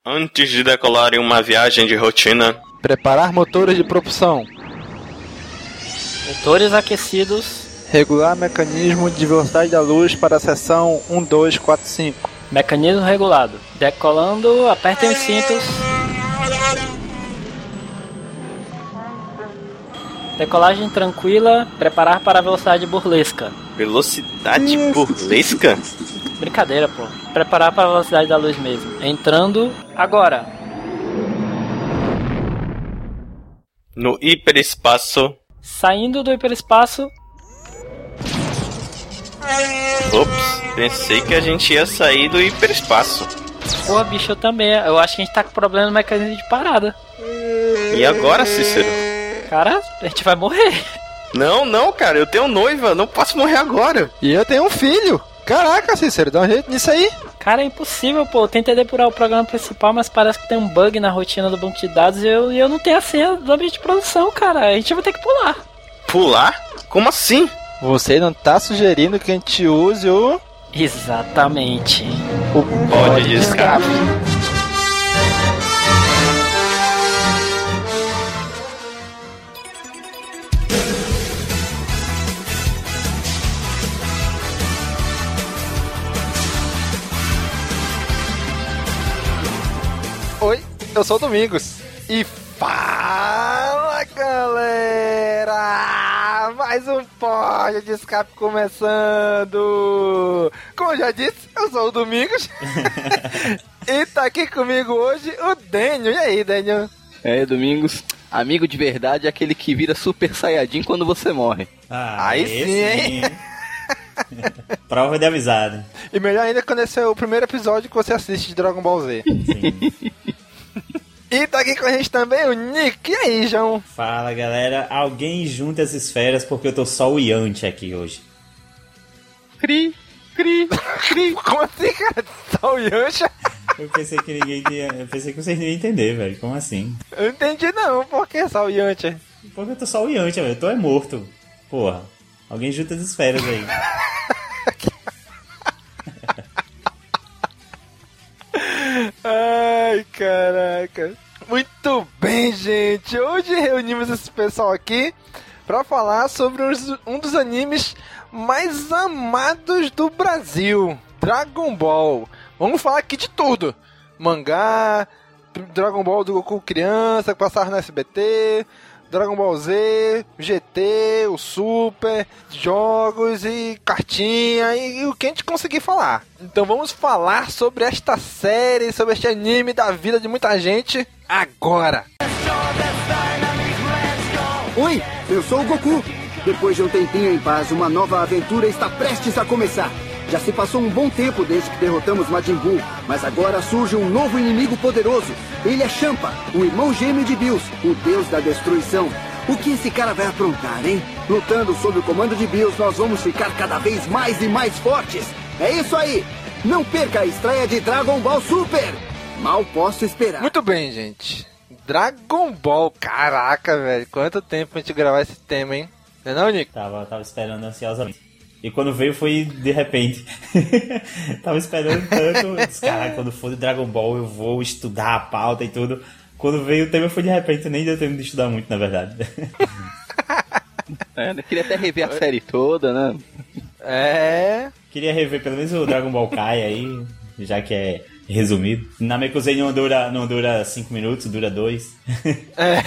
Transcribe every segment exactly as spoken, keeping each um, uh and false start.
Antes de decolar em uma viagem de rotina, preparar motores de propulsão, motores aquecidos, regular mecanismo de velocidade da luz para a seção um, dois, quatro, cinco. Mecanismo regulado. Decolando, apertem os cintos. Decolagem tranquila, preparar para a velocidade burlesca. Velocidade burlesca? Brincadeira, pô. Preparar para a velocidade da luz mesmo. Entrando agora. No hiperespaço. Saindo do hiperespaço. Ops, pensei que a gente ia sair do hiperespaço. Porra, bicho, eu também. Eu acho que a gente tá com problema no mecanismo de parada. E agora, Cícero? Cara, a gente vai morrer. Não, não, cara, eu tenho noiva, não posso morrer agora. E eu tenho um filho. Caraca, Cícero, dá um jeito nisso aí. Cara, é impossível, pô. Eu tentei depurar o programa principal, mas parece que tem um bug na rotina do banco de dados e eu, e eu não tenho a senha do ambiente de produção, cara. A gente vai ter que pular. Pular? Como assim? Você não tá sugerindo que a gente use o... Exatamente. O pod de escape. Oi, eu sou o Domingos. E fala, galera! Mais um pod de escape começando! Como eu já disse, eu sou o Domingos. E tá aqui comigo hoje o Daniel. E aí, Daniel? É, Domingos. Amigo de verdade é aquele que vira Super Saiyajin quando você morre. Ah, aí sim, hein? Prova de amizade. E melhor ainda quando esse é o primeiro episódio que você assiste de Dragon Ball Z. Sim. E tá aqui com a gente também o Nick. E aí, João? Fala, galera. Alguém junta as esferas porque eu tô só o Yanti aqui hoje. Cri, cri, cri. Como assim, cara? Só o Yancha? Eu pensei que ninguém ia... Eu pensei que vocês não iam entender, velho. Como assim? Eu não entendi não. Por que só o Yancha? Porque eu tô só o Yanti, velho. Eu tô é morto. Porra. Alguém junta as esferas aí. Ai, caraca. Muito bem, gente. Hoje reunimos esse pessoal aqui pra falar sobre um dos animes mais amados do Brasil, Dragon Ball. Vamos falar aqui de tudo. Mangá, Dragon Ball do Goku criança, que passava no S B T... Dragon Ball Z, G T, o Super, jogos e cartinha e, e o que a gente conseguir falar. Então vamos falar sobre esta série, sobre este anime da vida de muita gente agora. Oi, eu sou o Goku. Depois de um tempinho em paz, uma nova aventura está prestes a começar. Já se passou um bom tempo desde que derrotamos Majin Buu, mas agora surge um novo inimigo poderoso. Ele é Champa, o irmão gêmeo de Bills, o deus da destruição. O que esse cara vai aprontar, hein? Lutando sob o comando de Bills, nós vamos ficar cada vez mais e mais fortes. É isso aí! Não perca a estreia de Dragon Ball Super! Mal posso esperar. Muito bem, gente. Dragon Ball, caraca, velho. Quanto tempo pra gente gravar esse tema, hein? Não é não, Nico? Tava, tava esperando ansiosamente. E quando veio foi de repente. Tava esperando tanto. Disse, cara, quando for de Dragon Ball eu vou estudar a pauta e tudo. Quando veio o tema foi de repente, nem deu tempo de estudar muito, na verdade. É, eu queria até rever a série toda, né? É. Queria rever pelo menos o Dragon Ball Kai aí, já que é resumido. Namekusei não dura não dura cinco minutos, dura dois. É.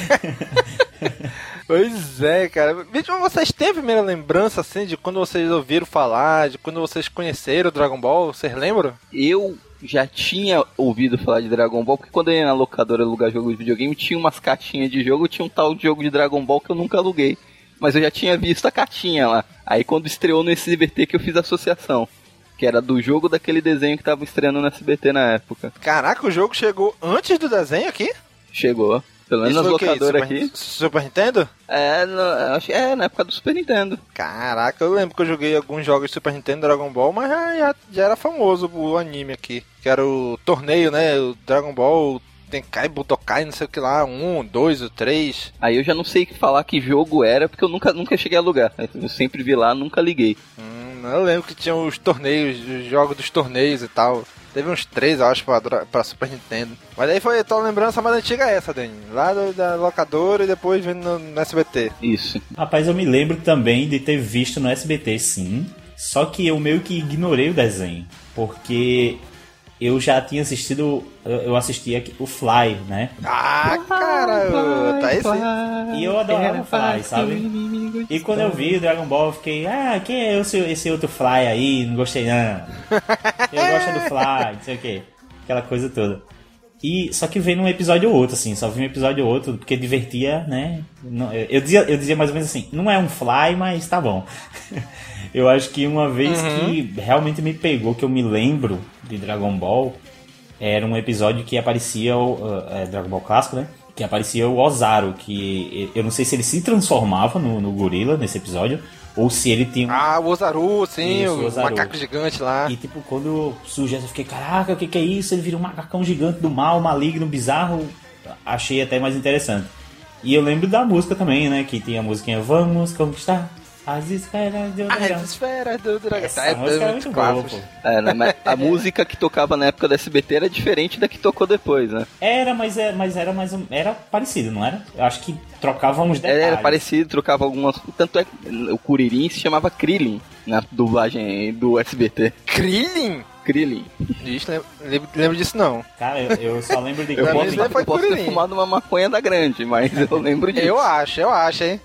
Pois é, cara. Vídeo, vocês têm a primeira lembrança, assim, de quando vocês ouviram falar, de quando vocês conheceram o Dragon Ball? Vocês lembram? Eu já tinha ouvido falar de Dragon Ball, porque quando eu ia na locadora alugar jogo de videogame, tinha umas caixinhas de jogo, tinha um tal de jogo de Dragon Ball que eu nunca aluguei. Mas eu já tinha visto a caixinha lá. Aí quando estreou no S B T que eu fiz a associação. Que era do jogo daquele desenho que tava estreando no S B T na época. Caraca, o jogo chegou antes do desenho aqui? Chegou. Pelo menos nas locadoras aqui. Super Nintendo? É, no, acho, é, na época do Super Nintendo. Caraca, eu lembro que eu joguei alguns jogos de Super Nintendo Dragon Ball, mas já, já, já era famoso o anime aqui. Que era o torneio, né? O Dragon Ball Tenkai Budokai, não sei o que lá, um, dois, o três. Aí eu já não sei falar que jogo era, porque eu nunca, nunca cheguei a alugar. Eu sempre vi lá, nunca liguei. Hum, eu lembro que tinha os torneios, os jogos dos torneios e tal. Teve uns três, eu acho, pra, pra Super Nintendo. Mas aí foi a tua lembrança mais antiga essa, Dani. Lá do, da locadora e depois vendo no, no S B T. Isso. Rapaz, eu me lembro também de ter visto no S B T, sim. Só que eu meio que ignorei o desenho. Porque eu já tinha assistido... Eu assistia o Fly, né? Ah, cara, tá aí sim. E eu adorava o Fly, sabe? E quando eu vi o Dragon Ball, eu fiquei... Ah, quem é esse, esse outro Fly aí? Não gostei não. Eu gosto do Fly, não sei o que. Aquela coisa toda. E, só que veio num episódio ou outro, assim. Só vi um episódio ou outro, porque divertia, né? Eu dizia, eu dizia mais ou menos assim... Não é um Fly, mas tá bom. Eu acho que uma vez uhum. que realmente me pegou, que eu me lembro de Dragon Ball... Era um episódio que aparecia o uh, é, Dragon Ball clássico, né? Que aparecia o Ozaru, que eu não sei se ele se transformava no, no gorila nesse episódio, ou se ele tinha... Um... Ah, o Ozaru, sim, isso, o, o Ozaru. macaco gigante lá. E tipo, quando surgiu, eu fiquei, caraca, o que, que é isso? Ele vira um macacão gigante do mal, maligno, bizarro. Achei até mais interessante. E eu lembro da música também, né? Que tinha a musiquinha Vamos Conquistar as esferas do dragão. As esferas do dragão. Essa é música é muito boa, pô. É, né, mas a música que tocava na época da S B T era diferente da que tocou depois, né? Era, mas, é, mas era mais era parecido, não era? Eu acho que trocava uns detalhes. Era parecido, trocava algumas... Tanto é que o Kuririn se chamava Krillin na dublagem do S B T. Krillin? Krillin. Ixi, lembro, lembro disso não. Cara, eu, eu só lembro de... eu posso, eu posso ter fumado uma maconha da grande, mas eu lembro disso. Eu acho, eu acho, hein?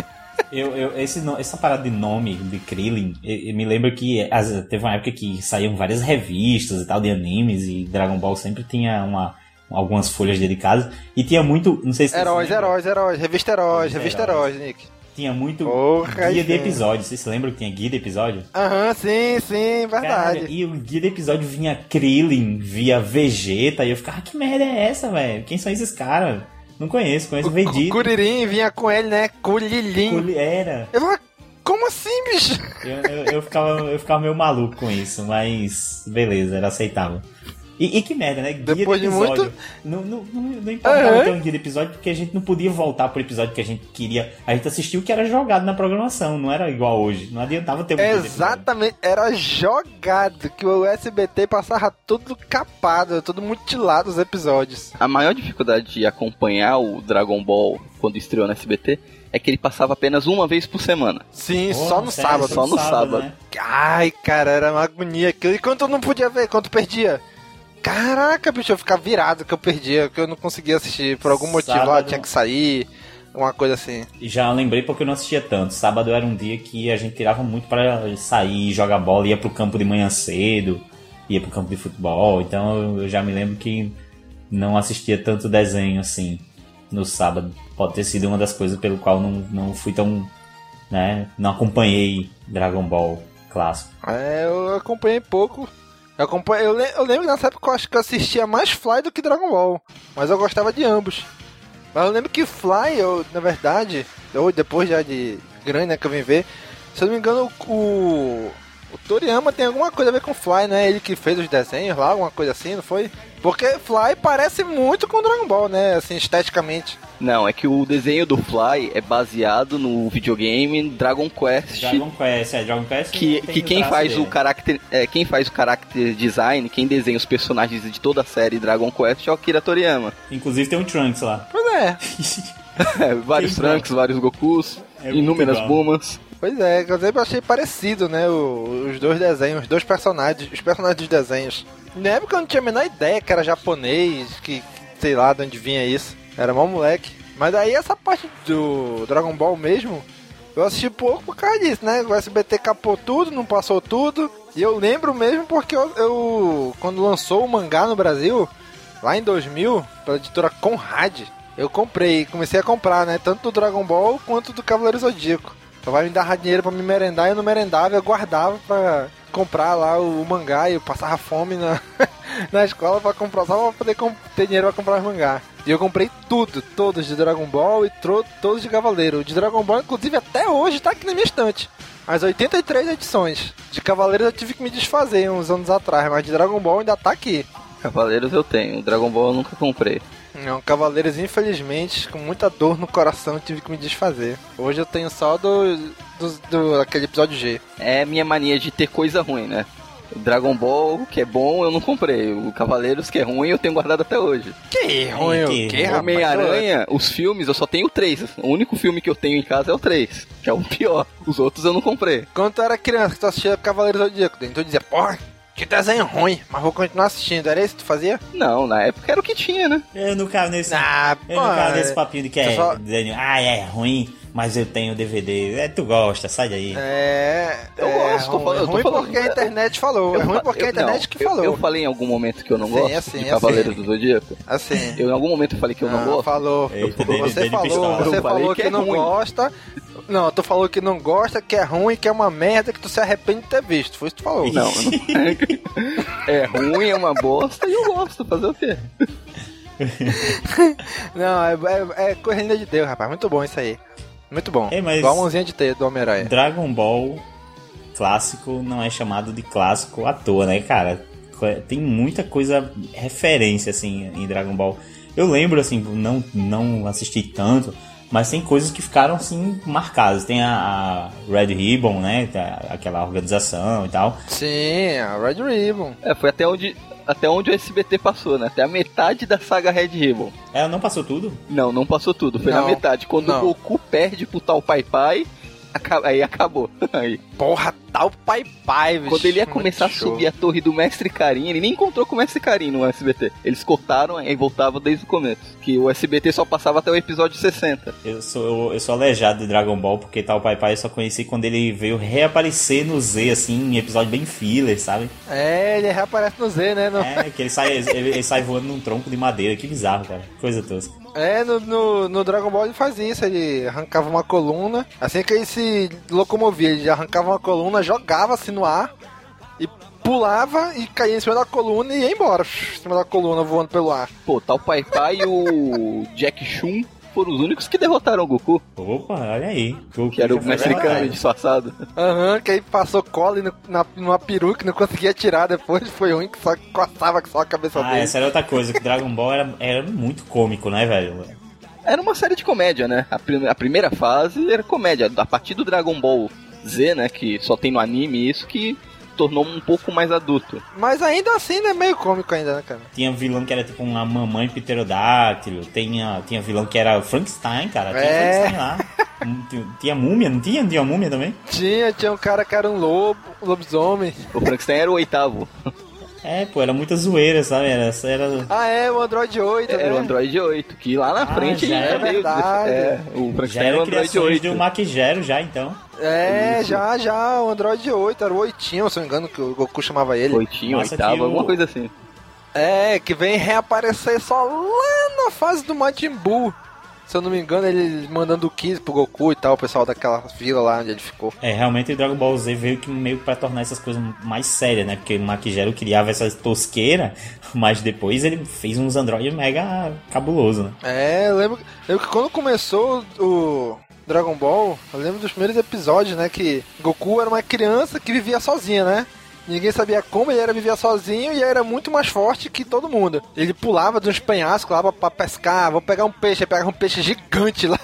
Eu, eu, esse, essa parada de nome de Krillin, eu, eu me lembro que as, teve uma época que saíam várias revistas e tal de animes, e Dragon Ball sempre tinha uma, algumas folhas dedicadas, e tinha muito, não sei se Heróis, heróis, heróis, revista heróis, revista heróis, Nick. Tinha muito Porra, guia de sim. episódio, vocês se lembram que tinha guia de episódio? Aham, uhum, sim, sim, verdade. Cara, e o guia de episódio vinha Krillin, via Vegeta, e eu ficava, ah, que merda é essa, velho? Quem são esses caras? Não conheço, conheço o Vegeta. O Kuririn vinha com ele, né? Kulilin. Culi... Era. Eu falei, como assim, bicho? Eu, eu, eu, ficava, eu ficava meio maluco com isso, mas beleza, era aceitável. E, e que merda, né? Guia Depois de episódio. De muito... Não, não, não, não importava uhum. ter um guia de episódio, porque a gente não podia voltar pro episódio que a gente queria. A gente assistiu o que era jogado na programação, não era igual hoje. Não adiantava ter um guia de episódio. Exatamente, era jogado, que o S B T passava tudo capado, tudo mutilado os episódios. A maior dificuldade de acompanhar o Dragon Ball quando estreou no S B T é que ele passava apenas uma vez por semana. Sim, Pô, só no sério, sábado. Só no sábado. sábado. Né? Ai, cara, era uma agonia aquilo. E quando eu não podia ver, quando perdia... Caraca, bicho, eu ficava virado que eu perdia, que eu não conseguia assistir. Por algum motivo Sábado... lá tinha que sair, uma coisa assim. Já lembrei porque eu não assistia tanto. Sábado era um dia que a gente tirava muito pra sair, jogar bola, ia pro campo de manhã cedo, ia pro campo de futebol. Então eu já me lembro que não assistia tanto desenho assim no sábado. Pode ter sido uma das coisas pelo qual não, não fui tão... né, não acompanhei Dragon Ball clássico. É, eu acompanhei pouco. Eu, acompanho, eu, eu lembro que nessa época eu acho que eu assistia mais Fly do que Dragon Ball. Mas eu gostava de ambos. Mas eu lembro que Fly, eu, na verdade, eu, depois já de grande, né, que eu vim ver, se eu não me engano, o, o Toriyama tem alguma coisa a ver com Fly, né? Ele que fez os desenhos lá, alguma coisa assim, não foi? Porque Fly parece muito com Dragon Ball, né? Assim, esteticamente. Não, é que o desenho do Fly é baseado no videogame Dragon Quest. Dragon Quest, é, Dragon Quest. Que, que quem faz dele. o character, é, quem faz o character design, quem desenha os personagens de toda a série Dragon Quest é o Akira Toriyama. Inclusive tem um Trunks lá. Pois é. é vários Quem Trunks, vários Gokus, é inúmeras Bumas. Pois é, eu sempre achei parecido, né? O, os dois desenhos, os dois personagens, os personagens dos desenhos. Na época eu não tinha a menor ideia que era japonês, que sei lá de onde vinha isso. Era mó moleque. Mas aí essa parte do Dragon Ball mesmo, eu assisti pouco por causa disso, né? O S B T capou tudo, não passou tudo. E eu lembro mesmo porque eu, eu quando lançou o mangá no Brasil, lá em dois mil, pela editora Conrad, eu comprei, comecei a comprar, né? Tanto do Dragon Ball quanto do Cavaleiro Zodíaco. Então vai me dar dinheiro pra me merendar, e eu não merendava, eu guardava pra comprar lá o, o mangá, e eu passava fome na, na escola pra comprar, só pra poder comp- ter dinheiro pra comprar os mangá. E eu comprei tudo, todos de Dragon Ball e tro- todos de Cavaleiro. O de Dragon Ball, inclusive, até hoje tá aqui na minha estante. As oitenta e três edições. De Cavaleiros eu tive que me desfazer uns anos atrás, mas de Dragon Ball ainda tá aqui. Cavaleiros eu tenho, Dragon Ball eu nunca comprei. Não, Cavaleiros, infelizmente, com muita dor no coração, tive que me desfazer. Hoje eu tenho só do, do, do aquele episódio G. É minha mania de ter coisa ruim, né? Dragon Ball, que é bom, eu não comprei. O Cavaleiros, que é ruim, eu tenho guardado até hoje. Que ruim, que o que, rapaz? Homem-Aranha, os filmes, eu só tenho três. O único filme que eu tenho em casa é o três, que é o pior. Os outros eu não comprei. Quando tu era criança, que tu assistia Cavaleiros do Zodíaco, então tu dizia, porra, que desenho ruim, mas vou continuar assistindo. Era isso que tu fazia? Não, na época era o que tinha, né? Eu não caio nesse, Ah, eu não pô, caio nesse papinho de que é, só- desenho, ah, é ruim, mas eu tenho D V D. É, tu gosta, sai daí. É, Eu é gosto, tô ruim, falando- eu tô ruim falando- porque a internet falou. É Eu ruim fa- porque a eu- internet não, que eu- falou. Eu, falei em algum momento que eu não Sim, gosto assim, de assim. Cavaleiros do Zodíaco. Assim. Eu em algum momento falei que eu não, Não, gosto. falou. Eita, você Dele- Dele falou, pistola. você Eu falei falou que que, é não ruim. gosta. Não, tu falou que não gosta, que é ruim, que é uma merda, que tu se arrepende de ter visto. Foi isso que tu falou. Não, não. É ruim, é uma bosta e eu gosto. Fazer o quê? Não, é, é, é corrida de Deus, rapaz. Muito bom isso aí. Muito bom. É, mas- Igual a mãozinha de teia do Homem-Aranha. Dragon Ball clássico não é chamado de clássico à toa, né, cara? Tem muita coisa, referência, assim, em Dragon Ball. Eu lembro, assim, não, não assisti tanto, mas tem coisas que ficaram, assim, marcadas. Tem a, a Red Ribbon, né, aquela organização e tal. Sim, a Red Ribbon. É, foi até onde, até onde o S B T passou, né? Até a metade da saga Red Ribbon. Ela não passou tudo? Não, não passou tudo. Foi Não, na metade. Quando não. o Goku perde pro tal Pai Pai, aca- aí acabou. Aí. Porra, tal Pai Pai, bicho. Quando ele ia Muito começar a show. subir a torre do Mestre Karin, ele nem encontrou com o Mestre Karin no S B T. Eles cortaram e voltavam desde o começo. Que o S B T só passava até o episódio sessenta. Eu sou, eu, eu sou aleijado de Dragon Ball, porque tal Pai Pai eu só conheci quando ele veio reaparecer no Z, assim, em episódio bem filler, sabe? É, ele reaparece no Z, né? No... É, que ele sai, ele, ele sai voando num tronco de madeira, que bizarro, cara. Coisa tosca. É, no, no, no Dragon Ball ele fazia isso, ele arrancava uma coluna, assim que ele se locomovia, ele arrancava uma coluna, jogava assim no ar, e pulava e caía em cima da coluna e ia embora, em cima da coluna, voando pelo ar. Pô, tal Pai Pai e o Jack Chun foram os únicos que derrotaram o Goku. Opa, olha aí. Que era o Mestre Kami disfarçado. Aham, que aí passou cola e no, na, numa peruca e não conseguia tirar depois, foi ruim que só coçava só a cabeça Ah, dele. essa era outra coisa, que Dragon Ball era, era muito cômico, né, velho? Era uma série de comédia, né? A, prim- a primeira fase era comédia. A partir do Dragon Ball Z, né? Que só tem no anime isso, que tornou um pouco mais adulto. Mas ainda assim, né, meio cômico ainda, né, cara? Tinha vilão que era tipo uma mamãe pterodáctilo, tinha, tinha vilão que era o Frankenstein, cara. Tinha É. Frankenstein lá. Hum, tinha, tinha múmia, não tinha? Não tinha múmia também? Tinha, tinha um cara que era um lobo, um lobisomem. O Frankenstein era o oitavo. É, pô, era muita zoeira, sabe? Era, era... Ah, é, o Android oito, né? Era o Android oito, que lá na Ah, frente já ele é já veio... verdade. É, o Já Frankenstein era era o Android criações oito. de um Maquigero já, então. É, Isso. já, já, o Android oito, era o oitinho, se não me engano, que o Goku chamava ele. Oitinho, Nossa, oitavo, que o- alguma coisa assim. É, que vem reaparecer só lá na fase do Majin Buu. Se eu não me engano, ele mandando o Kiss pro Goku e tal, o pessoal daquela vila lá onde ele ficou. É, realmente o Dragon Ball Z veio que meio pra tornar essas coisas mais sérias, né? Porque o Maquigero criava essa tosqueira, mas depois ele fez uns androides mega cabuloso, né? É, eu lembro, lembro que quando começou o Dragon Ball, eu lembro dos primeiros episódios, né, que Goku era uma criança que vivia sozinha, né? Ninguém sabia como, ele era vivia sozinho e era muito mais forte que todo mundo. Ele pulava de uns penhascos lá pra, pra pescar, vou pegar um peixe, aí pegava um peixe gigante lá.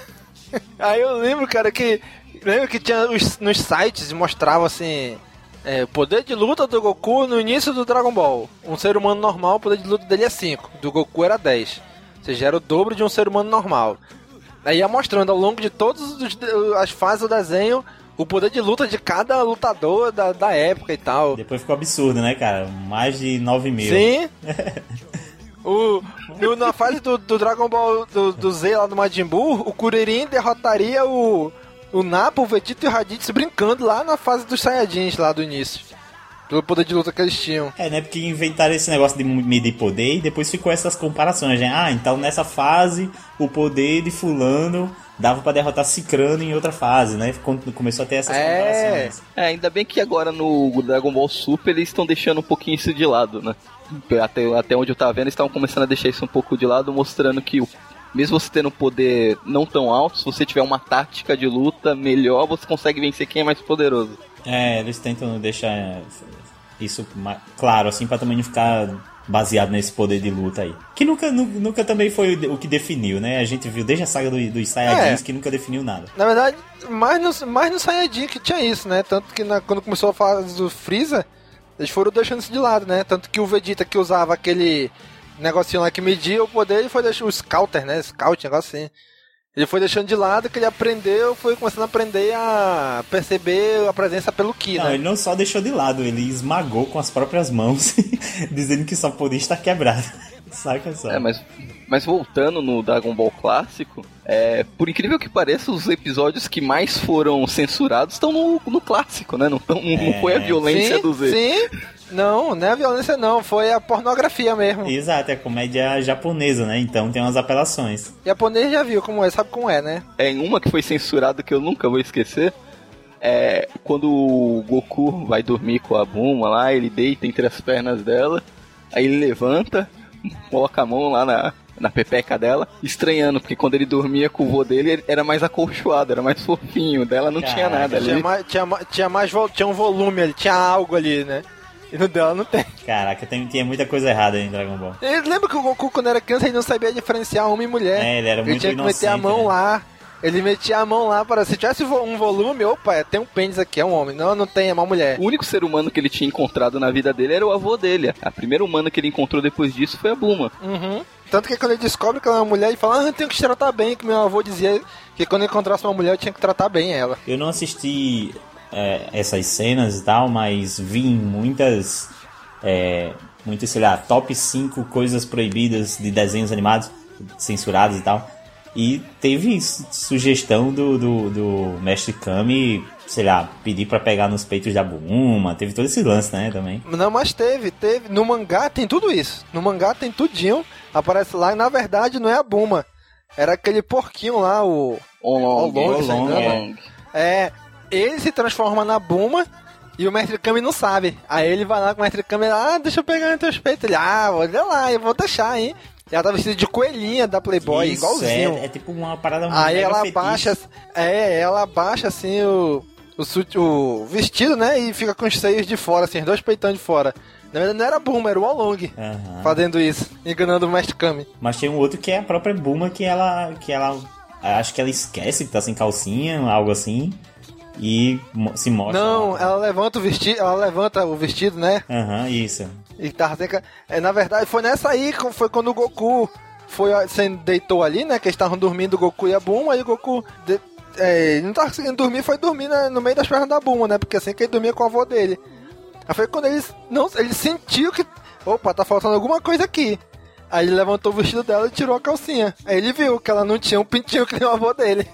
Aí eu lembro, cara, que lembro que tinha os, nos sites mostrava assim, é, o poder de luta do Goku no início do Dragon Ball. Um ser humano normal, o poder de luta dele é cinco, do Goku era dez. Ou seja, era o dobro de um ser humano normal. Aí ia mostrando ao longo de todas as fases do desenho o poder de luta de cada lutador da, da época e tal. Depois ficou absurdo, né, cara? Mais de nove mil. Sim. o, no, na fase do, do Dragon Ball do, do Z lá do Majin Buu, o Kuririn derrotaria o, o Nappa, o Vegeta e o Raditz brincando lá na fase dos Saiyajins lá do início. Pelo poder de luta que eles tinham. É, né? Porque inventaram esse negócio de medir poder e depois ficou essas comparações, né? Ah, então nessa fase o poder de fulano dava pra derrotar Cicrano em outra fase, né? Começou a ter essas É. comparações. É, ainda bem que agora no Dragon Ball Super eles estão deixando um pouquinho isso de lado, né? Até, até onde eu tava vendo, eles estavam começando a deixar isso um pouco de lado, mostrando que o, mesmo você tendo um poder não tão alto, se você tiver uma tática de luta melhor, você consegue vencer quem é mais poderoso. É, eles tentam deixar isso ma- claro, assim, pra também não ficar baseado nesse poder de luta aí. Que nunca, nu- nunca também foi o que definiu, né? A gente viu desde a saga do, dos Saiyajins É. que nunca definiu nada. Na verdade, mais no, mais no Saiyajin que tinha isso, né? Tanto que na- quando começou a fase do Freeza, Eles foram deixando isso de lado, né? Tanto que o Vegeta que usava aquele negocinho lá que media o poder, ele foi deixando o Scouter, né? Scout, negócio assim. Ele foi deixando de lado, que ele aprendeu, foi começando a aprender a perceber a presença pelo Ki, não, né? Ele não só deixou de lado, ele esmagou com as próprias mãos, dizendo que só podia estar quebrado. Saca só. É, mas, mas voltando no Dragon Ball clássico, é, por incrível que pareça, os episódios que mais foram censurados estão no, no clássico, né? Não, tão, É. não foi a violência sim, do Z. Sim, não, não é a violência não, foi a pornografia mesmo. Exato, é comédia japonesa, né? Então tem umas apelações. O japonês já viu como é, sabe como é, né? É, em uma que foi censurada que eu nunca vou esquecer, é quando o Goku vai dormir com a Bulma lá, ele deita entre as pernas dela, aí ele levanta, coloca a mão lá na, na pepeca dela, estranhando, porque quando ele dormia com o vô dele, ele era mais acolchoado, era mais fofinho, dela não Caraca, tinha nada ali. Tinha mais, tinha, ma- tinha mais vo- tinha um volume ali, tinha algo ali, né? E no dela não tem. Caraca, tem, tinha muita coisa errada em Dragon Ball. Ele lembra que o Goku, quando era criança, ele não sabia diferenciar homem e mulher. É, ele era muito tinha que meter a inocente, mão né? lá. Ele metia a mão lá para... Se tivesse vo- um volume, opa, tem um pênis aqui, é um homem. Não, não tem, é uma mulher. O único ser humano que ele tinha encontrado na vida dele era o avô dele. A primeira humana que ele encontrou depois disso foi a Bulma. Uhum. Tanto que quando ele descobre que ela é uma mulher, ele fala, ah, eu tenho que te tratar bem, que meu avô dizia que quando eu encontrasse uma mulher, eu tinha que tratar bem ela. Eu não assisti é, essas cenas e tal, mas vi em muitas, é, muitas, sei lá, top cinco coisas proibidas de desenhos animados, censurados e tal. E teve sugestão do, do, do Mestre Kami, sei lá, pedir pra pegar nos peitos da Bulma, teve todo esse lance, né, também. Não, mas teve, teve. No mangá tem tudo isso. No mangá tem tudinho. Aparece lá e na verdade não é a Bulma. Era aquele porquinho lá, o... Olong, Olong, se não me engano. Olong. É, ele se transforma na Bulma e o Mestre Kami não sabe. Aí ele vai lá com o Mestre Kami, ah, deixa eu pegar nos teus peitos. Ele, ah, olha lá, eu vou deixar, hein. E ela tá vestida de coelhinha da Playboy, Isso, igualzinho. É, é tipo uma parada Aí mega ela fetiche. abaixa, é, ela abaixa assim o, o, sut- o vestido, né, e fica com os seios de fora, assim, os dois peitão de fora. Na verdade não era a Bulma, era o Olong Aham. fazendo isso, enganando o Mestre Kami. Mas tem um outro que é a própria Bulma, que ela, que ela, acho que ela esquece que tá sem calcinha, algo assim, e mo- se mostra. Não, lá. ela levanta o vestido, ela levanta o vestido, né, Aham, isso. e tava sem ca- é, na verdade foi nessa aí, que foi quando o Goku foi, ó, se deitou ali, né, que eles estavam dormindo, o Goku e a Bulma, aí o Goku... de- é, ele não tava conseguindo dormir, foi dormir na- no meio das pernas da Bulma, né, porque assim que ele dormia com o avô dele. Aí foi quando ele, não, ele sentiu que, opa, tá faltando alguma coisa aqui. Aí ele levantou o vestido dela e tirou a calcinha. Aí ele viu que ela não tinha um pintinho que nem o avô dele.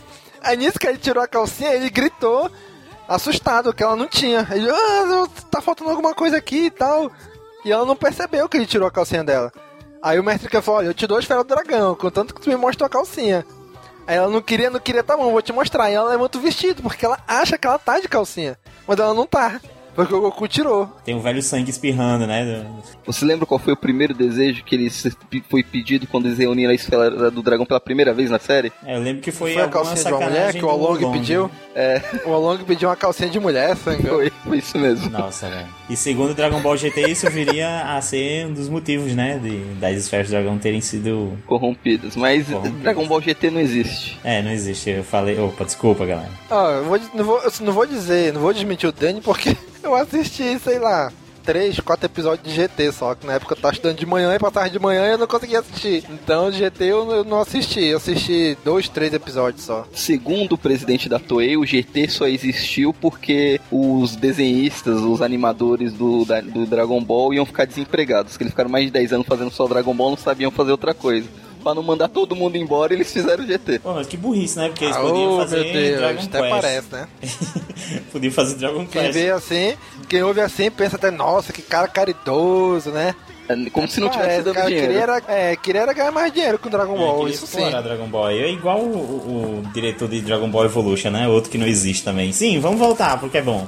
Aí nisso que ele tirou a calcinha, ele gritou, assustado, que ela não tinha. Ele, ah, tá faltando alguma coisa aqui e tal. E ela não percebeu que ele tirou a calcinha dela. Aí o mestre que falou, olha, eu te dou a esfera do dragão, contanto que tu me mostra a calcinha. Aí ela não queria, não queria, tá bom, vou te mostrar. Aí ela levanta o vestido, porque ela acha que ela tá de calcinha. Mas ela não tá, porque o Goku tirou. Tem o velho sangue espirrando, né? Você lembra qual foi o primeiro desejo que ele se- foi pedido quando eles reuniram a esfera do dragão pela primeira vez na série? É, eu lembro que foi, Foi a alguma calcinha de uma mulher sacanagem que o do Olong Olong. pediu? É, O Olong pediu uma calcinha de mulher, sangue. foi, foi isso mesmo. Nossa, velho. E segundo o Dragon Ball G T, isso viria a ser um dos motivos, né? De, das esferas do dragão terem sido... Corrompidos, mas Corrompidos. Dragon Ball G T não existe. É, não existe. Eu falei... Opa, desculpa, galera. Ah, eu vou, não, vou, eu não vou dizer, não vou desmentir o Danny, porque eu assisti, sei lá, três, quatro episódios de G T só, que na época eu tava estudando de manhã e passava de manhã e eu não conseguia assistir. Então G T eu, eu não assisti, eu assisti dois, três episódios só. Segundo o presidente da Toei, o G T só existiu porque os desenhistas, os animadores do, da- do Dragon Ball iam ficar desempregados, que eles ficaram mais de dez anos fazendo só Dragon Ball, não sabiam fazer outra coisa. Pra não mandar todo mundo embora, eles fizeram o G T. Pô, mas que burrice, né? Porque eles Ah, podiam ô, fazer meu Deus, Dragon até Quest. parece, né? Podiam fazer Dragon Quem Quest. vê assim, quem ouve assim, pensa até, nossa, que cara caridoso, né? É como se não tivesse Parece, dando cara, dinheiro. queria era, é, queria era ganhar mais dinheiro com o Dragon É, Ball, queria isso sim. explorar Dragon Ball. É igual o, o- o diretor de Dragon Ball Evolution, né? Outro que não existe também. Sim, vamos voltar, porque é bom.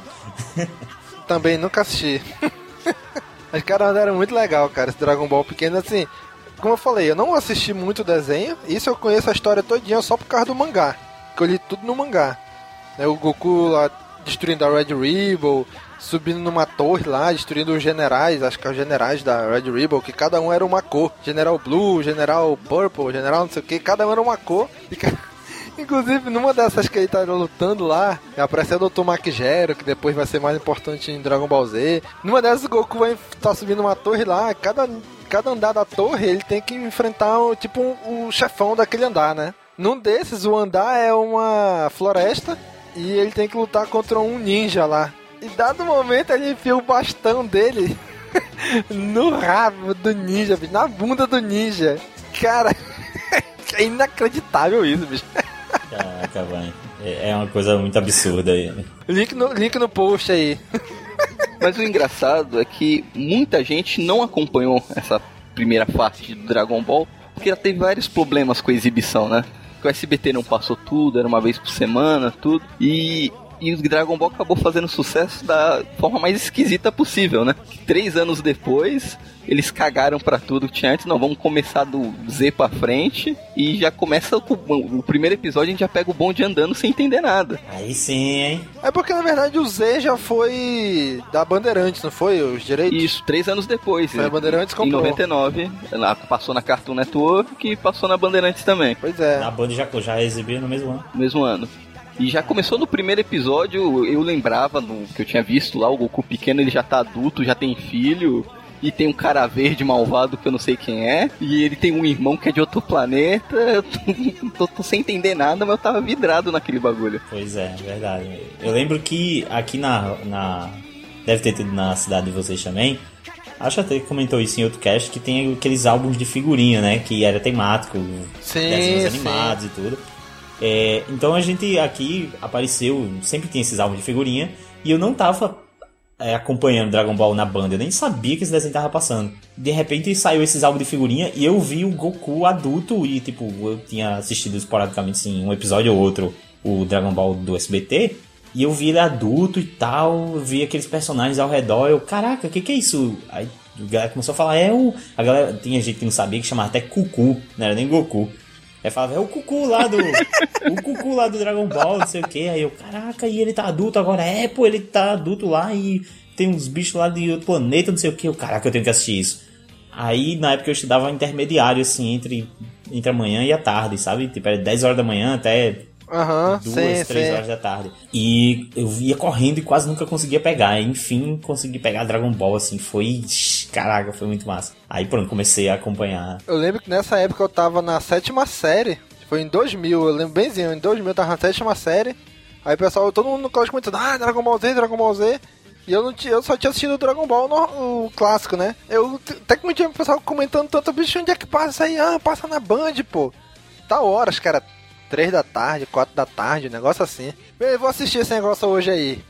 Também nunca assisti. Mas, cara, era muito legal, cara, esse Dragon Ball pequeno, assim... Como eu falei, eu não assisti muito desenho, isso eu conheço a história todinha só por causa do mangá, que eu li tudo no mangá. Né, o Goku lá destruindo a Red Ribbon, subindo numa torre lá, destruindo os generais, acho que é os generais da Red Ribbon, que cada um era uma cor. General Blue, General Purple, General não sei o que, cada um era uma cor. E, ca- Inclusive, numa dessas que ele tá lutando lá, apareceu o doutor Mac Gero, que depois vai ser mais importante em Dragon Ball Z. Numa dessas, o Goku vai tá subindo uma torre lá, cada, cada andar da torre ele tem que enfrentar tipo um, um chefão daquele andar, né? Num desses, o andar é uma floresta e ele tem que lutar contra um ninja lá. E dado momento, ele enfia o bastão dele no rabo do ninja, bicho, na bunda do ninja. Cara, é inacreditável isso, bicho. Caraca, vai. É uma coisa muito absurda aí. Link no, link no post aí. Mas o engraçado é que muita gente não acompanhou essa primeira fase do Dragon Ball, porque ela teve vários problemas com a exibição, né? Que o S B T não passou tudo, era uma vez por semana, tudo. E, e o Dragon Ball acabou fazendo sucesso da forma mais esquisita possível, né? Que três anos depois, eles cagaram pra tudo que tinha antes. Não, vamos começar do Z pra frente. E já começa o, o primeiro episódio, a gente já pega o bonde andando sem entender nada. Aí sim, hein? É porque, na verdade, o Z já foi da Bandeirantes, não foi? Os direitos? Isso, três anos depois. Foi a Bandeirantes comprou. Em noventa e nove, ela passou na Cartoon Network e passou na Bandeirantes também. Pois é. A Band já, já exibiu no mesmo ano. Mesmo ano. E já começou no primeiro episódio, eu lembrava no, que eu tinha visto lá, o Goku pequeno, ele já tá adulto, já tem filho, e tem um cara verde malvado que eu não sei quem é, e ele tem um irmão que é de outro planeta, eu tô, tô, tô sem entender nada, mas eu tava vidrado naquele bagulho. Pois é, verdade. Eu lembro que aqui na... na deve ter tido na cidade de vocês também, acho até que comentou isso em outro cast, que tem aqueles álbuns de figurinha, né, que era temático, sim, desenhos sim. animados e tudo. É, então a gente aqui apareceu, sempre tem esses álbuns de figurinha, e eu não tava é, acompanhando Dragon Ball na Band, eu nem sabia que esse desenho tava passando. De repente saiu esses álbuns de figurinha e eu vi o Goku adulto, e tipo, eu tinha assistido esporadicamente assim, um episódio ou outro, o Dragon Ball do S B T, e eu vi ele adulto e tal, eu vi aqueles personagens ao redor, eu, caraca, o que que é isso? Aí a galera começou a falar, é o... A galera, tinha gente que não sabia, que chamava até Cucu, não era nem Goku. Aí falava, é o Cucu lá do... o Cucu lá do Dragon Ball, não sei o que. Aí eu, caraca, e ele tá adulto agora? É, pô, ele tá adulto lá e tem uns bichos lá de outro planeta, não sei o que. Eu, caraca, eu tenho que assistir isso. Aí, na época, eu estudava intermediário, assim, entre, entre a manhã e a tarde, sabe? Tipo, era dez horas da manhã até uhum, duas, sim, três sim. horas da tarde. E eu ia correndo e quase nunca conseguia pegar. E, enfim, consegui pegar Dragon Ball, assim, foi... Caraca, foi muito massa. Aí, pronto, comecei a acompanhar. Eu lembro que nessa época eu tava na sétima série. Foi em dois mil, eu lembro benzinho. Em dois mil eu tava na sétima série. Aí o pessoal, todo mundo no colégio comentando, ah, Dragon Ball Z, Dragon Ball Z. E eu, não tinha, eu só tinha assistido o Dragon Ball, no, o clássico, né? Eu até que não tinha o pessoal comentando tanto, bicho, onde é que passa isso aí? Ah, passa na Band, pô. Tá horas, cara. Três da tarde, quatro da tarde, um negócio assim. Eu vou assistir esse negócio hoje aí.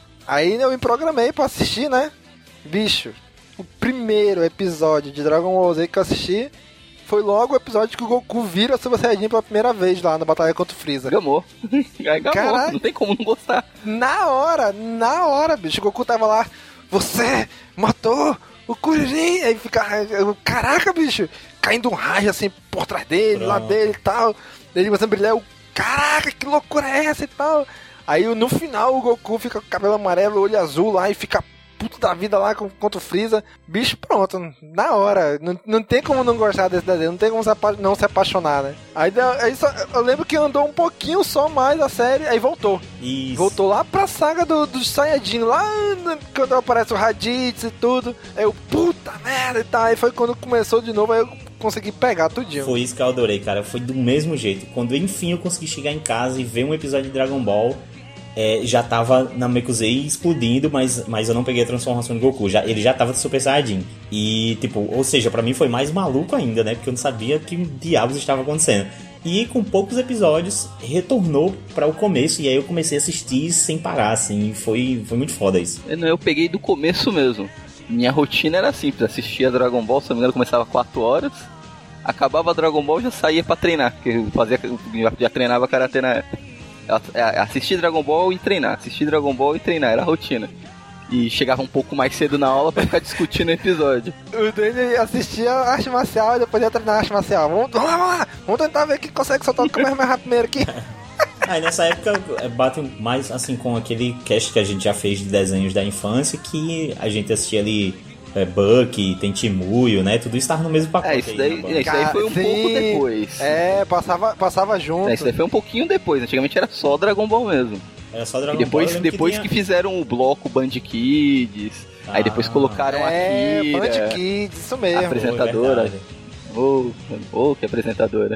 Aí eu me programei pra assistir, né? Bicho, o primeiro episódio de Dragon Ball Z que eu assisti foi logo o episódio que o Goku vira o Super Saiyajin pela primeira vez lá na batalha contra o Freeza. Gamou. Gamou. Caraca. Não tem como não gostar. Na hora, na hora, bicho. O Goku tava lá, você matou o Kuririn. Aí fica, caraca, bicho. Caindo um raio assim por trás dele, Pronto. lá dele e tal. Ele começando a brilhar, eu, caraca, que loucura é essa e tal. Aí no final o Goku fica com o cabelo amarelo, olho azul lá e fica puto da vida lá contra o Freeza. Bicho, pronto, na hora. Não, não tem como não gostar desse desenho, não tem como se apa- não se apaixonar, né? Aí, aí só, eu lembro que andou um pouquinho só mais a série, aí voltou. Isso. Voltou lá pra saga do, do Saiyajin, lá quando aparece o Raditz e tudo. Aí eu, puta merda e tal. Aí foi quando começou de novo, aí eu consegui pegar tudinho. Foi isso que eu adorei, cara. Foi do mesmo jeito. Quando enfim eu consegui chegar em casa e ver um episódio de Dragon Ball, é, já tava na Namekusei explodindo, mas, mas eu não peguei a transformação de Goku. Já, ele já tava de Super Saiyajin. E, tipo, ou seja, pra mim foi mais maluco ainda, né? Porque eu não sabia que diabos estava acontecendo. E com poucos episódios, retornou para o começo. E aí eu comecei a assistir sem parar, assim. Foi, foi muito foda isso. Eu, não, eu peguei do começo mesmo. Minha rotina era simples. Assistia Dragon Ball, se não me engano, começava quatro horas. Acabava Dragon Ball, já saía pra treinar. Porque eu fazia, já, já treinava Karatê na época. Assistir Dragon Ball e treinar. Assistir Dragon Ball e treinar. Era a rotina. E chegava um pouco mais cedo na aula pra ficar discutindo o episódio. O Dani assistia arte marcial e depois ia treinar arte marcial. Vamos, vamos lá, vamos lá. Vamos tentar ver quem consegue soltar o câmera mais rápido primeiro aqui. Aí nessa época bate mais assim com aquele cast que a gente já fez de desenhos da infância, que a gente assistia ali é, Bucky, tem Timuyo, né? Tudo isso tava no mesmo pacote. É, isso daí, aí, isso daí foi um Sim, pouco depois. É, passava, passava junto. É, isso daí foi um pouquinho depois. Antigamente era só Dragon Ball mesmo. Era só Dragon E depois, Ball. depois que, que, tinha... fizeram o bloco Band Kids, Ah, aí depois colocaram é, a Kira, Band Kids, isso mesmo. apresentadora. Pô, Ô, oh, que apresentadora.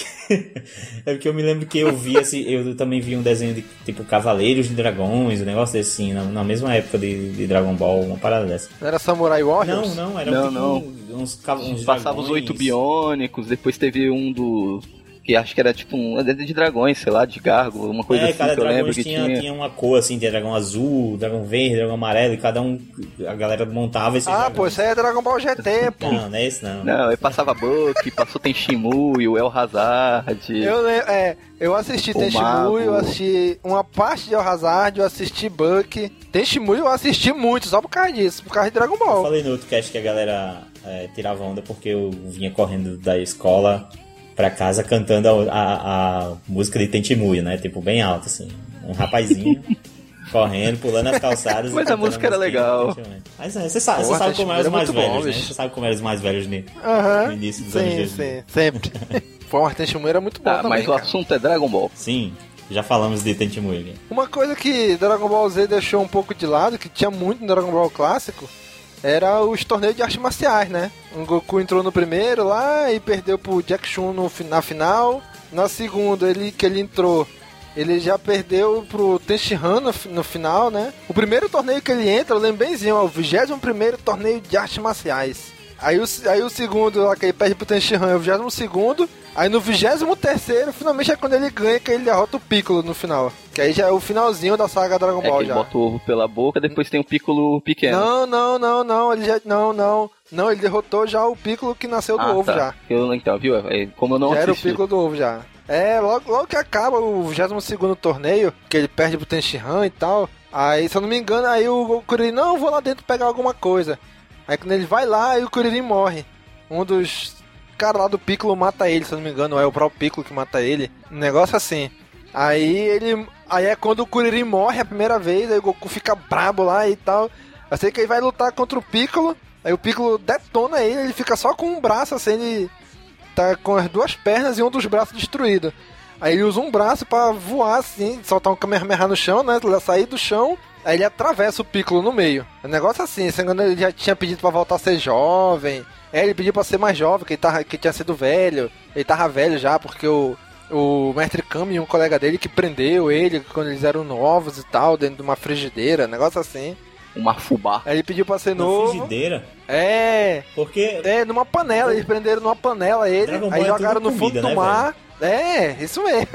é porque eu me lembro que eu vi assim, eu também vi um desenho de tipo Cavaleiros de Dragões, um negócio desse assim, na, na mesma época de, de Dragon Ball, uma parada dessa. Não era Samurai Warriors? Não, não, era Não, tipo não. uns, uns Passava os oito biônicos, depois teve um do... que acho que era tipo um de dragões, sei lá, de Gargo, uma coisa é, assim cada que eu lembro dragões que tinha, tinha. tinha uma cor assim, tinha dragão azul, dragão verde, dragão amarelo, e cada um, a galera montava esse Ah, dragão. pô, isso aí é Dragon Ball G T, pô. Não, não é esse não. Não, aí passava Bucky, passou Tenshinmui, o El Hazard. Eu, le- é, eu assisti O Tenshinmui, Mago. eu assisti uma parte de El Hazard, eu assisti Bucky. Tenshinmui eu assisti muito, só por causa disso, por causa de Dragon Eu Ball. falei no outro cast que a galera é, tirava onda porque eu vinha correndo da escola pra casa cantando a, a, a música de Tenshinmui, né? Tipo, bem alto, assim. Um rapazinho correndo, pulando as calçadas. Mas a música era legal. Mas é, você sabe, Porra, você sabe como eram os Tenshinmui mais é muito bom, velhos, né? bicho. Você sabe como eram os mais velhos no, Aham, no início dos anos sim, dois mil. sim, sempre. Pô, mas Tenshinmui era muito bom Ah, também, mas o cara. assunto é Dragon Ball. Sim, já falamos de Tenshinmui aqui. Uma coisa que Dragon Ball Z deixou um pouco de lado, que tinha muito no Dragon Ball clássico, era os torneios de artes marciais, né? O Goku entrou no primeiro lá e perdeu pro Jack Chun no, fi- na final. Na segunda, ele, que ele entrou, ele já perdeu pro Tenshinhan no, fi- no final, né? O primeiro torneio que ele entra, eu lembro bemzinho, ó, o vigésimo primeiro torneio de artes marciais. Aí o, aí o segundo, lá que ele perde pro Tenshinhan, é o vigésimo segundo. Aí no vigésimo terceiro, finalmente é quando ele ganha, que ele derrota o Piccolo no final. Que aí já é o finalzinho da saga Dragon É que Ball ele já. bota o ovo pela boca, depois tem o Piccolo pequeno. Não, não, não, não, ele já... Não, não. Não, ele derrotou já o Piccolo que nasceu do ah, ovo tá. já. Eu, então, viu? É, como eu não Já era o assisti. Piccolo do ovo já. É, logo, logo que acaba o vigésimo segundo torneio, que ele perde pro Tenshinhan e tal. Aí, se eu não me engano, aí o Kuririn, não, eu vou lá dentro pegar alguma coisa. Aí quando ele vai lá, aí o Kuririn morre. Um dos caras lá do Piccolo mata ele, se eu não me engano, ou é o próprio Piccolo que mata ele. Um negócio assim. Aí ele. Aí é quando o Kuririn morre a primeira vez, aí o Goku fica brabo lá e tal. Eu sei que ele vai lutar contra o Piccolo. Aí o Piccolo detona ele, ele fica só com um braço assim, ele tá com as duas pernas e um dos braços destruído. Aí ele usa um braço pra voar assim, soltar um Kamehameha no chão, né? Sair do chão, aí ele atravessa o Piccolo no meio. É um negócio assim, se não me engano, ele já tinha pedido pra voltar a ser jovem. É, ele pediu pra ser mais jovem, que ele, tava, que tinha sido velho. Ele tava velho já, porque o, o Mestre Kami e um colega dele que prendeu ele quando eles eram novos e tal, dentro de uma frigideira, negócio assim. Uma fubá. Aí ele pediu pra ser Na novo. frigideira? É, Porque é, numa panela, eles prenderam numa panela ele, Dragon Ball aí é jogaram tudo no fundo comida, do né, mar. É, isso mesmo.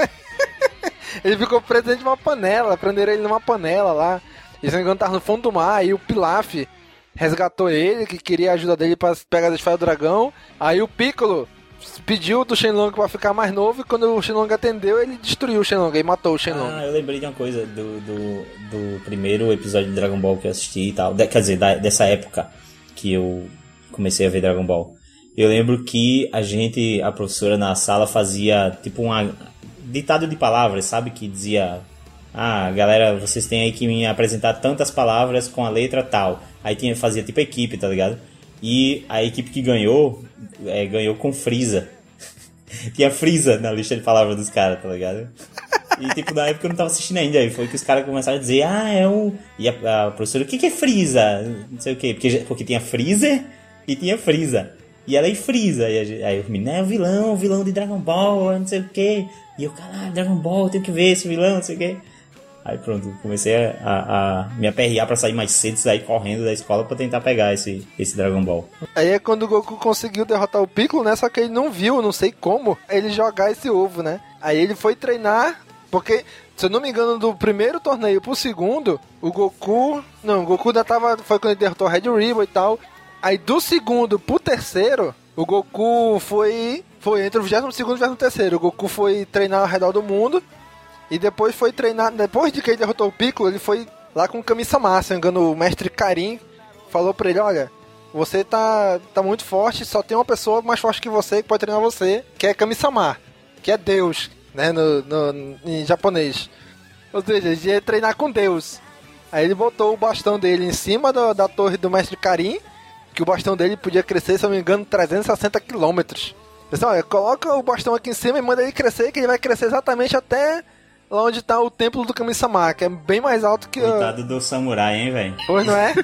Ele ficou preso dentro de uma panela, prenderam ele numa panela lá. E se não me engano, tava no fundo do mar, aí o Pilaf resgatou ele, que queria a ajuda dele pra pegar a esfera do dragão. Aí o Piccolo pediu do Shenlong pra ficar mais novo, e quando o Shenlong atendeu, ele destruiu o Shenlong, e matou o Shenlong. Ah, eu lembrei de uma coisa do, do, do primeiro episódio de Dragon Ball que eu assisti e tal. De, quer dizer, da, dessa época que eu comecei a ver Dragon Ball. Eu lembro que a gente, a professora na sala fazia tipo um ditado de palavras, sabe? Que dizia: ah, galera, vocês têm aí que me apresentar tantas palavras com a letra tal. Aí tinha, fazia tipo equipe, tá ligado? E a equipe que ganhou, é, ganhou com Frieza. Tinha Frieza na lista de palavras dos caras, tá ligado? E tipo, na época eu não tava assistindo ainda. Aí foi que os caras começaram a dizer: ah, é o... E a, a professora: o que que é Frieza? Não sei o que. Porque, porque tinha Freezer e tinha Frieza. E ela é Frieza. E aí o menino: é o vilão, o vilão de Dragon Ball, não sei o que. E eu: caralho, Dragon Ball, eu tenho que ver esse vilão, não sei o que. Aí pronto, comecei a, a, a me aperrear pra sair mais cedo, sair correndo da escola pra tentar pegar esse, esse Dragon Ball. Aí é quando o Goku conseguiu derrotar o Piccolo, né? Só que ele não viu, não sei como, ele jogar esse ovo, né? Aí ele foi treinar, porque, se eu não me engano, do primeiro torneio pro segundo, o Goku... Não, o Goku ainda tava... Foi quando ele derrotou o Red Ribbon e tal. Aí do segundo pro terceiro, o Goku foi... Foi entre o vigésimo segundo e o vigésimo terceiro. O Goku foi treinar ao redor do mundo. E depois foi treinar... Depois de que ele derrotou o Piccolo, ele foi lá com o Kami-sama. Se não me engano, o mestre Karin falou pra ele: olha, você tá, tá muito forte, só tem uma pessoa mais forte que você que pode treinar você, que é Kami-sama, que é Deus, né, no, no, em japonês. Ou seja, ele ia treinar com Deus. Aí ele botou o bastão dele em cima do, da torre do mestre Karin, que o bastão dele podia crescer, se eu não me engano, trezentos e sessenta quilômetros. Pessoal, olha, coloca o bastão aqui em cima e manda ele crescer, que ele vai crescer exatamente até lá onde tá o templo do Kami-sama, que é bem mais alto que... Coitado do samurai, hein, velho? Pois não é?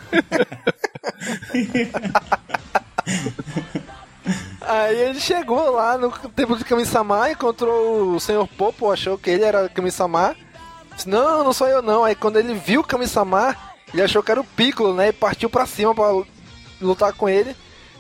Aí ele chegou lá no templo do Kami-sama, encontrou o senhor Popo, achou que ele era Kami-sama. Disse, não, não sou eu não. Aí quando ele viu o Kami-sama, ele achou que era o Piccolo, né? E partiu pra cima pra lutar com ele.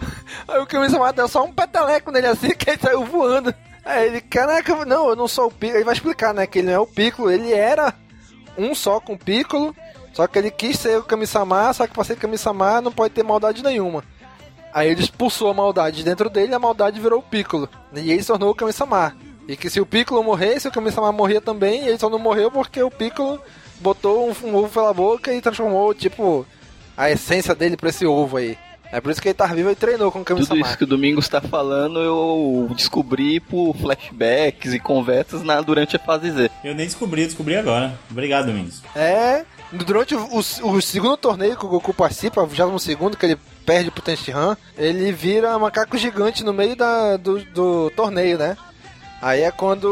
Aí o Kami-sama deu só um peteleco nele assim, que ele saiu voando. Aí ele, caraca, não, eu não sou o Piccolo. Ele vai explicar, né, que ele não é o Piccolo, ele era um só com o Piccolo, só que ele quis ser o Kami-sama, só que pra ser Kami-sama não pode ter maldade nenhuma. Aí ele expulsou a maldade dentro dele e a maldade virou o Piccolo. E ele se tornou o Kami-sama. E que se o Piccolo morresse, o Kami-sama morria também, e ele só não morreu porque o Piccolo botou um, um ovo pela boca e transformou, tipo, a essência dele pra esse ovo aí. É por isso que ele tá vivo e treinou com o Kami-sama. Tudo isso que o Domingos tá falando eu descobri por flashbacks e conversas na, durante a fase Z. Eu nem descobri, eu descobri agora. Obrigado, Domingos. É, durante o, o, o segundo torneio que o Goku participa, já no segundo que ele perde pro Tenshinhan, ele vira macaco gigante no meio da, do, do torneio, né? Aí é quando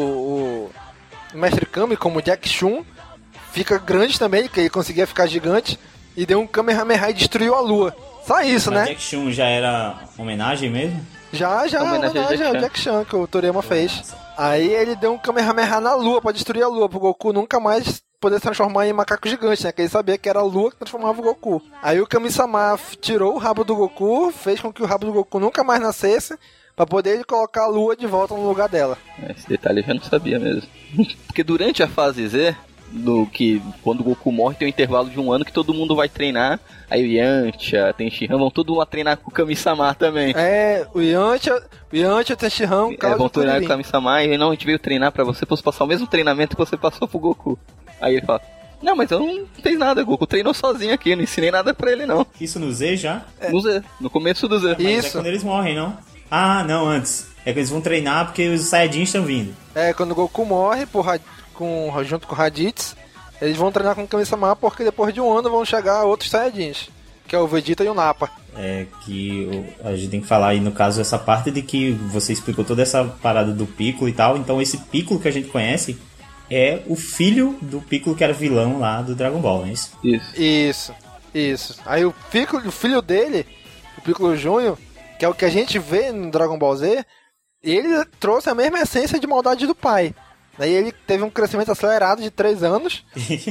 o, o Mestre Kami, como Jack Chun, fica grande também, que ele conseguia ficar gigante, e deu um Kamehameha e destruiu a lua. Só isso, Mas né? Jack Chun já era homenagem mesmo? Já, já, Homenagem a homenagem ao Jack Jack Chan, que o Toriyama fez. Aí ele deu um Kamehameha na lua pra destruir a lua, pro Goku nunca mais poder se transformar em macaco gigante, né? Que ele sabia que era a lua que transformava o Goku. Aí o Kami-sama tirou o rabo do Goku, fez com que o rabo do Goku nunca mais nascesse, pra poder ele colocar a lua de volta no lugar dela. Esse detalhe eu já não sabia mesmo. Porque durante a fase Z, no que quando o Goku morre tem um intervalo de um ano que todo mundo vai treinar. Aí o Yantia, Tenshinhan vão todo mundo treinar com o Kami-sama também. É, o Yantia, o Yantia, o Tenshinhan, o é, vão treinar com o Kami-sama e não, a gente veio treinar pra você, pra você passar o mesmo treinamento que você passou pro Goku. Aí ele fala, não, mas eu não fiz nada, o Goku treinou sozinho aqui, não ensinei nada pra ele não. Isso no Z já? É. No Z, no começo do Z. Mas Isso. é quando eles morrem, não? Ah, não, antes. É que eles vão treinar porque os Saiyajins estão vindo. É, quando o Goku morre por, com, junto com o Raditz, eles vão treinar com o Kami-sama porque depois de um ano vão chegar outros Saiyajins, que é o Vegeta e o Nappa. É que o- a gente tem que falar aí, no caso, essa parte de que você explicou toda essa parada do Piccolo e tal. Então esse Piccolo que a gente conhece é o filho do Piccolo que era vilão lá do Dragon Ball, não é isso? Isso. Isso, isso. Aí o, Piccolo, o filho dele, o Piccolo Júnior, que é o que a gente vê no Dragon Ball Z, ele trouxe a mesma essência de maldade do pai. Aí ele teve um crescimento acelerado de três anos.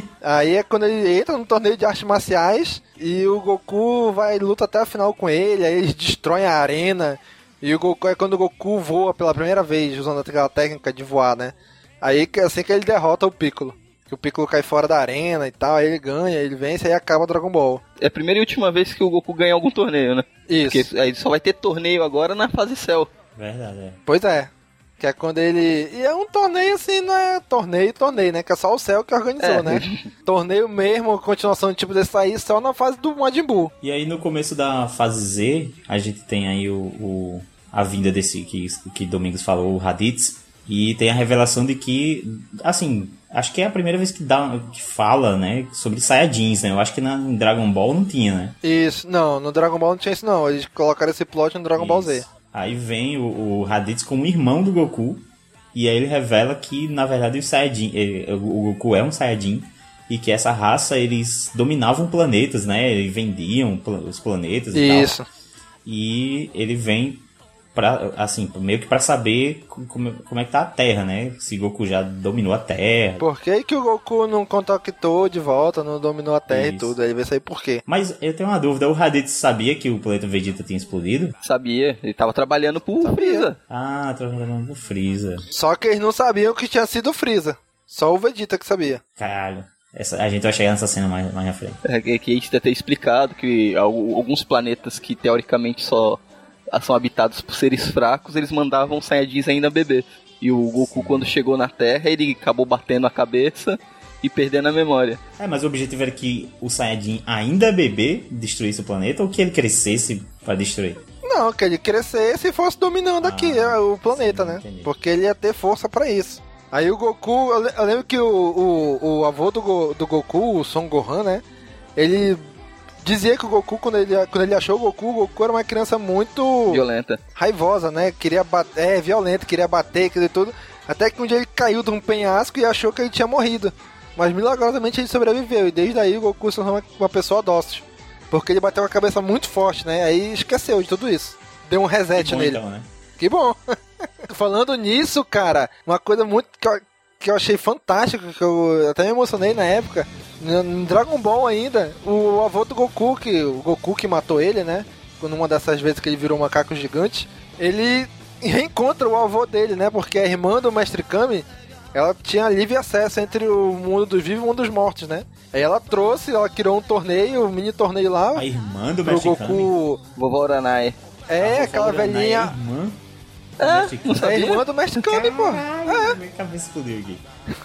Aí é quando ele entra no torneio de artes marciais e o Goku vai luta até a final com ele. Aí eles destroem a arena. E o Goku é quando o Goku voa pela primeira vez, usando aquela técnica de voar, né? Aí que assim que ele derrota o Piccolo. Que o Piccolo cai fora da arena e tal. Aí ele ganha, ele vence e aí acaba o Dragon Ball. É a primeira e última vez que o Goku ganha algum torneio, né? Isso. Porque aí só vai ter torneio agora na fase Cell. Verdade, é. Pois é. Que é quando ele... E é um torneio assim, não é torneio, torneio, né? Que é só o Cell que organizou, É. né? Torneio mesmo, continuação tipo desse aí, só na fase do Majin Buu. E aí no começo da fase Z, a gente tem aí o, o- a vinda desse que, que Domingos falou, o Raditz. E tem a revelação de que, assim, acho que é a primeira vez que, dá, que fala, né, sobre Saiyajins, né? Eu acho que na, em Dragon Ball não tinha, né? Isso, não, no Dragon Ball não tinha isso não. Eles colocaram esse plot no Dragon Ball Z. Isso. Aí vem o, o Raditz como irmão do Goku. E aí ele revela que, na verdade, o Saiyajin, ele- o o Goku é um Saiyajin. E que essa raça, eles dominavam planetas, né? Eles vendiam pla- os planetas e tal. Isso. E ele vem pra, assim, meio que pra saber co- como, como é que tá a Terra, né? Se Goku já dominou a Terra. Por que, que o Goku não contactou de volta, não dominou a Terra e Isso. tudo? Aí vai sair por quê? Mas eu tenho uma dúvida, o Raditz sabia que o planeta Vegeta tinha explodido? Sabia, ele tava trabalhando pro Freeza. Ah, tô falando do Freeza. Só que eles não sabiam que tinha sido o Freeza. Só o Vegeta que sabia. Caralho. Essa, a gente vai chegar nessa cena mais, mais na frente. É que que a gente deve ter explicado que al- alguns planetas que teoricamente só são habitados por seres fracos, eles mandavam Saiyajins ainda bebê. E o Goku, quando chegou na Terra, ele acabou batendo a cabeça e perdendo a memória. É, mas o objetivo era que o Saiyajin ainda bebê destruísse o planeta ou que ele crescesse pra destruir? Não, que ele crescesse e fosse dominando Ah, aqui é, o planeta, sim, né? entendi. Porque ele ia ter força pra isso. Aí o Goku, eu le- eu lembro que o, o, o avô do, Go- do Goku, o Son Gohan, né? Ele dizia que o Goku, quando ele, quando ele achou o Goku, o Goku era uma criança muito... Violenta. Raivosa, né? Queria bater, é, violenta, queria bater, queria tudo. Até que um dia ele caiu de um penhasco e achou que ele tinha morrido. Mas milagrosamente ele sobreviveu. E desde aí o Goku se tornou uma, uma pessoa dócil. Porque ele bateu com a cabeça muito forte, né? Aí esqueceu de tudo isso. Deu um reset Que bom, nele. então, né? Que bom. Falando nisso, cara, uma coisa muito que eu, que eu achei fantástico, que eu até me emocionei na época, no Dragon Ball ainda, o avô do Goku, que, o Goku que matou ele, né? Numa dessas vezes que ele virou um macaco gigante, ele reencontra o avô dele, né? Porque a irmã do Mestre Kami, ela tinha livre acesso entre o mundo dos vivos e o mundo dos mortos, né? Aí ela trouxe, ela criou um torneio, um mini torneio lá. A irmã do pro Mestre Goku. Kami. Vovó Uranai. É, A aquela vovó Uranai é velhinha. irmã do É, Mestre Kami. é a irmã do Mestre Kami, pô. Caralho, minha cabeça explodiu aqui.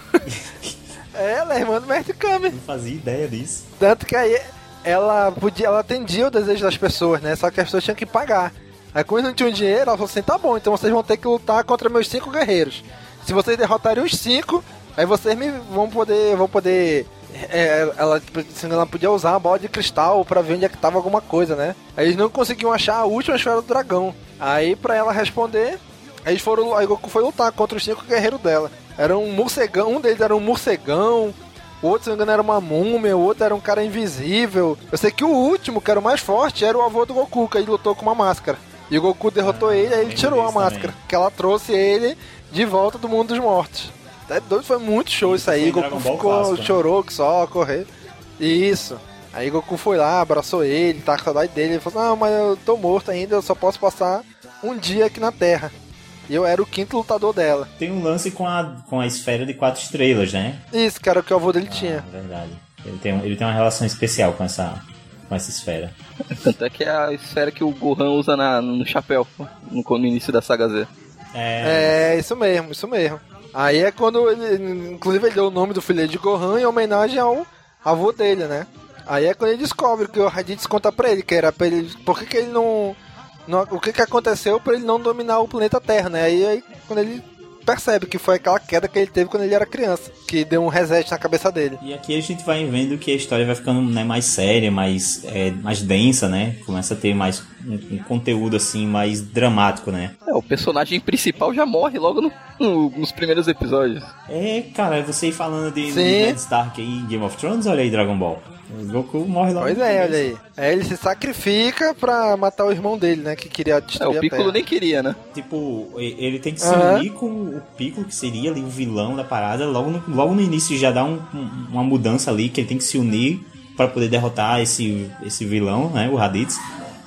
É, ela é a irmã do Mestre Kami. Não fazia ideia disso. Tanto que aí ela podia, ela atendia o desejo das pessoas, né? Só que as pessoas tinham que pagar. Aí quando não tinham dinheiro, ela falou assim, tá bom, então vocês vão ter que lutar contra meus cinco guerreiros. Se vocês derrotarem os cinco, aí vocês me vão poder, vão poder... É, ela, ela podia usar uma bola de cristal pra ver onde é que tava alguma coisa, né? Aí eles não conseguiam achar a última esfera do dragão. Aí pra ela responder, aí eles foram, aí Goku foi lutar contra os cinco guerreiros dela. Era um morcegão, um deles era um morcegão, o outro, se não me engano, era uma múmia, o outro era um cara invisível. Eu sei que o último, que era o mais forte, era o avô do Goku, que ele lutou com uma máscara. E o Goku derrotou Ah, ele, aí ele tirou a desse máscara. também. Que ela trouxe ele de volta do mundo dos mortos. É doido, foi muito show isso, Isso aí. foi Goku Dragon Ball ficou, clássico, né? chorou que só, correu. Isso. Aí Goku foi lá, abraçou ele, tá com saudade dele. Ele falou, não, mas eu tô morto ainda, eu só posso passar um dia aqui na Terra. E eu era o quinto lutador dela. Tem um lance com a, com a esfera de quatro estrelas, né? Isso, que era o que o avô dele tinha. Ah, verdade. Ele tem, um- ele tem uma relação especial com essa, com essa esfera. Tanto é que é a esfera que o Gohan usa na, no chapéu, pô, no, no início da saga Z. É, É, isso mesmo, isso mesmo. Aí é quando ele, inclusive ele deu o nome do filho de Gohan em homenagem ao avô dele, né? Aí é quando ele descobre que o Raditz conta pra ele, que era pra ele, por que que ele não, não o que que aconteceu pra ele não dominar o planeta Terra, né? Aí, aí quando ele percebe que foi aquela queda que ele teve quando ele era criança, que deu um reset na cabeça dele. E aqui a gente vai vendo que a história vai ficando, né, mais séria, mais, é, mais densa, né? Começa a ter mais um, um conteúdo assim mais dramático, né? É, o personagem principal já morre logo no- no- nos primeiros episódios. É, cara, você ir falando de, de Sim. Ned Stark aí em Game of Thrones, olha aí Dragon Ball. O Goku morre logo. Pois no é, começo. olha aí. Aí ele se sacrifica pra matar o irmão dele, né? Que queria É, destruir o a Piccolo Terra. nem queria, né? Tipo, e- ele tem que se Aham. unir com o Piccolo, que seria ali o vilão da parada. Logo no, logo no início já dá um- um- uma mudança ali, que ele tem que se unir para poder derrotar esse, esse vilão, né? O Raditz.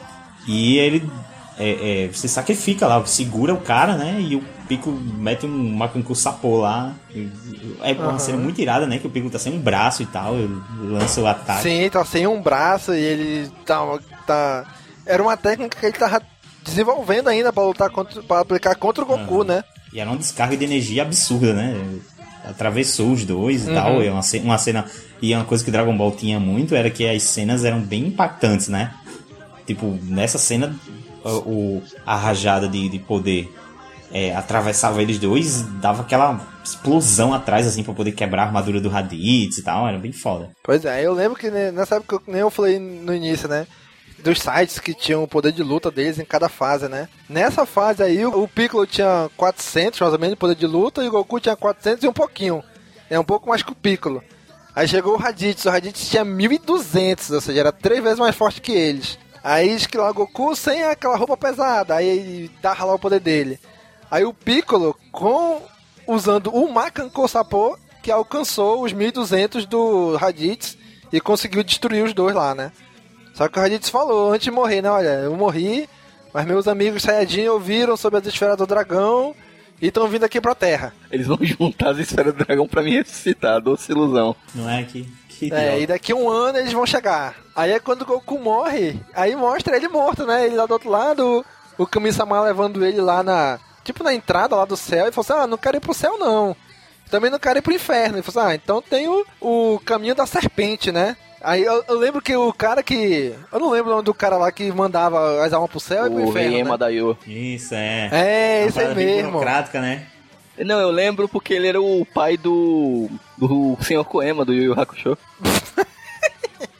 E ele é, é, se sacrifica lá, segura o cara, né? E o Piccolo mete um macaco sapô lá. E- É uma Aham. cena muito irada, né? Que o Piccolo tá sem um braço e tal. Ele lança o ataque. Sim, tá sem um braço e ele tá, tá... Era uma técnica que ele tava desenvolvendo ainda pra lutar contra, pra aplicar contra o Goku, Aham. né? E era uma descarga de energia absurda, né? Atravessou os dois e Uhum. tal. É uma, ce- uma cena. E uma coisa que Dragon Ball tinha muito era que as cenas eram bem impactantes, né? Tipo, nessa cena, o, o- a rajada de, de poder é, atravessava eles dois, dava aquela explosão atrás, assim, pra poder quebrar a armadura do Raditz e tal. Era bem foda. Pois é, eu lembro que né, nessa época, nem eu falei no início, né? Dos sites que tinham o poder de luta deles em cada fase, né? Nessa fase aí, o o Piccolo tinha quatrocentos, mais ou menos, de poder de luta, e o Goku tinha quatrocentos e um pouquinho. É um pouco mais que o Piccolo. Aí chegou o Raditz, o Raditz tinha mil e duzentos, ou seja, era três vezes mais forte que eles. Aí esquilou o Goku sem aquela roupa pesada, aí dava lá o poder dele. Aí o Piccolo, com, usando o Makanko Sapô, que alcançou os mil e duzentos do Raditz e conseguiu destruir os dois lá, né? Só que o Raditz falou antes de morrer, né? Olha, eu morri, mas meus amigos Saiyajin ouviram sobre as esferas do dragão e estão vindo aqui pra Terra. Eles vão juntar as esferas do dragão pra me ressuscitar, doce ilusão. Não é que. que É, idiota. e daqui a um ano eles vão chegar. Aí é quando o Goku morre, aí mostra ele morto, né? Ele lá do outro lado, o Kami-sama levando ele lá na... Tipo na entrada lá do céu, e falou assim, ah, não quero ir pro céu não. Também não quero ir pro inferno. Ele falou assim, ah, então tem o, o caminho da serpente, né? Aí eu, eu lembro que o cara que... Eu não lembro o nome do cara lá que mandava as almas pro céu e pro O inferno, Rei né? Emadaio. Isso, é. É, Uma esse aí parada bem mesmo. burocrática, né? Não, eu lembro porque ele era o pai do... do senhor Koema, do Yu Yu Hakusho.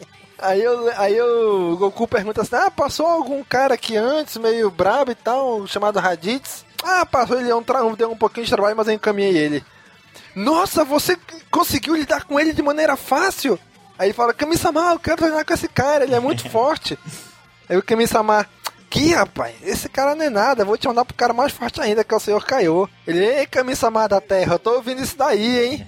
Aí, eu, aí eu, o Goku pergunta assim, ah, passou algum cara aqui antes, meio brabo e tal, chamado Raditz? Ah, passou, ele deu um, tra- deu um pouquinho de trabalho, mas eu encaminhei ele. Nossa, você conseguiu lidar com ele de maneira fácil? Aí ele fala, Kami-sama, eu quero treinar com esse cara, ele é muito forte. Aí o Kami-sama, que rapaz, esse cara não é nada, eu vou te mandar pro cara mais forte ainda, que é o senhor Kaiô. Ele, ei, Kami-sama da Terra, eu tô ouvindo isso daí, hein?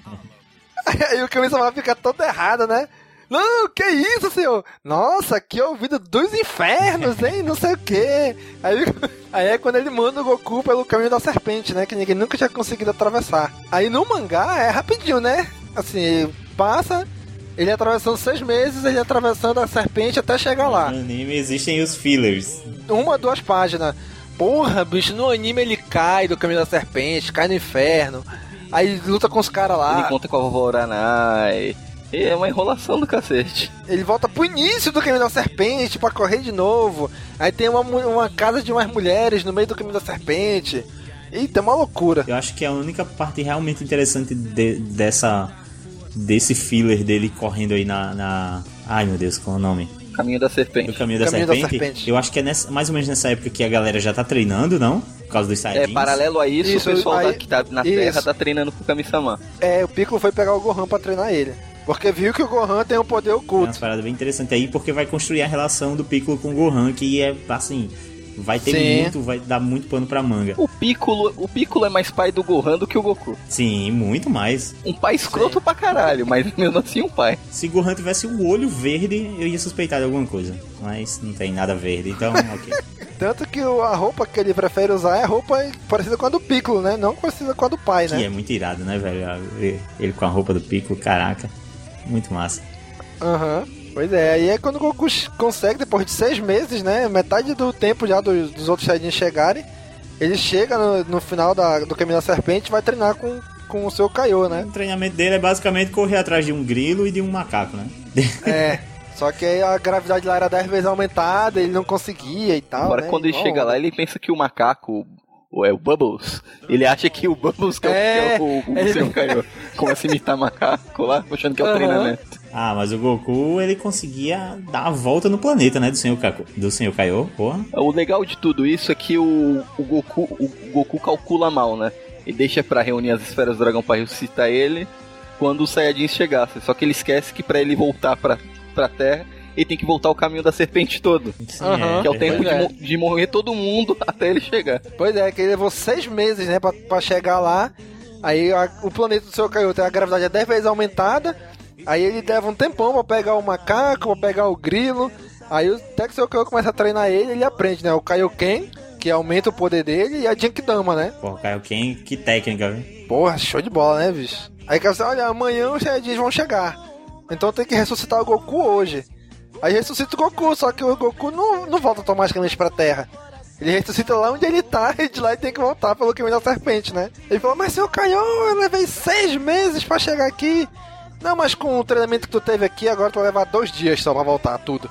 Aí o Kami-sama fica todo errado, né? Não, que isso, senhor? Nossa, que ouvido dos infernos, hein? Não sei o quê. Aí, aí é quando ele manda o Goku pelo caminho da serpente, né? Que ninguém nunca tinha conseguido atravessar. Aí no mangá é rapidinho, né? Assim, passa, ele atravessando seis meses, ele atravessando a serpente até chegar lá. No anime existem os fillers. Uma, duas páginas. Porra, bicho, no anime ele cai do caminho da serpente, cai no inferno. Aí luta com os caras lá. Ele conta com a vovó Uranai. É uma enrolação do cacete. Ele volta pro início do caminho da serpente pra correr de novo. Aí tem uma, uma casa de umas mulheres no meio do caminho da serpente. Eita, é uma loucura. Eu acho que a única parte realmente interessante de, dessa desse filler dele correndo aí na, na... Ai meu Deus, qual é o nome? Caminho da Serpente. Do Caminho, da, Caminho serpente. da Serpente. Eu acho que é nessa, mais ou menos nessa época que a galera já tá treinando, não? Por causa dos Saiyajins. É, paralelo a isso, Isso, o pessoal aí- da, que tá na isso. Terra tá treinando pro Kami-sama. É, o Piccolo foi pegar o Gohan pra treinar ele. Porque viu que o Gohan tem um poder É umas oculto. paradas bem interessantes aí, porque vai construir a relação do Piccolo com o Gohan, que é, assim, vai ter Sim. muito, vai dar muito pano pra manga. O Piccolo, o Piccolo é mais pai do Gohan do que o Goku. Sim, muito mais. Um pai escroto pra caralho, mas mesmo assim um pai. Se Gohan tivesse o olho verde, eu ia suspeitar de alguma coisa. Mas não tem nada verde, então ok. Tanto que o- a roupa que ele prefere usar é roupa parecida com a do Piccolo, né? Não parecida com a do pai, né? Que é muito irado, né, velho? Ver ele com a roupa do Piccolo, caraca. Muito massa. Aham. Pois é, aí é quando o Goku ch- consegue, depois de seis meses, né? Metade do tempo já dos, dos outros Saiyajins chegarem, ele chega no, no final da, do Caminho da Serpente e vai treinar com, com o seu Kaiô, né? O treinamento dele é basicamente correr atrás de um grilo e de um macaco, né? É. Só que aí a gravidade lá era dez vezes aumentada, ele não conseguia e tal. Agora né? quando ele Igual- chega lá, ele pensa que o macaco, ou é o Bubbles, ele acha que o Bubbles que é, o- É, que é o, o, ele- seu Kaiô. Começa a imitar macaco lá, achando que é o Aham. treinamento. Ah, mas o Goku, ele conseguia dar a volta no planeta, né? Do senhor, Kaku, do senhor Kaiô, porra. O legal de tudo isso é que o, o, Goku, o Goku calcula mal, né? Ele deixa pra reunir as esferas do dragão pra ressuscitar ele quando os Saiyajins chegassem. Só que ele esquece que pra ele voltar pra, pra Terra, ele tem que voltar o caminho da serpente todo. Sim, Aham. Que é o tempo de, Pois é. mo- de morrer todo mundo até ele chegar. Pois é, que ele levou seis meses, né, pra, pra chegar lá. Aí a- o planeta do seu Kaiô tem a gravidade é dez vezes aumentada. Aí ele leva um tempão pra pegar o macaco, pra pegar o grilo. Aí o- até que o seu Kaiô começa a treinar ele, ele aprende, né? O Kaioken, que aumenta o poder dele, e a Genkidama, né? Porra, Kaioken, que técnica, viu? Porra, show de bola, né, bicho? Aí que você, olha, amanhã os Saiyajins vão chegar. Então tem que ressuscitar o Goku hoje. Aí ressuscita o Goku, só que o Goku não, não volta automaticamente pra Terra. Ele ressuscita lá onde ele tá e de lá ele tem que voltar pelo caminho da serpente, né? Ele falou, mas seu Kaiô, eu levei seis meses pra chegar aqui. Não, mas com o treinamento que tu teve aqui, agora tu vai levar dois dias só pra voltar tudo.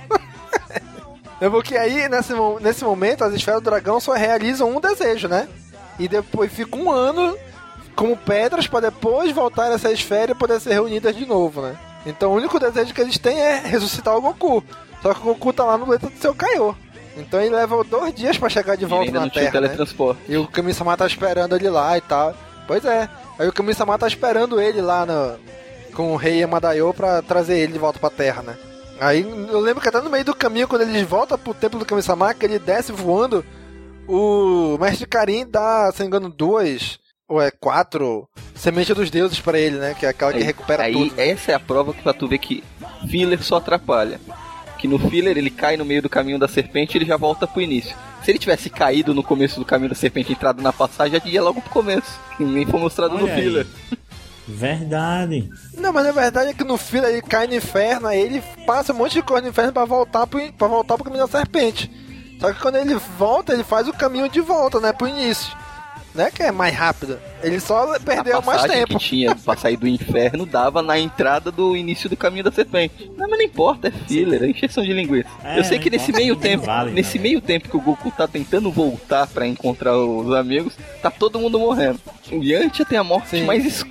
É porque aí, nesse, mo- nesse momento, as esferas do dragão só realizam um desejo, né? E depois fica um ano como pedras pra depois voltar essa esfera e poder ser reunidas de novo, né? Então o único desejo que eles têm é ressuscitar o Goku. Só que o Goku tá lá no planeta do seu Kaiô. Então ele leva dois dias pra chegar de E ele volta ainda na não tinha o Terra, né? teletransporte. E o Kami-sama tá esperando ele lá e tal. Pois é. Aí o Kami-sama tá esperando ele lá no, com o rei Yamadayo pra trazer ele de volta pra Terra, né? Aí eu lembro que até no meio do caminho, quando eles voltam pro templo do Kami-sama, que ele desce voando, o Mestre Karin dá, se não me engano, duas ou é quatro sementes dos deuses pra ele, né? Que é aquela que Aí- recupera aí, tudo. essa é a prova que pra tu ver que filler só atrapalha. Que no filler ele cai no meio do caminho da serpente e ele já volta pro início. Se ele tivesse caído no começo do caminho da serpente e entrado na passagem, já ia logo pro começo. Que nem foi mostrado no Olha aí. filler. Verdade. Não, mas na verdade é que no fim ele cai no inferno, aí ele passa um monte de coisa no inferno pra voltar pro, pra voltar pro caminho da serpente. Só que quando ele volta, ele faz o caminho de volta, né? Pro início. Né? Que é mais rápido. Ele só perdeu a mais passagem tempo. que tinha pra sair do inferno dava na entrada do início do caminho da serpente. Não, mas não importa, é filler, é encheção de linguiça. É, Eu sei que não nesse importa, meio não tempo, vale, nesse né? meio tempo que o Goku tá tentando voltar pra encontrar os amigos, tá todo mundo morrendo. O Yantia tem a morte Sim. mais escrota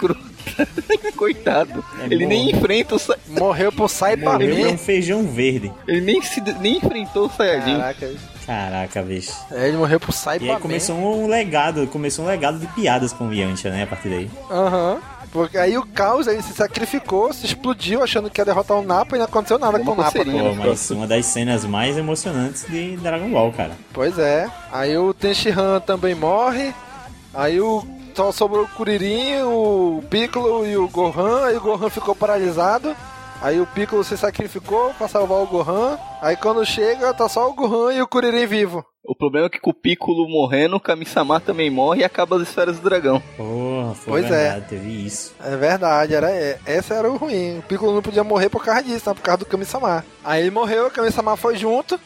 Vegeta. Coitado. É ele bom. nem enfrenta o Sa... Morreu por Saiba Morreu pra um Man. feijão verde. Ele nem, se... nem enfrentou o Saiyajin. Caraca. Caraca, bicho. É, ele morreu por E Saiba aí Man. começou um legado, começou um legado de piadas com o Yantia, né, a partir daí. Aham. Porque aí o Caos, ele se sacrificou, se explodiu achando que ia derrotar o Napa e não aconteceu nada com o Napa. coceirinha. Pô, mas uma das cenas mais emocionantes de Dragon Ball, cara. Pois é. Aí o Tenshinhan também morre. Aí o só sobrou o Kuririn, o Piccolo e o Gohan. Aí o Gohan ficou paralisado. Aí o Piccolo se sacrificou pra salvar o Gohan. Aí quando chega, tá só o Gohan e o Kuririn vivo. O problema é que com o Piccolo morrendo, o Kami-sama também morre e acaba as esferas do dragão. Porra, foi Pois é. verdade, teve isso. É verdade, era, é, essa era o ruim. O Piccolo não podia morrer por causa disso, né? Por causa do Kami-sama. Aí ele morreu, o Kami-sama foi junto.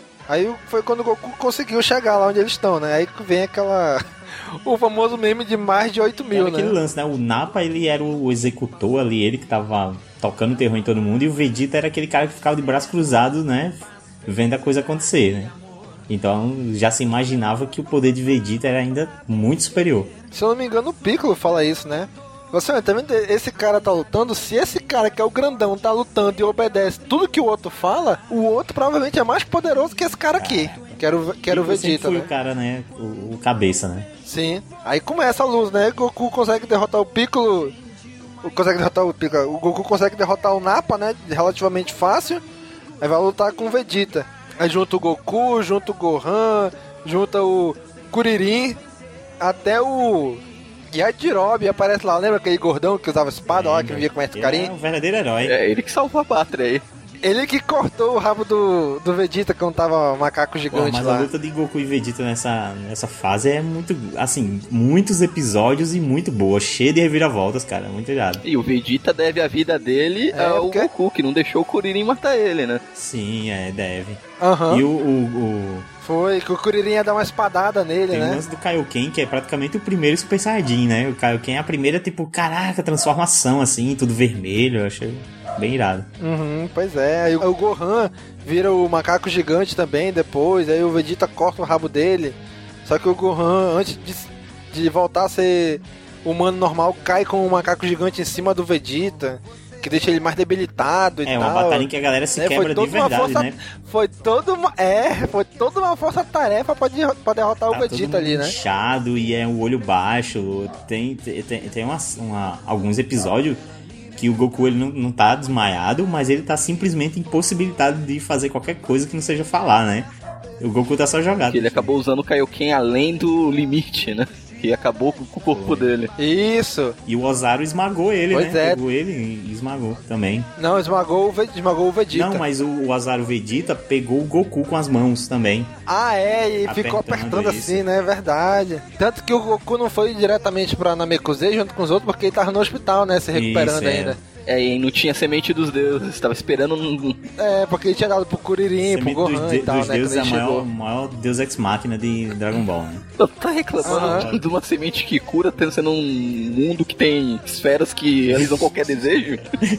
Aí foi quando o Goku conseguiu chegar lá onde eles estão, né? Aí vem aquela... o famoso meme de mais de oito mil, Era né? aquele lance, né? O Nappa, ele era o executor ali, ele que tava tocando terror em todo mundo, e o Vegeta era aquele cara que ficava de braço cruzado, né? Vendo a coisa acontecer, né? Então já se imaginava que o poder de Vegeta era ainda muito superior. Se eu não me engano, o Piccolo fala isso, né? Você tá vendo? Esse cara tá lutando. Se esse cara que é o grandão tá lutando e obedece tudo que o outro fala, o outro provavelmente é mais poderoso que esse cara aqui. Que era o, que era o Piccolo sempre Vegeta, foi né? o cara, né? O, o cabeça, né? Sim. Aí começa a luz, né? Goku consegue derrotar o Piccolo. Consegue derrotar o Piccolo. O Goku consegue derrotar o Nappa, né? Relativamente fácil. Aí vai lutar com o Vegeta. Aí junta o Goku, junta o Gohan, junta o Kuririn, até o Yajirobe aparece lá. Lembra aquele gordão que usava espada lá, que vivia com mestre Ele é carinho? um verdadeiro herói. É ele que salvou a pátria aí. Ele que cortou o rabo do, do Vegeta quando tava macaco Pô, gigante mas lá. a luta de Goku e Vegeta nessa, nessa fase é muito, assim, muitos episódios e muito boa, cheia de reviravoltas, cara, muito irado. E o Vegeta deve a vida dele É, ao porque- Goku, que não deixou o Kuririn matar ele, né? Sim, é, deve. Aham. E o, o, o Foi, que o Kuririn ia dar uma espadada nele, tem o né? lance do Kaioken, que é praticamente o primeiro Super Saiyajin, né? O Kaioken é a primeira, tipo, caraca, transformação, assim, tudo vermelho, eu achei bem irado. Uhum, pois é. Aí o Gohan vira o macaco gigante também depois. Aí o Vegeta corta o rabo dele. Só que o Gohan, antes de, de voltar a ser humano normal, cai com o macaco gigante em cima do Vegeta, que deixa ele mais debilitado e É, tal. uma batalha em que a galera se né? quebra Foi de toda uma verdade, força, né? Foi toda uma. É, foi toda uma força-tarefa pra, de- pra derrotar Tá o todo Vegeta ali, né? inchado e é o olho baixo. Tem, tem, tem uma, uma- alguns episódios que o Goku ele não, não tá desmaiado, mas ele tá simplesmente impossibilitado de fazer qualquer coisa que não seja falar, né? O Goku tá só jogado. Que ele acabou usando o Kaioken além do limite, né? Que acabou com com o corpo dele. Isso. E o Ozaru esmagou ele, Pois né? é. Pegou ele e esmagou também. Não, esmagou o, Ve- esmagou o Vegeta. Não, mas o, o Ozaru Vegeta pegou o Goku com as mãos também. Ah, é, e ficou Apertando apertando isso. assim, né? É verdade. Tanto que o Goku não foi diretamente pra Namekusei junto com os outros, porque ele tava no hospital, né? Se recuperando Isso, é. ainda. É, e não tinha semente dos deuses, tava esperando um... É, porque ele tinha dado pro Kuririn, pro Semente Gohan dos, e de, tal, dos né? deuses Quando é ele a maior, chegou. maior deus ex-máquina de Dragon Ball, né? Tá reclamando Aham. de uma semente que cura, tendo sendo um mundo que tem esferas que realizam qualquer desejo?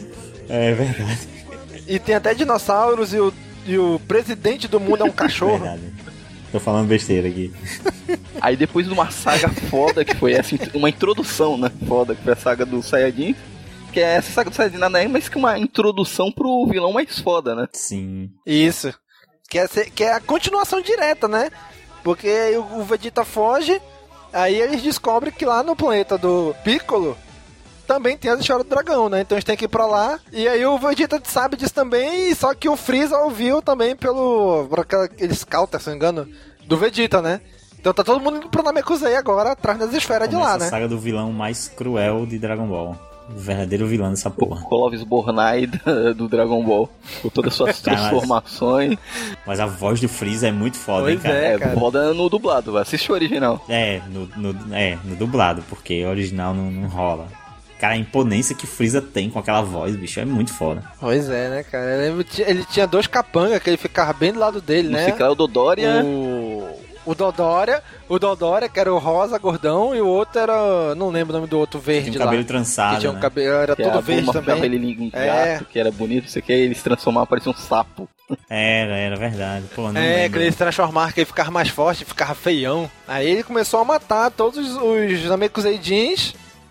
É verdade. E tem até dinossauros e o, e o presidente do mundo é um cachorro. Verdade. Tô falando besteira aqui. Aí depois de uma saga foda, que foi essa, uma introdução, né? Foda, que foi a saga do Saiyajin. Que é essa saga do Saiyajin nada é mais que uma introdução pro vilão mais foda, né? Sim. Isso. Que é, ser- que é a continuação direta, né? Porque aí o, o Vegeta foge, aí eles descobrem que lá no planeta do Piccolo também tem as histórias do dragão, né? Então eles têm que ir pra lá. E aí o Vegeta sabe disso também, só que o Freeza ouviu também pelo... por aquela- aquele scouter, se não me engano, do Vegeta, né? Então tá todo mundo indo pro Namekusei agora, atrás das esferas de Começa lá, a né? saga do vilão mais cruel de Dragon Ball. O verdadeiro vilão dessa porra. Clovis Bornai da- do Dragon Ball. Com todas as suas Cara, transformações. Mas a voz do Freeza é muito foda, hein, Pois cara? É, É, cara. foda no dublado, assiste o original. É, no, no- é, no dublado, porque o original não, não rola. Cara, a imponência que o Freeza tem com aquela voz, bicho, é muito foda. Pois é, né, cara? Eu lembro que ele tinha dois capangas que ele ficava bem do lado dele, Não né? sei que lá, o Dodoria. O... o Dodória, o Dodória, que era o rosa gordão, e o outro era. Não lembro o nome do outro verde Tinha um lá. cabelo trançado, que tinha um né? cabelo, era Que todo era verde uma também. cabelinho É. gato, que era bonito, não sei o que, ele se transformava, parecia um sapo. Era, era verdade. Pô, não É, lembro. que ele se transformava, que ele ficava mais forte, ficava feião. Aí ele começou a matar todos os Namekuseidins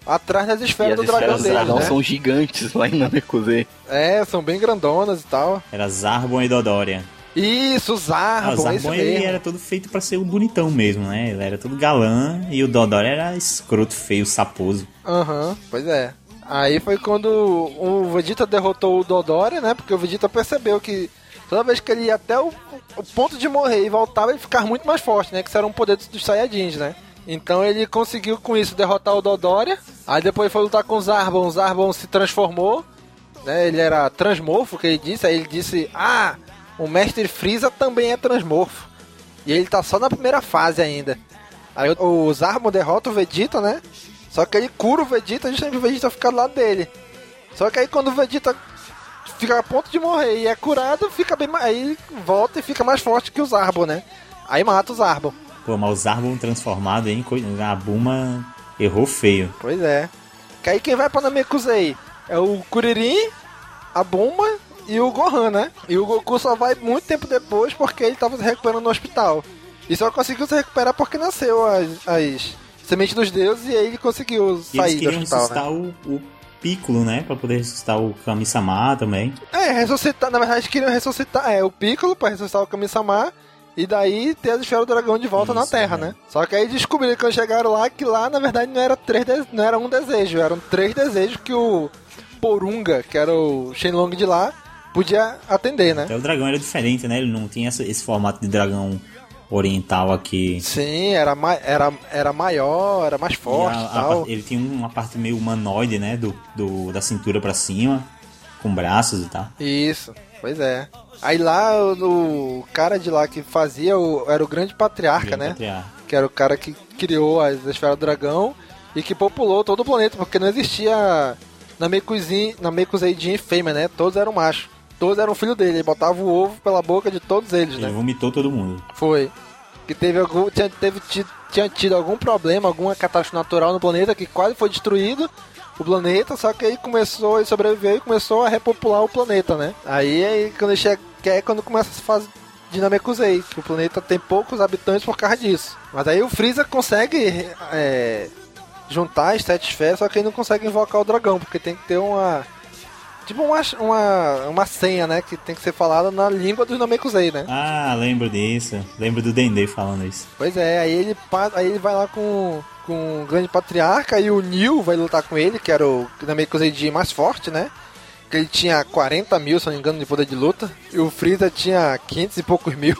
atrás das esferas E as do dragão esferas do deles, dragão né? são gigantes lá em Namekusei. É, são bem grandonas e tal. Era Zarbon e Dodoria. Isso, o Ah, o Zarbon, esse Zarbon ele mesmo. era todo feito pra ser o bonitão mesmo, né? Ele era todo galã e o Dodoria era escroto, feio, saposo. Aham, pois é. Aí foi quando o Vegeta derrotou o Dodoria, né? Porque o Vegeta percebeu que toda vez que ele ia até o, o ponto de morrer e voltava, ele ficava muito mais forte, né? Que isso era um poder dos Saiyajins, né? Então ele conseguiu com isso derrotar o Dodoria. Aí depois foi lutar com o Zarbon. O Zarbon se transformou, né? Ele era transmorfo, que ele disse. Aí ele disse, ah, o Mestre Frieza também é transmorfo. E ele tá só na primeira fase ainda. Aí o, o Zarbon derrota o Vegeta, né? Só que ele cura o Vegeta, justamente o Vegeta fica do lado dele. Só que aí quando o Vegeta fica a ponto de morrer e é curado, fica bem, aí volta e fica mais forte que o Zarbon, né? Aí mata o Zarbon. Pô, mas o Zarbon transformado em coi- a Bulma errou feio. Pois é. Que aí quem vai pra Namekusei é o Kuririn, a Bulma e o Gohan, né? E o Goku só vai muito tempo depois porque ele tava se recuperando no hospital. E só conseguiu se recuperar porque nasceu as, as sementes dos deuses e aí ele conseguiu E eles sair do queriam hospital, ressuscitar né? o, o Piccolo, né? Pra poder ressuscitar o Kami-sama também. É, ressuscitar, na verdade queriam ressuscitar, é, o Piccolo pra ressuscitar o Kami-sama e daí ter as esferas do dragão de volta Isso, na Terra, é. né? Só que aí descobriram quando chegaram lá que lá na verdade não era, três de... não era um desejo, eram três desejos que o Porunga, que era o Shenlong de lá, podia atender, né? Até o dragão era diferente, né? Ele não tinha essa- esse formato de dragão oriental aqui. Sim, era, ma... era, era maior, era mais E forte a- e a tal. par- ele tinha uma parte meio humanoide, né? Do, do, da cintura pra cima, com braços e tal. Isso, pois é. Aí lá o, o cara de lá que fazia o, era o grande patriarca, Grande né? patriarca. Que era o cara que criou as esferas do dragão e que populou todo o planeta, porque não existia Namekusei, Namekusei Jin fêmea, né? Todos eram machos. Todos eram filho dele, ele botava o ovo pela boca de todos eles, Ele né? vomitou todo mundo. Foi. Que teve algum, tinha, teve, ti- tinha tido algum problema, alguma catástrofe natural no planeta que quase foi destruído o planeta, só que aí começou, ele sobreviveu e começou a repopular o planeta, né? Aí, aí quando ele chega, que é quando começa essa fase de Namekusei, que o planeta tem poucos habitantes por causa disso. Mas aí o Freeza consegue é, juntar as sete esferas, só que ele não consegue invocar o dragão, porque tem que ter uma... Tipo uma, uma, uma senha, né? Que tem que ser falada na língua dos Namekusei, né? Ah, lembro disso. Lembro do Dendê falando isso. Pois é, aí ele, pa- aí ele vai lá com, com o grande patriarca e o Neo vai lutar com ele, que era o Namekusei Jin mais forte, né? Que ele tinha quarenta mil, se não me engano, de poder de luta. E o Freeza tinha quinhentos e poucos mil.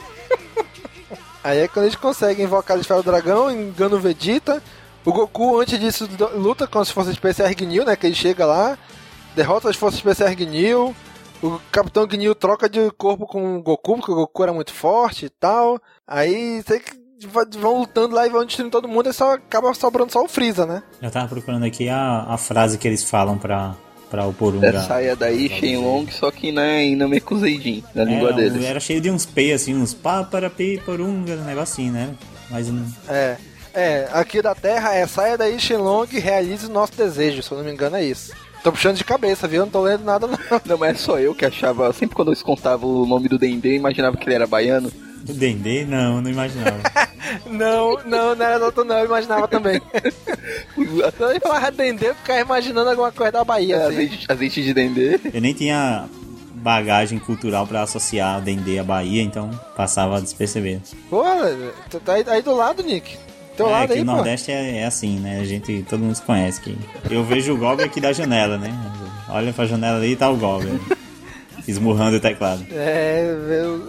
Aí é quando eles conseguem invocar a esfera do dragão, engana o Vegeta. O Goku, antes disso, do- luta com as forças especiais Ginyu, né? Que ele chega lá, derrota as forças especiais Ginyu. O Capitão Ginyu troca de corpo com o Goku, porque o Goku era muito forte e tal. Aí, sei que va- vão lutando lá e vão destruindo todo mundo, e só acaba sobrando só o Freeza, né? Eu tava procurando aqui a, a frase que eles falam pra, pra o Porunga. É saia daí, Shenlong, só que na, em Namekusei Jin, na língua era, deles. Era cheio de uns P, assim, uns pá, para, pi, porunga, um negocinho, né? Mas não... É, é, aqui da Terra é saia daí, Shenlong, realize o nosso desejo, se eu não me engano é isso. Tô puxando de cabeça, viu? Não tô lendo nada não. Não, mas é só eu que achava, sempre quando eles contavam o nome do Dendê, eu imaginava que ele era baiano. O Dendê? Não, não imaginava. Não, não, não era doutor não, eu imaginava também. Quando ele falava Dendê, eu ficava imaginando alguma coisa da Bahia, assim. Azeite, azeite de Dendê. Eu nem tinha bagagem cultural pra associar Dendê à Bahia, então passava despercebido. Pô, tu tá aí, aí do lado, Nick. Teu é, lado que aí, o pô. Nordeste é, é assim, né? A gente, todo mundo se conhece. Que eu vejo o Goblin aqui da janela, né? Olha pra janela ali e tá o Goblin. Esmurrando o teclado. É, meu...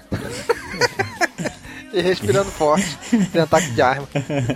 e respirando forte. Tem ataque de arma.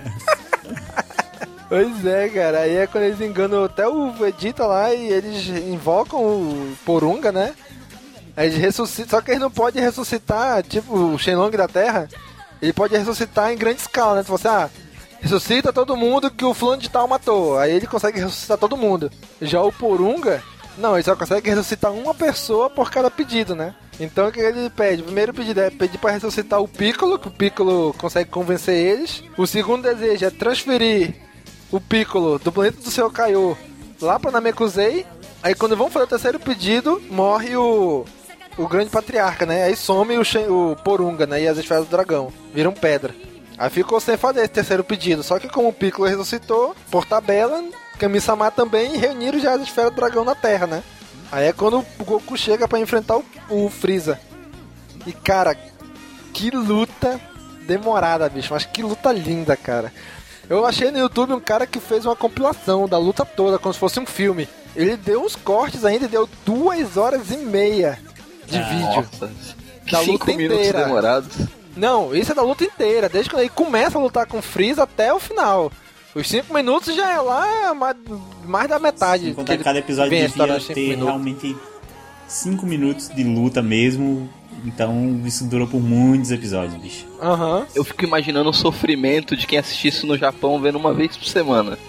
Pois é, cara. Aí é quando eles enganam até o Vegeta lá e eles invocam o Porunga, né? Aí eles ressuscitam. Só que eles não podem ressuscitar, tipo, o Shenlong da Terra. Ele pode ressuscitar em grande escala, né? Se você, ah, ressuscita todo mundo que o fulano de tal matou. Aí ele consegue ressuscitar todo mundo. Já o Porunga, não, ele só consegue ressuscitar uma pessoa por cada pedido, né? Então o que ele pede? O primeiro pedido é pedir pra ressuscitar o Piccolo, que o Piccolo consegue convencer eles. O segundo desejo é transferir o Piccolo do planeta do seu Kaiô lá pra Namekusei. Aí quando vão fazer o terceiro pedido, morre o, o grande patriarca, né? Aí some o, Shen, o Porunga, né? E as esferas do dragão viram pedra. Aí ficou sem fazer esse terceiro pedido. Só que como o Piccolo ressuscitou, por tabela, Kami-sama também e reuniram já as esferas do dragão na Terra, né? Aí é quando o Goku chega pra enfrentar o, o Freeza. E cara, que luta demorada, bicho, mas que luta linda, cara. Eu achei no YouTube um cara que fez uma compilação da luta toda, como se fosse um filme. Ele deu uns cortes ainda e deu duas horas e meia de Ah, vídeo. Nossa, Da cinco luta minutos inteira. demorados. Não, isso é da luta inteira, desde quando ele começa a lutar com o Freeza até o final. Os cinco minutos já é lá mais, mais da metade. Sem que contar ele que cada episódio vem a história devia dos cinco ter minutos. realmente cinco minutos de luta mesmo. Então isso durou por muitos episódios, bicho. Aham. Eu fico imaginando o sofrimento de quem assiste isso no Japão vendo uma vez por semana.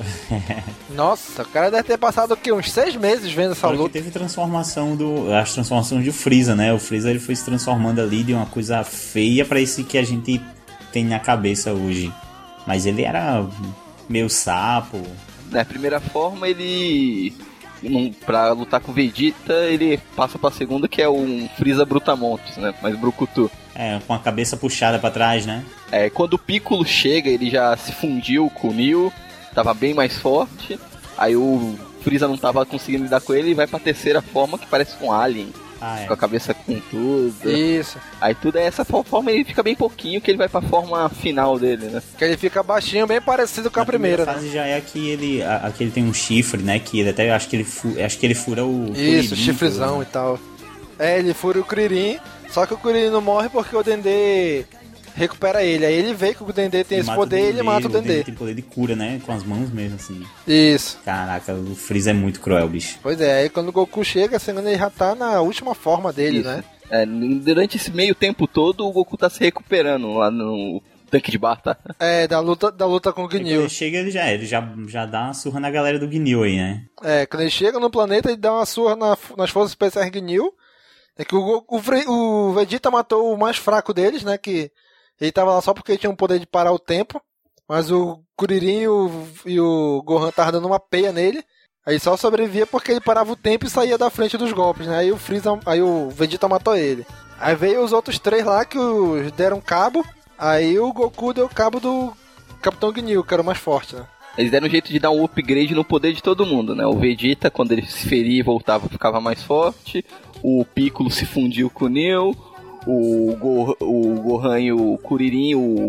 Nossa, o cara deve ter passado o quê? Uns seis meses vendo essa Fora que luta. teve transformação do. As transformações do Freeza, né? O Freeza ele foi se transformando ali de uma coisa feia pra esse que a gente tem na cabeça hoje. Mas ele era meio sapo. Na primeira forma, ele. Num, pra lutar com o Vegeta, ele passa pra segunda, que é um Freeza Brutamontes, né? Mas Brucutu. É, com a cabeça puxada pra trás, né? É, quando o Piccolo chega, ele já se fundiu com o Neo, tava bem mais forte. Aí o Freeza não tava conseguindo lidar com ele e vai pra terceira forma, que parece um alien. Ah, é. Com a cabeça com tudo. Isso. Aí tudo é essa forma, ele fica bem pouquinho, que ele vai pra forma final dele, né? Que ele fica baixinho, bem parecido com a, A primeira, primeira né? fase já é que ele, a, a que ele tem um chifre, né? Que ele até, acho que ele, fu, acho que ele fura o... Isso, Kuririn, chifrezão né? e tal. É, ele fura o Kuririn, só que o Kuririn não morre porque o Dendê recupera ele. Aí ele vê que o Dendê tem Ele esse mata poder e ele mata o Dendê. tem poder de cura, né? Com as mãos mesmo, assim. Isso. Caraca, o Freeza é muito cruel, bicho. Pois é, aí quando o Goku chega, segundo ele já tá na última forma dele, Isso. né? É, durante esse meio tempo todo, o Goku tá se recuperando lá no tanque de bar, tá? É, da luta, da luta com o E quando Gnil. ele chega, ele já, ele já, já dá uma surra na galera do Gnil aí, né? É, quando ele chega no planeta, ele dá uma surra na- nas forças especiais Gnil. É que o, Goku- o, Fre- o Vegeta matou o mais fraco deles, né? Que ele tava lá só porque ele tinha um poder de parar o tempo. Mas o Kuririn e o, e o Gohan estavam dando uma peia nele. Aí só sobrevivia porque ele parava o tempo e saía da frente dos golpes, né? Aí o Freeza, aí o Vegeta matou ele. Aí veio os outros três lá que os deram cabo. Aí o Goku deu cabo do Capitão Gnil, que era o mais forte, né? Eles deram um jeito de dar um upgrade no poder de todo mundo, né? O Vegeta, quando ele se feria e voltava, ficava mais forte. O Piccolo se fundiu com o Neo. O, Go, o Gohan e o Kuririn, o...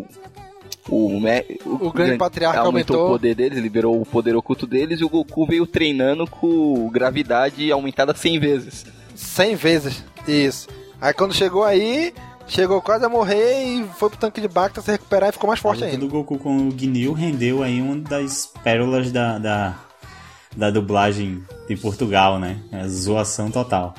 O, me, O grande patriarca aumentou. o poder deles, liberou o poder oculto deles. E o Goku veio treinando com gravidade aumentada cem vezes. cem vezes. Isso. Aí quando chegou aí, chegou quase a morrer e foi pro tanque de Bacta se recuperar e ficou mais forte A luta ainda. do Goku com o Gnil rendeu aí uma das pérolas da, da, da dublagem de Portugal, né? É zoação total.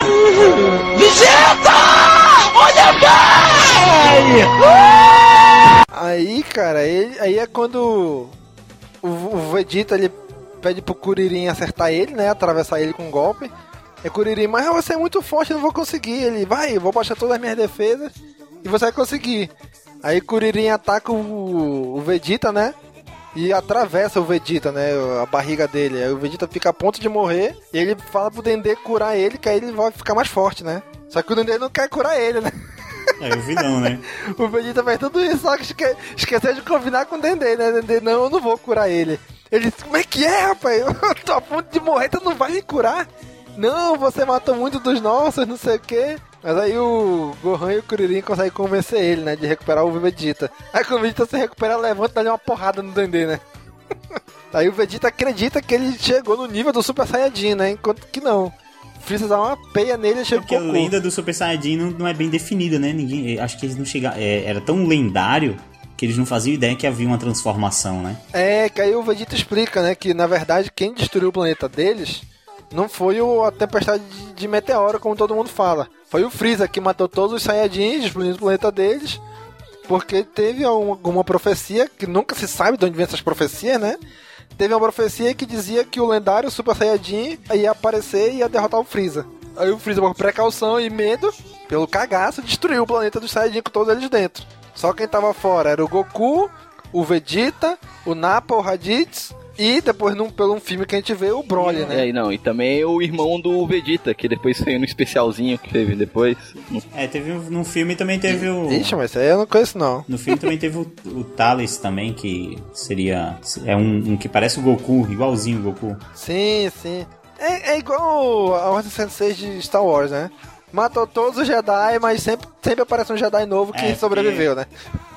Aí, cara, ele, aí é quando o, o Vegeta ele pede pro Kuririn acertar ele, né? Atravessar ele com um golpe. É Kuririn, mas você é muito forte, eu não vou conseguir. Ele, vai, eu vou baixar todas as minhas defesas e você vai conseguir. Aí Kuririn ataca o, o Vegeta, né? E atravessa o Vegeta, né? A barriga dele. Aí o Vegeta fica a ponto de morrer. E ele fala pro Dendê curar ele, que aí ele vai ficar mais forte, né? Só que o Dendê não quer curar ele, né? É o vilão, né? O Vegeta faz tudo isso, só que esque esqueceu de combinar com o Dendê, né? Dendê, não, eu não vou curar ele. Ele disse, como é que é, rapaz? Eu tô a ponto de morrer, tu não vai me curar? Não, você matou muito dos nossos, não sei o quê. Mas aí o Gohan e o Kuririn conseguem convencer ele, né? De recuperar o Vegeta. Aí quando o Vegeta se recupera, levanta e dá-lhe uma porrada no Dendê, né? Aí o Vegeta acredita que ele chegou no nível do Super Saiyajin, né? Enquanto que não. Freeza dá uma peia nele e chega Porque a o Goku. lenda do Super Saiyajin não, não é bem definida, né? Ninguém, acho que eles não chegaram. É, era tão lendário que eles não faziam ideia que havia uma transformação, né? É, que aí o Vegeta explica, né? Que na verdade quem destruiu o planeta deles não foi o, a tempestade de, de meteoro, como todo mundo fala. Foi o Freeza que matou todos os Saiyajins, explodindo o planeta deles. Porque teve alguma profecia, que nunca se sabe de onde vem essas profecias, né? Teve uma profecia que dizia que o lendário Super Saiyajin ia aparecer e ia derrotar o Freeza. Aí o Freeza, por precaução e medo, pelo cagaço, destruiu o planeta dos Saiyajin com todos eles dentro. Só quem tava fora era o Goku, o Vegeta, o Nappa, o Raditz E depois, num, pelo um filme que a gente vê, o Broly, né? É, não, e também o irmão do Vegeta, que depois saiu no especialzinho que teve depois. É, teve um, no filme também teve o... Ixi, mas isso aí eu não conheço, não. No filme também teve o, o Thales também, que seria... É um, um que parece o Goku, igualzinho o Goku. Sim, sim. É, é igual a Ordem sessenta e seis de Star Wars, né? Matou todos os Jedi, mas sempre, sempre aparece um Jedi novo que É, sobreviveu, né?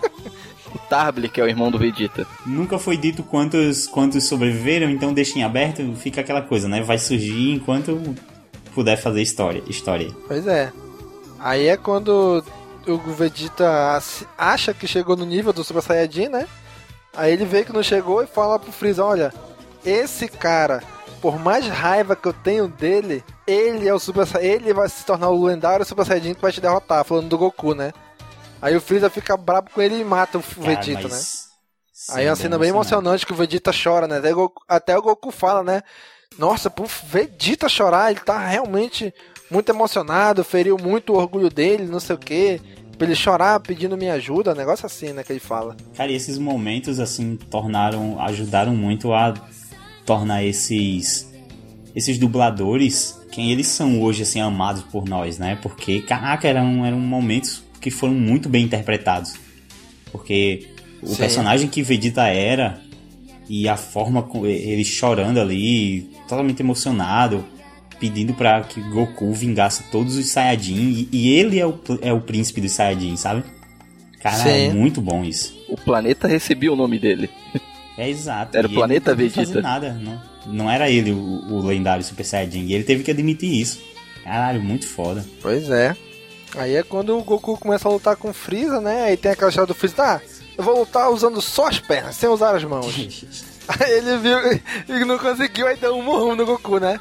O Tarble, que é o irmão do Vegeta. Nunca foi dito quantos, quantos sobreviveram, então deixa em aberto, fica aquela coisa, né? Vai surgir enquanto puder fazer história. história. Pois é. Aí é quando o Vegeta acha que chegou no nível do Super Saiyajin, né? Aí ele vê que não chegou e fala pro Freeza, olha, esse cara, por mais raiva que eu tenho dele, ele é o Super Saiyajin, ele vai se tornar o lendário Super Saiyajin que vai te derrotar, falando do Goku, né? Aí o Freeza fica brabo com ele e mata o Cara, Vegeta, mas... né? Sim, Aí é uma cena bem emocionante que o Vegeta chora, né? Até o Goku, até o Goku fala, né? Nossa, pro Vegeta chorar, ele tá realmente muito emocionado, feriu muito o orgulho dele, não sei o quê. Pra ele chorar pedindo minha ajuda, um negócio assim, né? Que ele fala. Cara, e esses momentos, assim, tornaram... Ajudaram muito a tornar esses... Esses dubladores, quem eles são hoje, assim, amados por nós, né? Porque, caraca, eram, eram momentos que foram muito bem interpretados. Porque o Sim. personagem que Vegeta era e a forma com ele chorando ali, totalmente emocionado, pedindo pra que Goku vingasse todos os Saiyajin, e, e ele é o, é o príncipe dos Saiyajin, sabe? Cara, Sim. é muito bom isso. O planeta recebia o nome dele. É exato. Era o E planeta ele não podia Vegeta. fazer nada, não, não era ele o, o lendário Super Saiyajin, e ele teve que admitir isso. Caralho, muito foda. Pois é. Aí é quando o Goku começa a lutar com o Freeza, né? Aí tem aquela história do Freeza, tá, eu vou lutar usando só as pernas, sem usar as mãos. Aí ele viu e não conseguiu, aí deu um murro no Goku, né?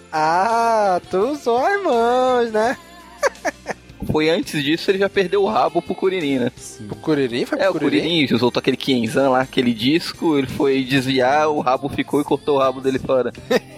Ah, tu usou as mãos, né? Foi antes disso, ele já perdeu o rabo pro Kuririn, né? O Kuririn foi pro É, o Kuririn? Kuririn soltou aquele Kenzan lá, aquele disco, ele foi desviar, o rabo ficou e cortou o rabo dele fora.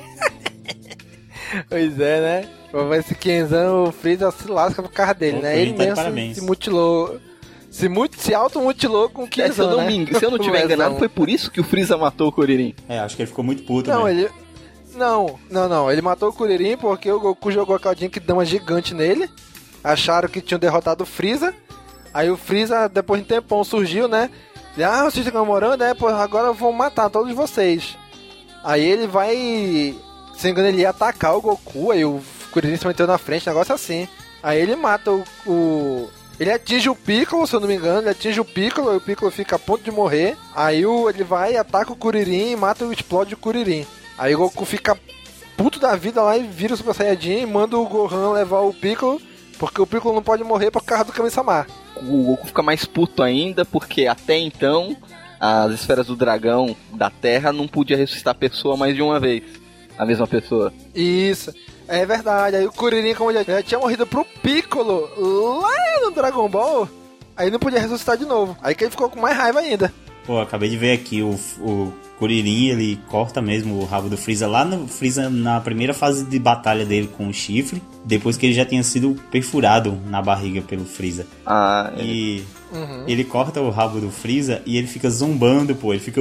Pois é, né? Mas esse Kenzan, o Freeza se lasca por causa dele, Pô, né? Kuririn Ele tá de mesmo se, parabéns. se mutilou. Se, mut, se auto-mutilou com o É, Kenzan, se, eu não né? me, eng- se eu não tiver O enganado, Ezão. foi por isso que o Freeza matou o Kuririn. É, acho que ele ficou muito puto, Não, né? ele... Não, não, não. Ele matou o Kuririn porque o Goku jogou aquela Genkidama gigante nele. Acharam que tinham derrotado o Freeza. Aí o Freeza, depois de um tempão, surgiu, né? Ele, ah, vocês estão namorando? É, pô, agora eu vou matar todos vocês. Aí ele vai... Se não me engano, ele ia atacar o Goku. Aí o Kuririn se meteu na frente, negócio assim. Aí ele mata o... o... Ele atinge o Piccolo, se eu não me engano. Ele atinge o Piccolo e o Piccolo fica a ponto de morrer. Aí o... ele vai, ataca o Kuririn e mata e explode o Kuririn. Aí o Goku fica puto da vida lá e vira o Super Saiyajin e manda o Gohan levar o Piccolo, porque o Piccolo não pode morrer por causa do Kami-sama. O Goku fica mais puto ainda, porque até então, as esferas do dragão da Terra não podia ressuscitar a pessoa mais de uma vez. A mesma pessoa. Isso, é verdade. Aí o Kuririn, como já, já tinha morrido pro Piccolo lá no Dragon Ball, aí não podia ressuscitar de novo. Aí que ele ficou com mais raiva ainda. Pô, acabei de ver aqui, o, o Kuririn, ele corta mesmo o rabo do Freeza lá no Freeza na primeira fase de batalha dele com o chifre, depois que ele já tinha sido perfurado na barriga pelo Freeza. Ah, é. E Uhum. ele corta o rabo do Freeza e ele fica zombando, pô, ele fica...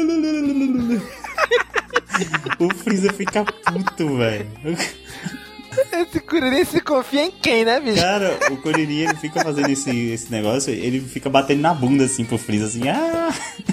O Freeza fica puto, velho. Esse Kuririn se confia em quem, né, bicho? Cara, o Kuririn, ele fica fazendo esse, esse negócio, ele fica batendo na bunda, assim, pro Freeza, assim, ah!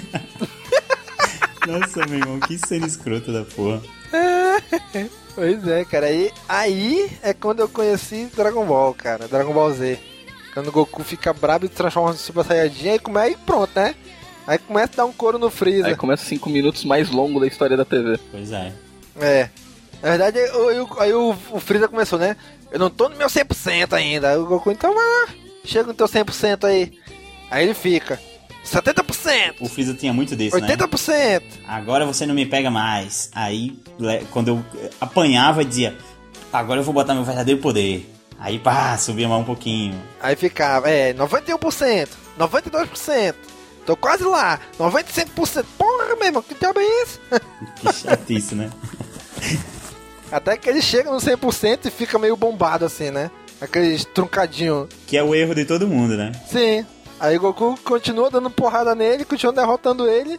Nossa, meu irmão, que cena escrota da porra. Pois é, cara. Aí, aí é quando eu conheci Dragon Ball, cara. Dragon Ball Z. Quando o Goku fica brabo e se transforma no Super Saiyajin, aí, come... aí pronto, né? Aí começa a dar um couro no Freeza. Aí começa os cinco minutos mais longos da história da T V. Pois é. É. Na verdade, aí, aí, aí o, o Freeza começou, né? Eu não tô no meu cem por cento ainda. Aí o Goku, então vai lá. Chega no teu cem por cento aí. Aí ele fica. setenta por cento. O Freeza tinha muito desse, oitenta por cento. né? Agora você não me pega mais. Aí, le- quando eu apanhava, eu dizia, agora eu vou botar meu verdadeiro poder. Aí, pá, subia mais um pouquinho. Aí ficava, é, noventa e um por cento, noventa e dois por cento. Tô quase lá, noventa e cinco por cento. Porra, meu irmão, que diabo é isso? Que chatice, né? Até que ele chega no cem por cento e fica meio bombado assim, né? Aqueles truncadinhos. Que é o erro de todo mundo, né? Sim. Aí o Goku continua dando porrada nele, continua derrotando ele.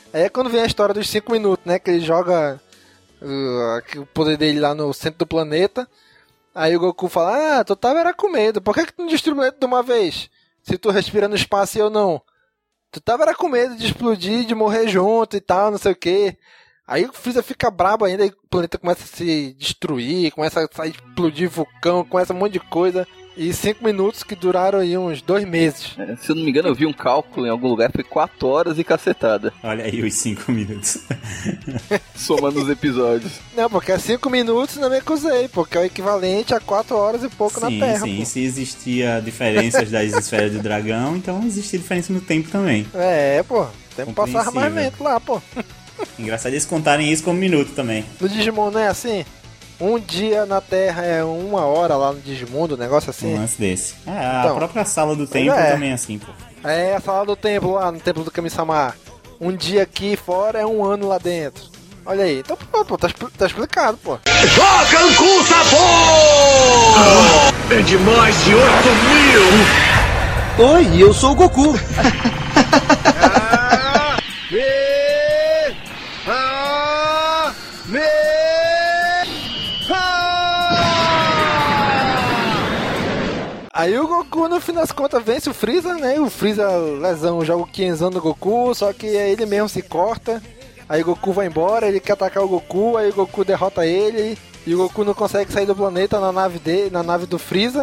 Aí é quando vem a história dos cinco minutos, né? Que ele joga uh, o poder dele lá no centro do planeta. Aí o Goku fala, ah, tu tava era com medo. Por que que tu não destruiu o planeta de uma vez? Se tu respira no espaço e eu não. Tu tava era com medo de explodir, de morrer junto e tal, não sei o que. Aí o Freeza fica brabo ainda, aí o planeta começa a se destruir, começa a explodir vulcão, começa um monte de coisa. E cinco minutos que duraram aí uns dois meses. É, se eu não me engano, eu vi um cálculo em algum lugar, foi quatro horas e cacetada. Olha aí os cinco minutos. Somando os episódios. Não, porque é cinco minutos na Namekusei, porque é o equivalente a quatro horas e pouco sim, na Terra. Sim, pô. se existia diferenças das esferas do dragão, então existia diferença no tempo também. É, pô. Tem que passar mais vento lá, pô. Engraçado eles contarem isso como minuto também. No Digimon não é assim? Um dia na Terra é uma hora lá no Digimundo, um negócio assim. Um lance desse. É, a Então, própria sala do templo é. também é assim, pô. É, a sala do templo lá, no templo do Kami-sama. Um dia aqui fora é um ano lá dentro. Olha aí. Então, pô, pô tá, tá explicado, pô. Jogam com sabor! É de mais de oito mil! Oi, eu sou o Goku. Ah, me, ah, me, Aí o Goku, no fim das contas, vence o Freeza, né? O Freeza, lesão, joga o Kienzão no Goku, só que aí ele mesmo se corta. Aí o Goku vai embora, ele quer atacar o Goku, aí o Goku derrota ele. E o Goku não consegue sair do planeta na nave dele, na nave do Freeza.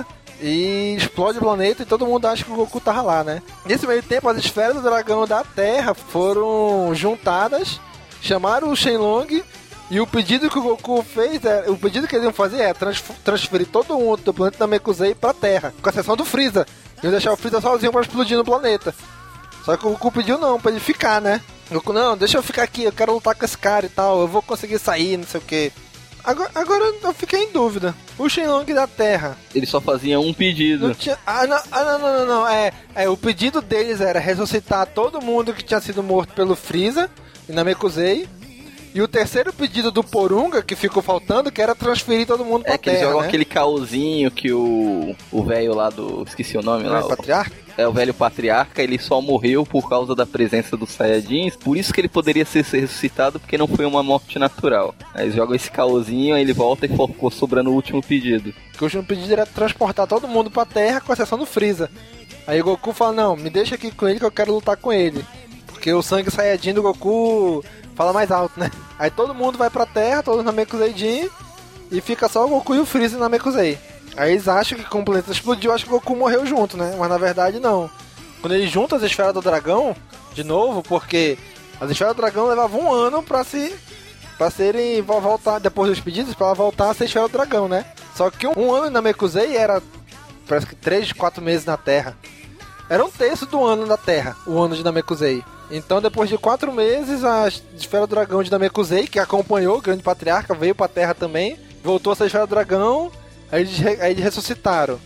E explode o planeta e todo mundo acha que o Goku tava lá, né? Nesse meio tempo, as esferas do dragão da Terra foram juntadas, chamaram o Shenlong. E o pedido que o Goku fez, é, o pedido que eles iam fazer é trans, transferir todo mundo do planeta Namekusei pra Terra, com exceção do Freeza. Iam deixar o Freeza sozinho pra explodir no planeta. Só que o Goku pediu não, pra ele ficar, né? O Goku, não, deixa eu ficar aqui, eu quero lutar com esse cara e tal, eu vou conseguir sair, não sei o que. Agora, agora eu fiquei em dúvida. O Shenlong da Terra. Ele só fazia um pedido. Não tinha, ah, não, ah, não, não, não, não. É, é, o pedido deles era ressuscitar todo mundo que tinha sido morto pelo Freeza e Namekusei. E o terceiro pedido do Porunga, que ficou faltando, que era transferir todo mundo pra É que Terra, eles jogam né? aquele caosinho que o o velho lá do... Esqueci o nome Não lá. é o- patriarca? É, o velho patriarca, ele só morreu por causa da presença dos Saiyajins, por isso que ele poderia ser ressuscitado, porque não foi uma morte natural. Aí eles jogam esse caosinho, aí ele volta e ficou sobrando o último pedido. Que o último pedido era transportar todo mundo pra Terra, com exceção do Freeza. Aí o Goku fala, não, me deixa aqui com ele que eu quero lutar com ele. Porque o sangue Saiyajin do Goku fala mais alto, né? Aí todo mundo vai pra Terra, todos na Namekusei-jin, e fica só o Goku e o Freeza na Namekusei. Aí eles acham que como o planeta explodiu, acho que o Goku morreu junto, né? Mas na verdade não. Quando eles juntam as esferas do dragão, de novo, porque as esferas do dragão levavam um ano pra se... pra serem... voltar, depois dos pedidos, pra ela voltar a ser esfera do dragão, né? Só que um, um ano na Namekusei era... parece que três, quatro meses na Terra. Era um terço do ano da Terra, o ano de Namekusei. Então, depois de quatro meses, a esfera do dragão de Namekusei, que acompanhou o grande patriarca, veio pra Terra também, voltou a ser esfera do dragão, aí eles, aí eles ressuscitaram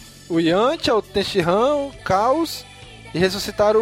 o Yantia, o Tenshinhan, o Caos, e ressuscitaram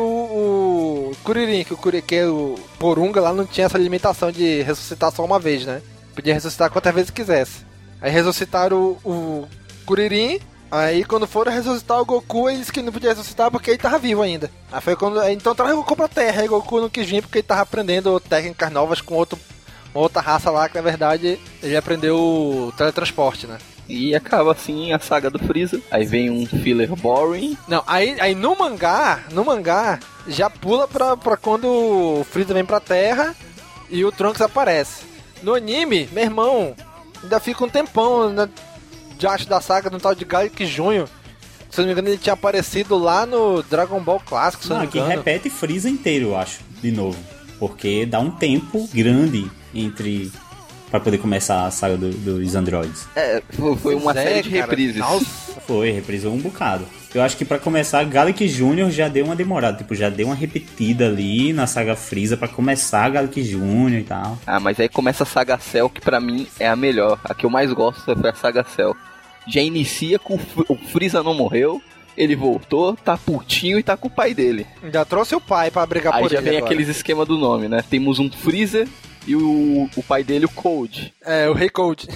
o, o Kuririn, que o Kuririn, que é o Porunga lá não tinha essa limitação de ressuscitar só uma vez, né? Podia ressuscitar quantas vezes quisesse. Aí ressuscitaram o, o Kuririn. Aí quando foram ressuscitar o Goku, eles que não podia ressuscitar porque ele tava vivo ainda. Aí foi quando. Aí, então traz o Goku pra Terra. Aí o Goku não quis vir porque ele tava aprendendo técnicas novas com outro, uma outra raça lá, que na verdade ele aprendeu o teletransporte, né? E acaba assim a saga do Freeza. Aí vem um filler boring. Não, aí, aí no mangá, no mangá, já pula pra, pra quando o Freeza vem pra Terra e o Trunks aparece. No anime, meu irmão, ainda fica um tempão, né? De acho da saga do tal de Gallic Júnior. Se não me engano, ele tinha aparecido lá no Dragon Ball Clássico, se Não, não me aqui engano. repete Freeza inteiro, eu acho, de novo. Porque dá um tempo grande entre... pra poder começar a saga do- dos androides. É, foi, foi uma Pois é, série de cara. reprises. Nossa. Foi, reprisou um bocado. Eu acho que pra começar, Gallic Júnior já deu uma demorada. Tipo, já deu uma repetida ali na saga Freeza pra começar Gallic Júnior e tal. Ah, mas aí começa a saga Cell, que pra mim é a melhor. A que eu mais gosto foi a saga Cell. Já inicia com o F- o Freeza não morreu, ele voltou, tá putinho e tá com o pai dele. Já trouxe o pai pra brigar Aí por já ele vem agora. aqueles esquema do nome, né? Temos um Freezer e o, o pai dele, o Cold. É, o Rei Cold.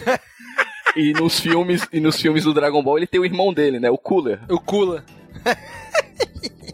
E nos filmes e nos filmes do Dragon Ball ele tem o irmão dele, né? O Cooler. O Kula.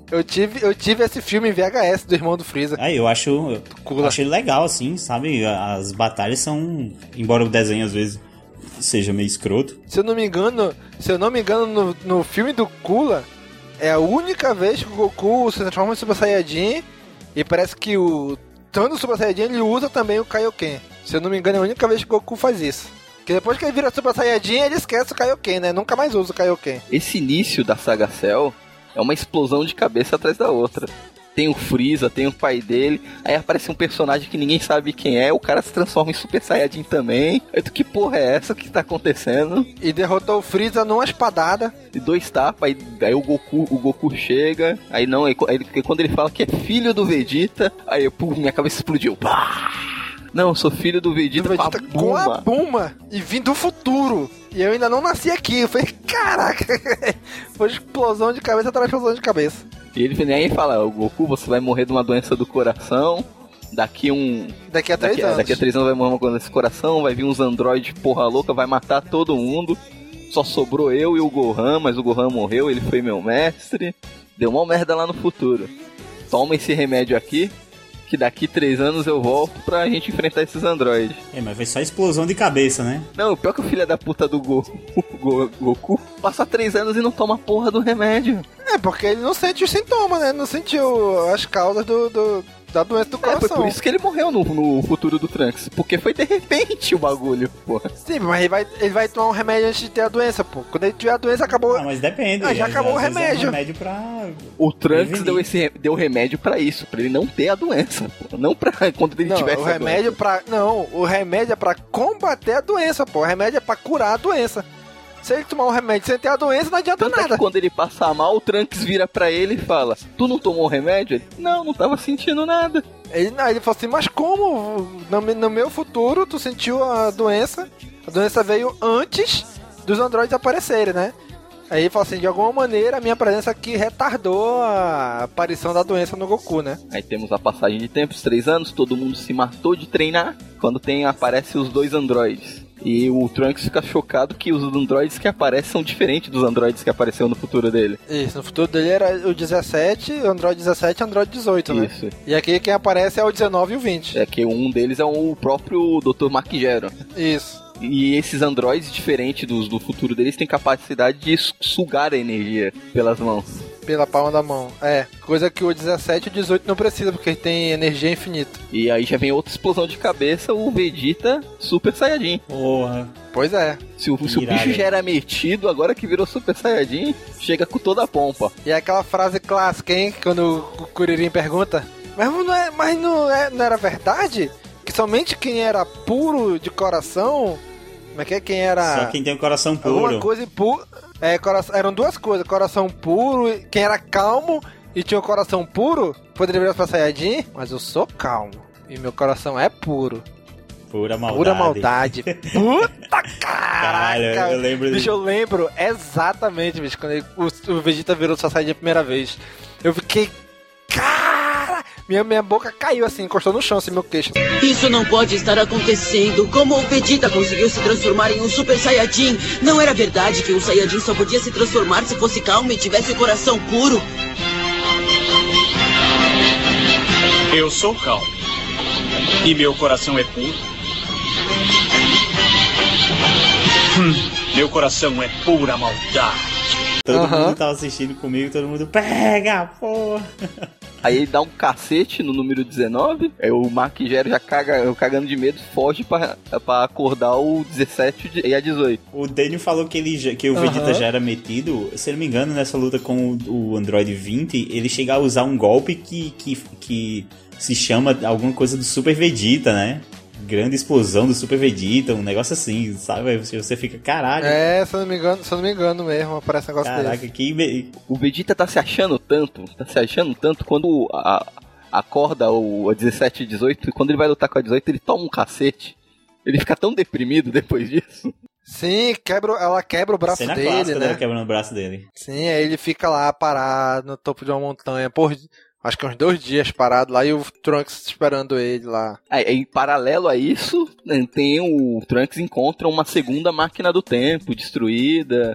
Eu tive, eu tive esse filme em V H S do irmão do Freeza. É, eu acho, eu acho ele legal, assim, sabe? As batalhas são, embora o desenho às vezes seja meio escroto. Se eu não me engano, se eu não me engano, no, no filme do Kula, é a única vez que o Goku se transforma em Super Saiyajin e parece que o tanto o Super Saiyajin ele usa também o Kaioken. Se eu não me engano, é a única vez que o Goku faz isso. Porque depois que ele vira Super Saiyajin, ele esquece o Kaioken, né? Nunca mais usa o Kaioken. Esse início da saga Cell é uma explosão de cabeça atrás da outra. Tem o Freeza, tem o pai dele, aí aparece um personagem que ninguém sabe quem é, o cara se transforma em Super Saiyajin também. Aí tu, que porra é essa que tá acontecendo? E derrotou o Freeza numa espadada. E dois tapas, aí, aí o Goku o Goku chega, aí não, aí, aí quando ele fala que é filho do Vegeta, aí pum, minha cabeça explodiu. Pá! Não, eu sou filho do Vegeta, do Vegeta com a Bulma. Com a Bulma. E vim do futuro. E eu ainda não nasci aqui. Eu falei, caraca. Foi explosão de cabeça atrás de explosão de cabeça. E ele vem aí e fala, o Goku, você vai morrer de uma doença do coração. Daqui um... Daqui a três daqui, anos. Daqui a três anos vai morrer uma doença do coração. Vai vir uns androides porra louca, vai matar todo mundo. Só sobrou eu e o Gohan, mas o Gohan morreu, ele foi meu mestre. Deu uma merda lá no futuro. Toma esse remédio aqui, que daqui três anos eu volto pra gente enfrentar esses androides. É, mas foi só explosão de cabeça, né? Não, o pior que o filho da puta do Go, Go, Goku passa três anos e não toma porra do remédio. É, porque ele não sente os sintomas, né? Não sentiu as causas do, do, da doença do coração. É, foi por isso que ele morreu no, no futuro do Trunks. Porque foi de repente o bagulho, porra. Sim, mas ele vai, ele vai tomar um remédio antes de ter a doença, pô. Quando ele tiver a doença, acabou... Ah, mas depende. Ah, já às- acabou às o vezes remédio. É um remédio pra... O Trunks prevenir. deu, esse, deu remédio pra isso, pra ele não ter a doença, pô. Não pra quando ele Não, tivesse o a remédio doença. pra... Não, o remédio é pra combater a doença, pô. O remédio é pra curar a doença. Se ele tomar um remédio sem ter a doença, não adianta Tanto é nada. que quando ele passa mal, o Trunks vira pra ele e fala, tu não tomou o remédio? Ele, não, não tava sentindo nada. Ele, não, ele falou assim, mas como? No, no meu futuro, tu sentiu a doença? A doença veio antes dos androides aparecerem, né? Aí ele falou assim, de alguma maneira, a minha presença aqui retardou a aparição da doença no Goku, né? Aí temos a passagem de tempo, os três anos, todo mundo se matou de treinar. Quando tem, aparece os dois androides. E o Trunks fica chocado que os androides que aparecem são diferentes dos androides que apareceram no futuro dele. Isso, no futuro dele era o dezessete, o Android dezessete e o Android dezoito, né? Isso. E aqui quem aparece é o dezenove e o vinte. É que um deles é o próprio doutor Mark Gero. Isso. E esses androides, diferentes dos do futuro deles, têm capacidade de sugar a energia pelas mãos. Pela palma da mão. É, coisa que o dezessete e o dezoito não precisa, porque ele tem energia infinita. E aí já vem outra explosão de cabeça, o Vegeta Super Saiyajin. Porra. Pois é. Se o, se o Irado. bicho já era metido, agora que virou Super Saiyajin, chega com toda a pompa. E é aquela frase clássica, hein? Quando o Kuririn pergunta, mas não, é, mas não, é, não era verdade? Que somente quem era puro de coração, como é que é? Quem era... Só quem tem o coração Alguma puro. coisa puro. É, coração, eram duas coisas, coração puro, quem era calmo e tinha o coração puro, poderia virar Super Saiyajin, mas eu sou calmo. E meu coração é puro. Pura maldade. Pura maldade. Puta caraca! Caralho, eu lembro Bicho, disso. eu lembro exatamente, bicho, quando ele- o, o Vegeta virou Super Saiyajin a primeira vez. Eu fiquei... Cara! Minha, minha boca caiu assim, encostou no chão, assim, meu queixo. Isso não pode estar acontecendo. Como o Vegeta conseguiu se transformar em um Super Saiyajin? Não era verdade que um Saiyajin só podia se transformar se fosse calmo e tivesse o coração puro? Eu sou calmo. E meu coração é puro. Hum, meu coração é pura maldade. Todo Aham. mundo tava assistindo comigo, todo mundo pega, porra. Aí ele dá um cacete no número dezenove, aí o Mark Gero já caga, cagando de medo, foge pra, pra acordar o dezessete e a dezoito. O Daniel falou que, ele, já- que o Aham. Vegeta já era metido. Se eu não me engano, nessa luta com o, o Android vinte, ele chega a usar um golpe que, que, que se chama alguma coisa do Super Vegeta, né? Grande explosão do Super Vegeta, um negócio assim, sabe? Você, você fica, caralho, É, se eu não me engano, se eu não me engano mesmo, aparece um negócio caraca, desse. que... me- O Vegeta tá se achando tanto, tá se achando tanto quando a, acorda o a dezessete e dezoito, e quando ele vai lutar com a dezoito, ele toma um cacete. Ele fica tão deprimido depois disso. Sim, quebra, ela quebra o braço Cena dele, clássica né? dela quebrando o braço dele. Sim, aí ele fica lá parado no topo de uma montanha por acho que uns dois dias parado lá e o Trunks esperando ele lá. Aí, em paralelo a isso, né, tem o Trunks encontra uma segunda máquina do tempo destruída,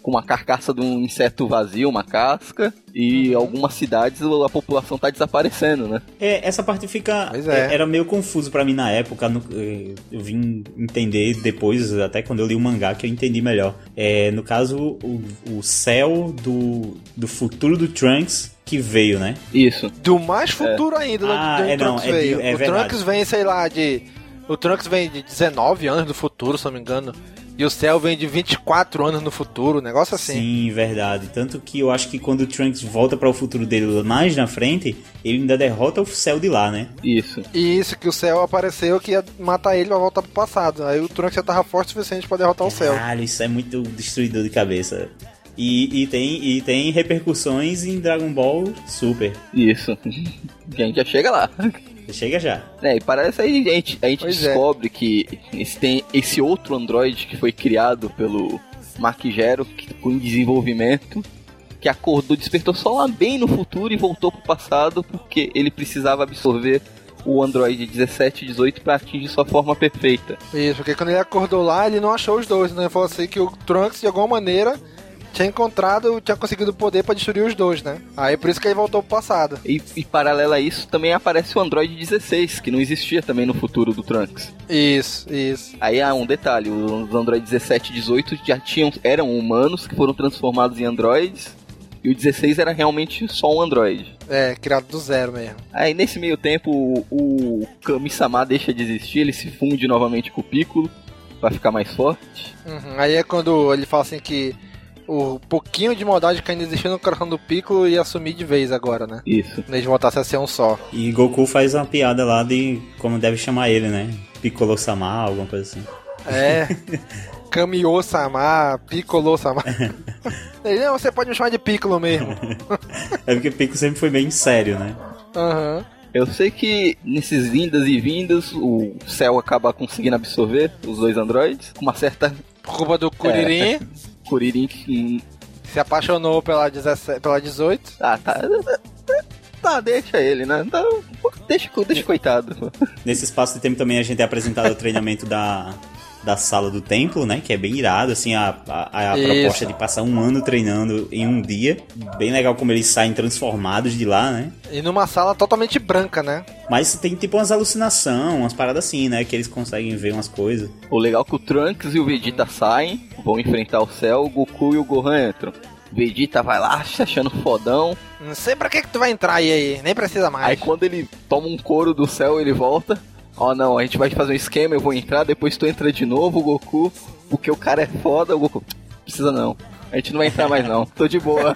com uma carcaça de um inseto vazio, uma casca, e Uhum. algumas cidades a população tá desaparecendo, né? É, essa parte fica... Pois é. Era meio confuso pra mim na época, no- eh, eu vim entender depois, até quando eu li o mangá, que eu entendi melhor. É, no caso, o, o céu do, do futuro do Trunks que veio, né? Isso. Do mais futuro ainda, Ah, do, do é, não, Trunks é de- veio. é o verdade. Trunks vem, sei lá, de... O Trunks vem de dezenove anos do futuro, se não me engano. E o Cell vem de vinte e quatro anos no futuro, um negócio assim. Sim, verdade. Tanto que eu acho que quando o Trunks volta para o futuro dele mais na frente, ele ainda derrota o céu de lá, né? Isso. E isso que o Cell apareceu que ia matar ele pra voltar pro passado. Aí o Trunks já tava forte o suficiente pra derrotar o Cell. Caralho, isso é muito destruidor de cabeça. E, e, tem, e tem repercussões em Dragon Ball Super. Isso. A gente já chega lá. Chega já. É, e parece aí a gente, a gente Pois é. descobre que esse, tem esse outro androide que foi criado pelo Mark Gero, que ficou em desenvolvimento, que acordou, despertou só lá bem no futuro e voltou pro passado porque ele precisava absorver o Android dezessete e dezoito para atingir sua forma perfeita. Isso, porque quando ele acordou lá, ele não achou os dois, né? Ele falou assim que o Trunks, de alguma maneira, tinha encontrado, tinha conseguido o poder pra destruir os dois, né? Aí por isso que ele voltou pro passado. E, e paralelo a isso, também aparece o Android dezesseis, que não existia também no futuro do Trunks. Isso, isso. Aí há um detalhe, os Android dezessete e dezoito já tinham, eram humanos que foram transformados em androides, e o dezesseis era realmente só um androide. É, criado do zero mesmo. Aí nesse meio tempo o, o Kami-sama deixa de existir, ele se funde novamente com o Piccolo pra ficar mais forte. Uhum. Aí é quando ele fala assim que o pouquinho de maldade que ainda existia no coração do Piccolo ia assumir de vez agora, né? Isso. Quando eles voltassem a ser um só. E Goku faz uma piada lá de como deve chamar ele, né? Piccolo-sama, alguma coisa assim. É. Kamiô-sama, Piccolo-sama. Ele, não, você pode me chamar de Piccolo mesmo. É porque Piccolo sempre foi bem sério, né? Aham. Eu sei que nesses vindas e vindas o Cell acaba conseguindo absorver os dois androides com uma certa Por culpa do Kuririn, Kuririn que... se apaixonou pela, dezessete, pela dezoito. Ah, tá... Tá, deixa ele, né? Tá, deixa, deixa coitado. Nesse espaço de tempo também a gente é apresentado o treinamento da, da sala do templo, né? Que é bem irado, assim, a, a, a Isso. proposta de passar um ano treinando em um dia. Bem legal como eles saem transformados de lá, né? E numa sala totalmente branca, né? Mas tem tipo umas alucinações, umas paradas assim, né? Que eles conseguem ver umas coisas. O legal é que o Trunks e o Vegeta saem, vão enfrentar o Cell, o Goku e o Gohan entram. O Vegeta vai lá, se achando fodão. Não sei pra que que tu vai entrar aí, aí. Nem precisa mais. Aí quando ele toma um couro do Cell, ele volta. Ó, oh, não, a gente vai fazer um esquema, eu vou entrar, depois tu entra de novo, o Goku, porque o cara é foda. O Goku, precisa não. A gente não vai entrar mais não, tô de boa.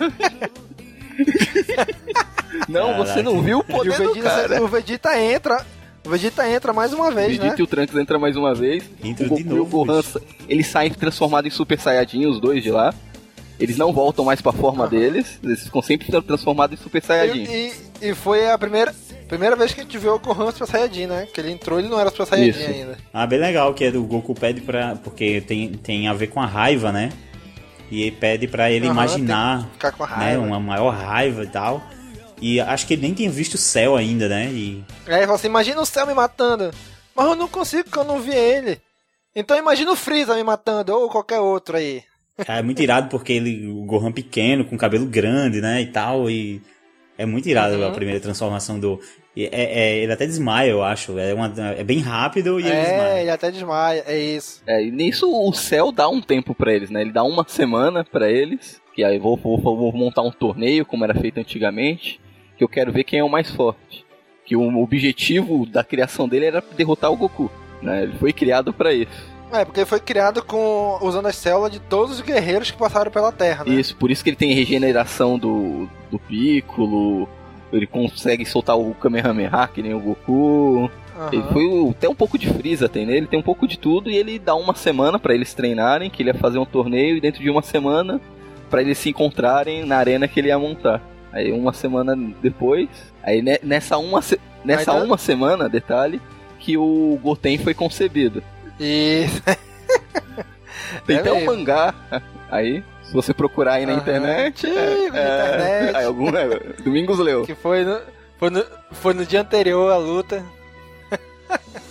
Não, Caraca. você não viu o E poder o do Vegeta, cara. o Vegeta entra. O Vegeta entra mais uma O vez, Vegeta né? e o Trunks entra mais uma vez. Entra o Goku de e o novo, Gohan, bicho. eles saem transformados em Super Saiyajin, os dois de lá. Eles não voltam mais pra forma deles, eles ficam sempre transformados em Super Saiyajin. E, e, e foi a primeira, primeira vez que a gente viu o Gohan Super Saiyajin, né? Que ele entrou, ele não era Super Saiyajin Isso. ainda. Ah, bem legal que é do Goku pede pra... Porque tem, tem a ver com a raiva, né? E ele pede pra ele Aham, imaginar, tem que ficar com a né? raiva. Uma maior raiva e tal. E acho que ele nem tinha visto o céu ainda, né? E Aí ele falou assim, imagina o Cell me matando. Mas eu não consigo, porque eu não vi ele. Então imagina o Freeza me matando, ou qualquer outro aí. é muito irado porque ele, o Gohan pequeno, com cabelo grande, né? E tal. E é muito irado Uhum. a primeira transformação do... e É, é- ele até desmaia, eu acho. É, uma, é bem rápido e ele É, desmaia. ele até desmaia, é isso. É, e nisso o Cell dá um tempo pra eles, né? Ele dá uma semana pra eles, que aí vou, vou, vou montar um torneio, como era feito antigamente, que eu quero ver quem é o mais forte. Que o objetivo da criação dele era derrotar o Goku, né? Ele foi criado pra isso. É, porque ele foi criado com usando as células de todos os guerreiros que passaram pela Terra, né? Isso, por isso que ele tem regeneração do, do Piccolo, ele consegue soltar o Kamehameha, que nem o Goku. Aham. Ele foi o- até um pouco de Freeza tem nele, tem um pouco de tudo, e ele dá uma semana pra eles treinarem, que ele ia fazer um torneio, e dentro de uma semana pra eles se encontrarem na arena que ele ia montar. Aí uma semana depois, aí ne- nessa uma, se- nessa Aí tá- uma semana, detalhe, que o Goten foi concebido. Isso. Tem É até um mesmo. mangá aí, se você procurar aí na Aham. internet. Ih, é, na é, internet. aí algum, é, Domingos leu. Que foi no, foi no, foi no dia anterior à luta.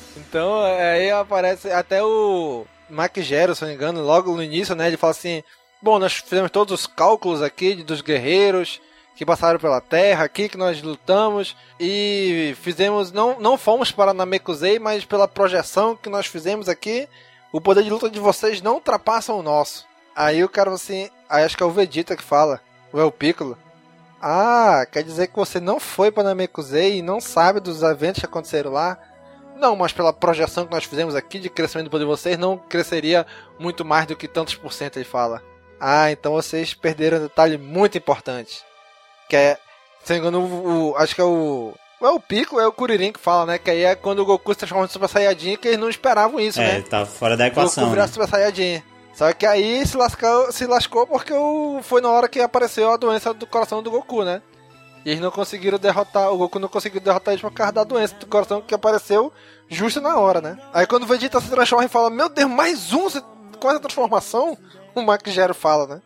Então, aí aparece até o Mark Gero, se não me engano, logo no início, né? Ele fala assim: Bom, nós fizemos todos os cálculos aqui dos guerreiros que passaram pela Terra aqui, que nós lutamos, e fizemos, não, não fomos para Namekusei, mas pela projeção que nós fizemos aqui, o poder de luta de vocês não ultrapassa o nosso. Aí o cara assim, aí acho que é o Vegeta que fala, ou é o Piccolo. Ah, quer dizer que você não foi para Namekusei e não sabe dos eventos que aconteceram lá? Não, mas pela projeção que nós fizemos aqui de crescimento do poder de vocês, não cresceria muito mais do que tantos por cento, ele fala. Ah, então vocês perderam um detalhe muito importante. Que é, se não me engano, o, o, acho que é o... É o Piccolo, é o Kuririn que fala, né? Que aí é quando o Goku se transforma em Super Saiyajin, que eles não esperavam isso, é, né? É, tá fora da equação. O Goku virar né? Super Saiyajin. Só que aí se lascou, se lascou porque o, foi na hora que apareceu a doença do coração do Goku, né? E eles não conseguiram derrotar, o Goku não conseguiu derrotar eles por causa da doença do coração que apareceu justo na hora, né? Aí quando o Vegeta se transforma e fala, meu Deus, mais um com essa transformação, o Max Gero fala, né?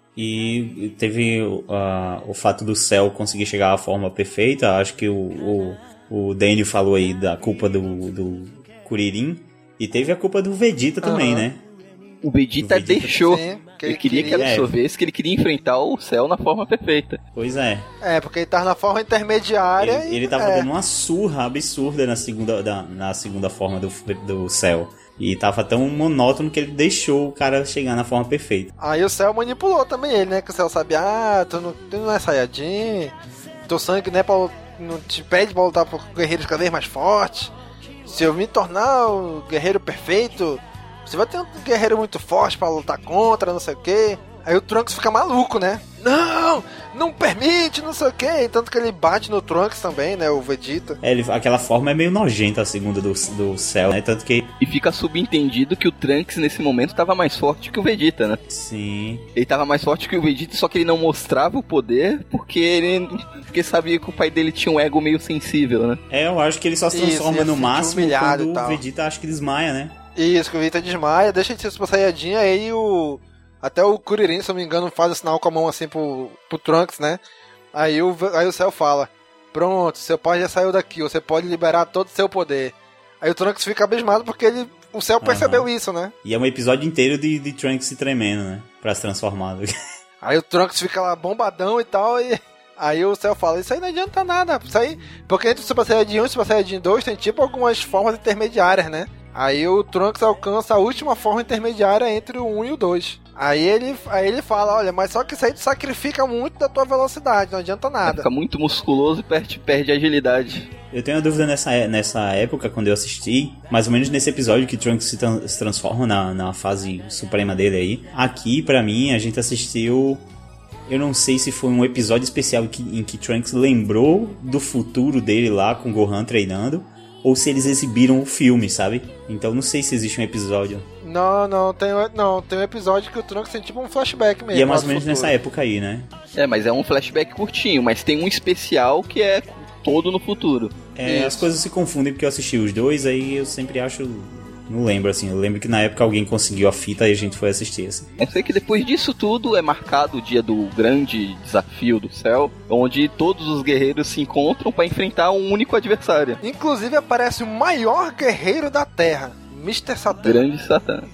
E teve uh, o fato do Cell conseguir chegar à forma perfeita. Acho que o, o, o Daniel falou aí da culpa do, do Kuririn. E teve a culpa do Vegeta também, uhum. né? O Vegeta, o Vegeta deixou. Sim, que ele, ele queria, queria que absorvesse, é. que ele queria enfrentar o Cell na forma perfeita. Pois é. É, porque ele tava na forma intermediária. Ele, e, ele tava é. dando uma surra absurda na segunda, da, na segunda forma do, do Cell. E tava tão monótono que ele deixou o cara chegar na forma perfeita. Aí o Cell manipulou também ele, né? Que o Cell sabia, ah, tu não, tu não é Saiyajin, teu sangue não, é pra, não te pede pra lutar por guerreiros cada vez mais fortes. Se eu me tornar o guerreiro perfeito, você vai ter um guerreiro muito forte pra lutar contra, não sei o quê. Aí o Trunks fica maluco, né? Não, não permite, não sei o quê. Tanto que ele bate no Trunks também, né? O Vegeta. É, ele, aquela forma é meio nojenta, a segunda do, do Cell, né? Tanto que... E fica subentendido que o Trunks, nesse momento, tava mais forte que o Vegeta, né? Sim. Ele tava mais forte que o Vegeta, só que ele não mostrava o poder, porque ele... Porque sabia que o pai dele tinha um ego meio sensível, né? É, eu acho que ele só se transforma Isso, no máximo quando o Vegeta acha que desmaia, né? Isso, que o Vegeta desmaia, deixa de ser Super Saiyajin, aí o... Até o Kuririn, se eu não me engano, faz o sinal com a mão assim pro, pro Trunks, né? Aí o, aí o Cell fala, pronto, seu pai já saiu daqui, você pode liberar todo o seu poder. Aí o Trunks fica abismado porque ele, o Cell uhum. percebeu isso, né? E é um episódio inteiro de, de Trunks se tremendo, né? Pra se transformar. Aí o Trunks fica lá bombadão e tal, e... Aí o Cell fala, isso aí não adianta nada, isso aí... Porque entre o Super Saiyajin um e o Super Saiyajin dois tem tipo algumas formas intermediárias, né? Aí o Trunks alcança a última forma intermediária entre o um e o dois. Aí ele, aí ele fala, olha, mas só que isso aí sacrifica muito da tua velocidade, não adianta nada. Fica muito musculoso e perde, perde agilidade. Eu tenho uma dúvida nessa, nessa época, quando eu assisti, mais ou menos nesse episódio que Trunks se, tra- se transforma na, na fase suprema dele aí. Aqui, pra mim, a gente assistiu... Eu não sei se foi um episódio especial que, em que Trunks lembrou do futuro dele lá com Gohan treinando, ou se eles exibiram o filme, sabe? Então não sei se existe um episódio. Não, não, tem, não, tem um episódio que o Trunks tem tipo um flashback mesmo. E é mais ou menos nessa época aí, né? É, mas é um flashback curtinho, mas tem um especial que é todo no futuro. É, as coisas se confundem porque eu assisti os dois, aí eu sempre acho... Não lembro, assim. Eu lembro que na época alguém conseguiu a fita e a gente foi assistir, assim. Eu sei que depois disso tudo é marcado o dia do grande desafio do Cell, onde todos os guerreiros se encontram para enfrentar um único adversário. Inclusive aparece o maior guerreiro da Terra, mister Satan. Grande Satan.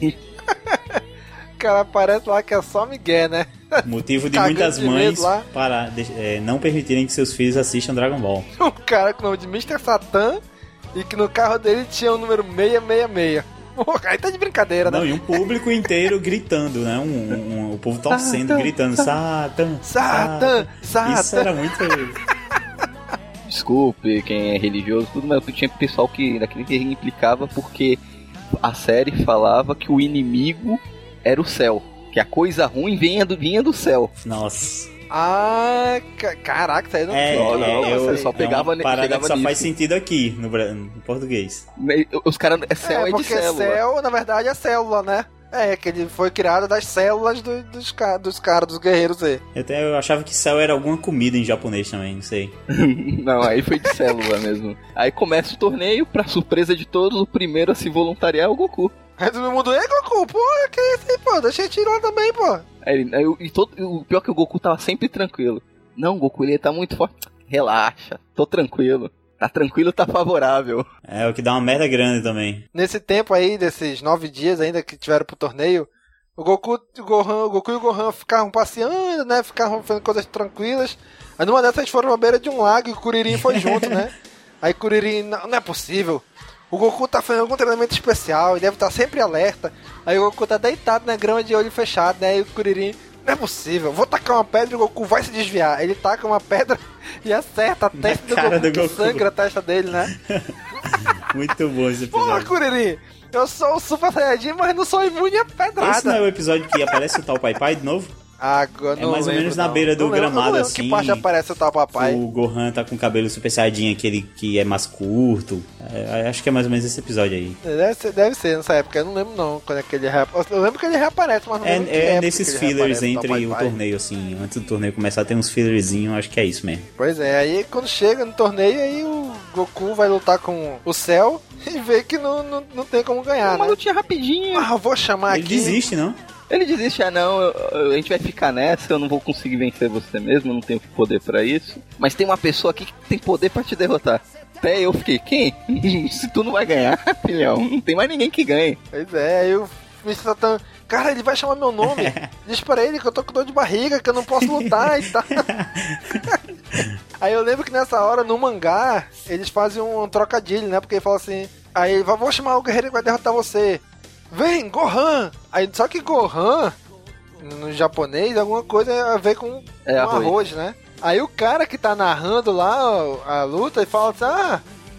O cara aparece lá que é só Miguel, né? Motivo de muitas de mães para é, não permitirem que seus filhos assistam Dragon Ball. Um cara com o nome de mister Satan e que no carro dele tinha o número seiscentos e sessenta e seis. Porra, aí tá de brincadeira, né? Não, e um público inteiro gritando, né? Um, um, um, o povo torcendo, Satan, gritando, Satan, Satan, Satan. Isso era muito... Desculpe quem é religioso, tudo, mas tinha pessoal que daquele que implicava porque a série falava que o inimigo era o céu, que a coisa ruim vinha do, vinha do céu. Nossa. Ah, caraca, isso aí não é, não, não, eu, você só pegava, é uma parada pegava que só nisso. Faz sentido aqui, no, no português. Os caras, é céu é, é de célula. Porque céu, na verdade, é célula, né? É, que ele foi criado das células do, dos caras, dos, cara, dos guerreiros aí. Eu, até, eu achava que céu era alguma comida em japonês também, não sei. Não, aí foi de célula mesmo. Aí começa o torneio, pra surpresa de todos, o primeiro a se voluntariar é o Goku. Aí todo mundo, ei Goku, pô, que é isso aí, pô, deixa eu tirar também, pô. Aí, aí, e todo, o pior é que o Goku tava sempre tranquilo. Não, Goku, ele tá muito forte. Relaxa, tô tranquilo. Tá tranquilo, tá favorável. É, o que dá uma merda grande também. Nesse tempo aí, desses nove dias ainda que tiveram pro torneio, O Goku, o Gohan, o Goku e o Gohan ficavam passeando, né? Ficavam fazendo coisas tranquilas. Aí numa dessas eles foram à beira de um lago e o Kuririn foi junto, né? Aí o Kuririn, não, não é possível. O Goku tá fazendo algum treinamento especial e deve estar sempre alerta. Aí o Goku tá deitado na grama de olho fechado, né? E o Kuririn, não é possível, vou tacar uma pedra e o Goku vai se desviar. Ele taca uma pedra e acerta a testa do Goku, do Goku, sangra a testa dele, né? Muito bom esse episódio. Porra, Kuririn, eu sou o Super Saiyajin, mas não sou imune a pedrada. Esse não é o episódio que aparece o tal Pai Pai de novo? Agora, é mais ou menos na beira do não lembro, gramado, não assim. Que parte aparece o tal papai. O Gohan tá com o cabelo super saiyajin, aquele que é mais curto. É, acho que é mais ou menos esse episódio aí. Deve ser, deve ser nessa época, eu não lembro não quando é que ele reaparece. Eu lembro que ele reaparece, mas não é, lembro que É nesses fillers reaparece, entre o torneio, assim. Antes do torneio começar, tem uns fillerzinhos, acho que é isso mesmo. Pois é, aí quando chega no torneio, aí o Goku vai lutar com o Cell e vê que não, não, não tem como ganhar, é uma né? lutinha rapidinha. Ah, eu vou chamar ele aqui... Ele desiste, não? Ele desiste, ah não, eu, eu, a gente vai ficar nessa, eu não vou conseguir vencer você mesmo, eu não tenho poder pra isso. Mas tem uma pessoa aqui que tem poder pra te derrotar. Até eu fiquei, quem? Se tu não vai ganhar, filhão, não tem mais ninguém que ganhe. Pois é, aí o mister Satan, cara, ele vai chamar meu nome. Diz pra ele que eu tô com dor de barriga, que eu não posso lutar e tal. Aí eu lembro que nessa hora, no mangá, eles fazem um, um trocadilho, né? Porque ele fala assim, aí ele vai, vou chamar o guerreiro que vai derrotar você. Vem, Gohan! Aí, só que Gohan, no japonês, alguma coisa a ver com, é, com arroz. arroz, né? Aí o cara que tá narrando lá a, a luta, ele fala assim, ah,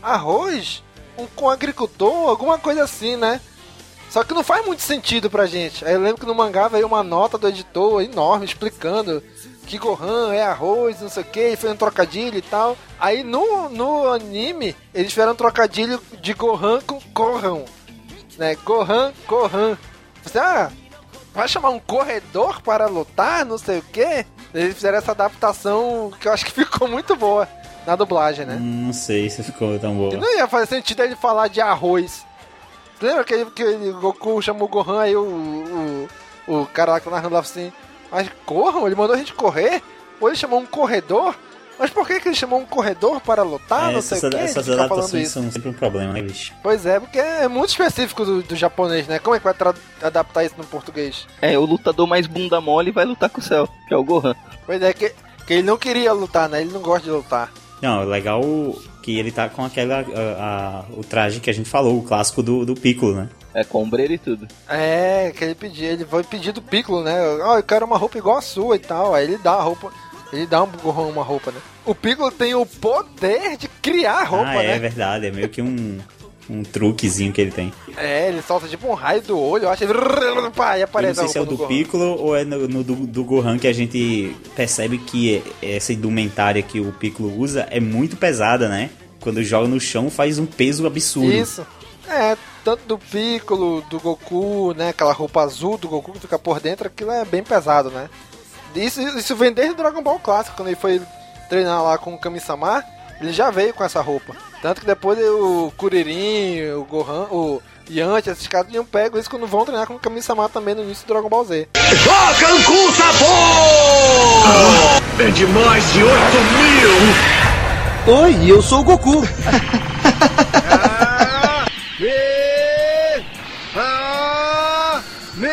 arroz? Um, com agricultor? Alguma coisa assim, né? Só que não faz muito sentido pra gente. Aí eu lembro que no mangá veio uma nota do editor enorme explicando que Gohan é arroz, não sei o que, e fez um trocadilho e tal. Aí no, no anime, eles fizeram um trocadilho de Gohan com Gohan. Né? Gohan, Gohan. Você, ah, vai chamar um corredor para lutar, não sei o que. Eles fizeram essa adaptação que eu acho que ficou muito boa na dublagem, né? Hum, não sei se ficou tão boa. E não ia fazer sentido ele falar de arroz. Você lembra que, ele, que ele, o Goku chamou o Gohan, aí o, o, o cara lá que tá narrando lá assim, mas corram? Ele mandou a gente correr? Ou ele chamou um corredor? Mas por que, que ele chamou um corredor para lutar? É, não sei essas, o que. Essas adaptações são sempre um problema, né, bicho? Pois é, porque é muito específico do, do japonês, né? Como é que vai tra- adaptar isso no português? É, o lutador mais bunda mole vai lutar com o Cell, que é o Gohan. Pois é, que, que ele não queria lutar, né? Ele não gosta de lutar. Não, é legal que ele tá com aquela a, a, o traje que a gente falou, o clássico do, do Piccolo, né? É, com ombreira e tudo. É, que ele pediu, ele foi pedir do Piccolo, né? Ó, oh, eu quero uma roupa igual a sua e tal. Aí ele dá a roupa, ele dá um Gohan uma roupa, né? O Piccolo tem o poder de criar roupa, ah, né? É verdade, é meio que um, um truquezinho que ele tem. É, ele solta tipo um raio do olho, eu acho. Ele... Pá, e aparece eu não sei se é o do, do Piccolo ou é no, no do, do Gohan que a gente percebe que essa indumentária que o Piccolo usa é muito pesada, né? Quando joga no chão faz um peso absurdo. Isso. É, tanto do Piccolo, do Goku, né? Aquela roupa azul do Goku que fica por dentro, aquilo é bem pesado, né? Isso, isso vem desde o Dragon Ball clássico, quando ele foi treinar lá com o Kami-sama, ele já veio com essa roupa. Tanto que depois o Kuririn, o Gohan, o Yanti, esses caras tinham pego isso quando vão treinar com o Kami-sama também no início do Dragon Ball Z. Jogam com sabor! É de mais de oito mil! Oi, eu sou o Goku! ah, me, ah, me,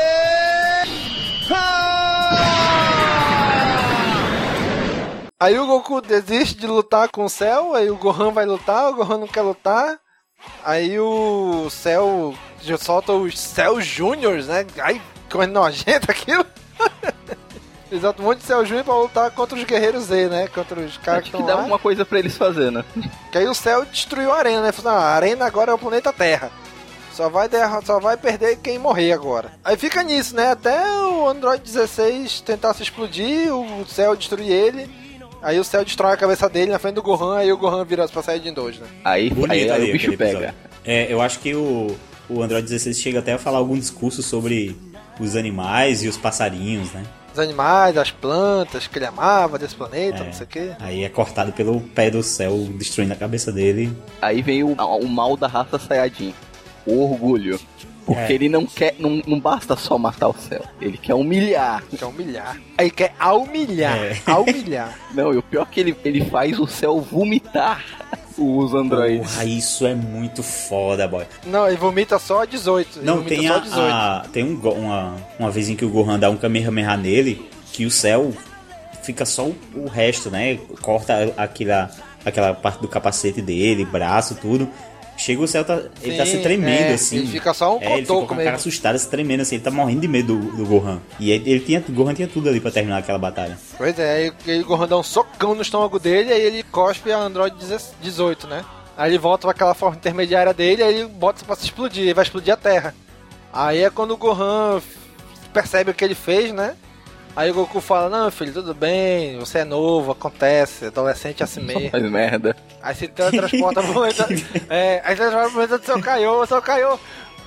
Aí o Goku desiste de lutar com o Cell, aí o Gohan vai lutar, o Gohan não quer lutar. Aí o Cell já solta os Cell Juniors, né? Ai, como é nojento aquilo. Exato, um monte de Cell Junior pra lutar contra os Guerreiros Z, né? Contra os caras que Acho estão que dá lá. alguma coisa pra eles fazer, né? Que aí o Cell destruiu a arena, né? Falou, ah, a arena agora é o planeta Terra. Só vai, derra- só vai perder quem morrer agora. Aí fica nisso, né? Até o Android dezesseis tentar se explodir, o Cell destruir ele. Aí o Cell destrói a cabeça dele na frente do Gohan, aí o Gohan vira Super Saiyajin dois, né? Aí, Bonito aí, aí ali o bicho aquele pega. episódio. É, eu acho que o, o Android dezesseis chega até a falar algum discurso sobre os animais e os passarinhos, né? Os animais, as plantas que ele amava desse planeta, É. não sei o quê. Aí é cortado pelo pé do Cell, destruindo a cabeça dele. Aí vem o, o mal da raça Saiyajin. O orgulho. Porque É. ele não quer, não, não basta só matar o Cell. Ele quer humilhar. Quer humilhar. Aí quer humilhar. É. Humilhar. Não, e o pior é que ele, ele faz o Cell vomitar os androides. Porra, isso é muito foda, boy. Não, ele vomita só dezoito. Ele Não, vomita tem só a, dezoito. a- tem um, go- uma, uma vez em que o Gohan dá um Kamehameha nele, que o céu fica só o, o resto, né? Corta aquela, aquela parte do capacete dele, braço, tudo. Chega o céu, tá, ele tá Sim, se tremendo, é, assim. ele fica só um é, ele fica com cotoco a cara mesmo. assustada, se tremendo, assim. Ele tá morrendo de medo do, do Gohan. E ele, ele tinha, o Gohan tinha tudo ali pra terminar aquela batalha. Pois é, aí ele Gohan dá um socão no estômago dele, aí ele cospe a Android dezoito, né? Aí ele volta pra aquela forma intermediária dele, aí ele bota pra se explodir, ele vai explodir a Terra. Aí é quando o Gohan percebe o que ele fez, né? Aí o Goku fala, não, filho, tudo bem, você é novo, acontece, adolescente é assim mesmo. Faz merda. Aí se teletransporta pro planeta. É, aí teletransporta pro planeta do seu Kaiô, o seu Kaiô.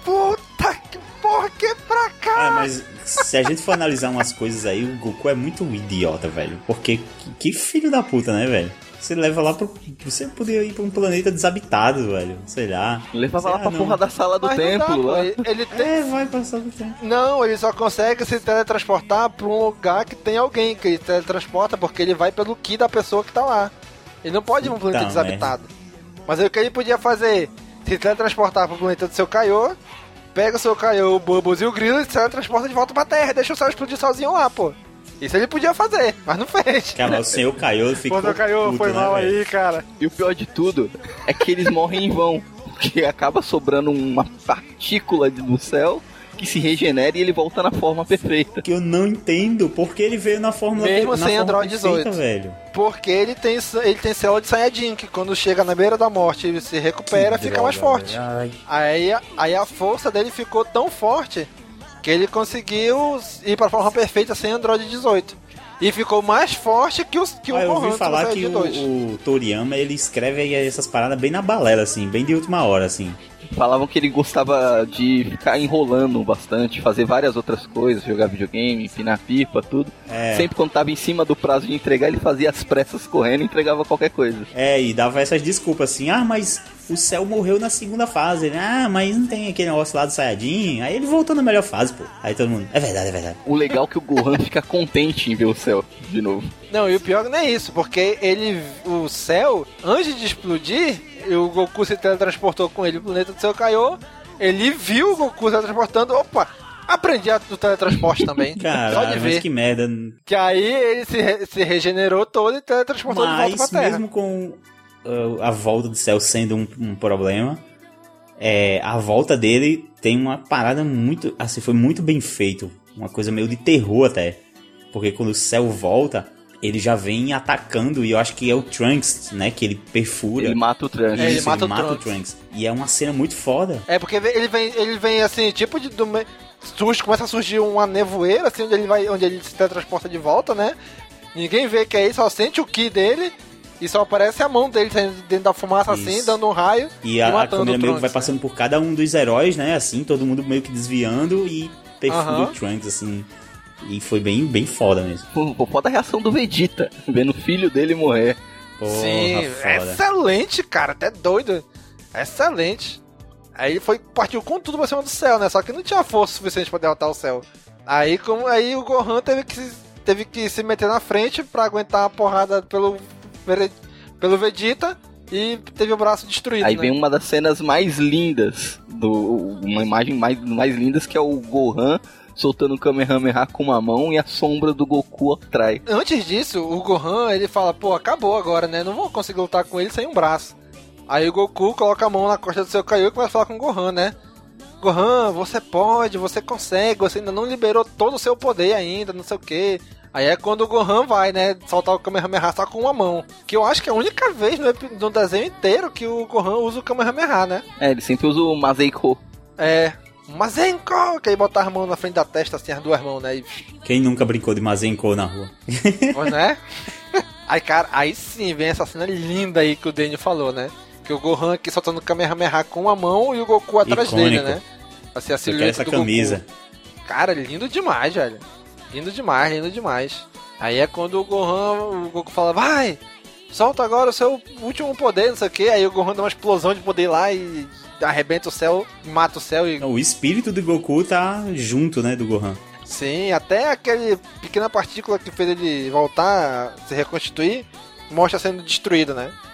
Puta que porra, que pra cá! Ah, mas se a gente for analisar umas coisas aí, o Goku é muito idiota, velho. Porque que, que filho da puta, né, velho? Você leva lá pro. Você poderia ir pra um planeta desabitado, velho. Sei lá. Levava Sei lá lá, pra não. porra da sala do Mas não dá, templo pô, lá. ele, ele tem... É, vai passar do tempo. Não, ele só consegue se teletransportar pra um lugar que tem alguém, que ele teletransporta porque ele vai pelo ki da pessoa que tá lá. Ele não pode ir pra um planeta Então, desabitado. Mas aí o que ele podia fazer? Se teletransportar pro planeta do seu Kaiô, pega o seu Kaiô, o Bubbles e o Grilo e se teletransporta de volta pra Terra, deixa o céu explodir sozinho lá, pô. Isso ele podia fazer, mas não fez. Cara, o senhor Kaiô ficou. Pô, seu Kaiô, puto, foi né, mal velho? aí, cara. E o pior de tudo é que eles morrem em vão. Porque acaba sobrando uma partícula de- do céu que se regenera e ele volta na forma perfeita. Que eu não entendo porque ele veio na fórmula Mesmo na sem forma Android perfeita, dezoito. velho. Porque ele tem, ele tem célula de Saiyajin, que quando chega na beira da morte ele se recupera, Que fica droga, mais forte. velho. Ai. Aí, aí a força dele ficou tão forte que ele conseguiu ir pra forma perfeita sem Android dezoito. E ficou mais forte que, os, que Ah, o eu Gohan ouvi falar Super que Saiyajin dois. o, o Toriyama, ele escreve aí essas paradas bem na balela, assim, bem de última hora, assim. Falavam que ele gostava de ficar enrolando bastante, fazer várias outras coisas, jogar videogame, empinar pipa, tudo. É. Sempre quando tava em cima do prazo de entregar, ele fazia as pressas correndo e entregava qualquer coisa. É, e dava essas desculpas assim, ah, mas o Cell morreu na segunda fase, né? Ah, mas não tem aquele negócio lá do Saiyajin. Aí ele voltou na melhor fase, pô. Aí todo mundo, é verdade, é verdade. O legal é que o Gohan fica contente em ver o céu de novo. Não, e o pior não é isso, porque ele, o céu, antes de explodir, o Goku se teletransportou com ele pro planeta do seu Kaiô, ele viu o Goku se teletransportando, opa, aprendi a do teletransporte também. Só de Caralho, ver. mas que merda. Que aí ele se, re- se regenerou todo e teletransportou de volta Mas pra Terra. mesmo com uh, a volta do Cell sendo um, um problema, é, a volta dele tem uma parada muito, assim, foi muito bem feito. Uma coisa meio de terror até. Porque quando o Cell volta, ele já vem atacando, e eu acho que é o Trunks, né, que ele perfura. Ele mata o Trunks. É, ele Isso, mata ele o mata o Trunks. Trunks. E é uma cena muito foda. É, porque ele vem, ele vem assim, tipo de. Do, me- surge, começa a surgir uma nevoeira, assim, onde ele vai, onde ele se teletransporta de volta, né? Ninguém vê que é isso, só sente o ki dele e só aparece a mão dele saindo dentro da fumaça assim, Isso. dando um raio E a, a matando câmera o meio que vai Trunks, passando por cada um dos heróis, né? Assim, todo mundo meio que desviando e perfura Aham. o Trunks, assim. E foi bem, bem foda mesmo. Pô, foda a reação do Vegeta, vendo o filho dele morrer. Porra, Sim, foda. excelente, cara, até doido. Excelente. Aí ele foi, partiu com tudo pra cima do céu, né? Só que não tinha força suficiente pra derrotar o céu. Aí, como, aí o Gohan teve que, se- teve que se meter na frente pra aguentar a porrada pelo, Vere- pelo Vegeta e teve o braço destruído. Aí né? vem uma das cenas mais lindas, do, uma imagem mais, mais lindas, que é o Gohan soltando o Kamehameha com uma mão e a sombra do Goku atrás. Antes disso, o Gohan, ele fala, pô, acabou agora, né? Não vou conseguir lutar com ele sem um braço. Aí o Goku coloca a mão na costa do seu Kaiô e começa a falar com o Gohan, né? Gohan, você pode, você consegue, você ainda não liberou todo o seu poder ainda, não sei o que. Aí é quando o Gohan vai, né, soltar o Kamehameha só com uma mão. Que eu acho que é a única vez no, epi- no desenho inteiro que o Gohan usa o Kamehameha, né? É, ele sempre usa o Mazeiko. É... Mazenko! Que aí bota as mãos na frente da testa, assim, as duas mãos, né? E... Quem nunca brincou de Mazenko na rua? Pois né? Aí, cara, aí sim vem essa cena linda aí que o Daniel falou, né? Que o Gohan aqui soltando o Kamehameha com uma mão e o Goku atrás Icônico. dele, né? Assim, a Eu quero silhueta essa do camisa. Goku. Cara, lindo demais, velho. Lindo demais, lindo demais. Aí é quando o Gohan, o Goku fala, vai, solta agora o seu último poder, não sei o que. Aí o Gohan dá uma explosão de poder lá e arrebenta o céu, mata o céu e... O espírito do Goku tá junto, né, do Gohan. Sim, até aquele pequena partícula que fez ele voltar a se reconstituir, mostra sendo destruída, né?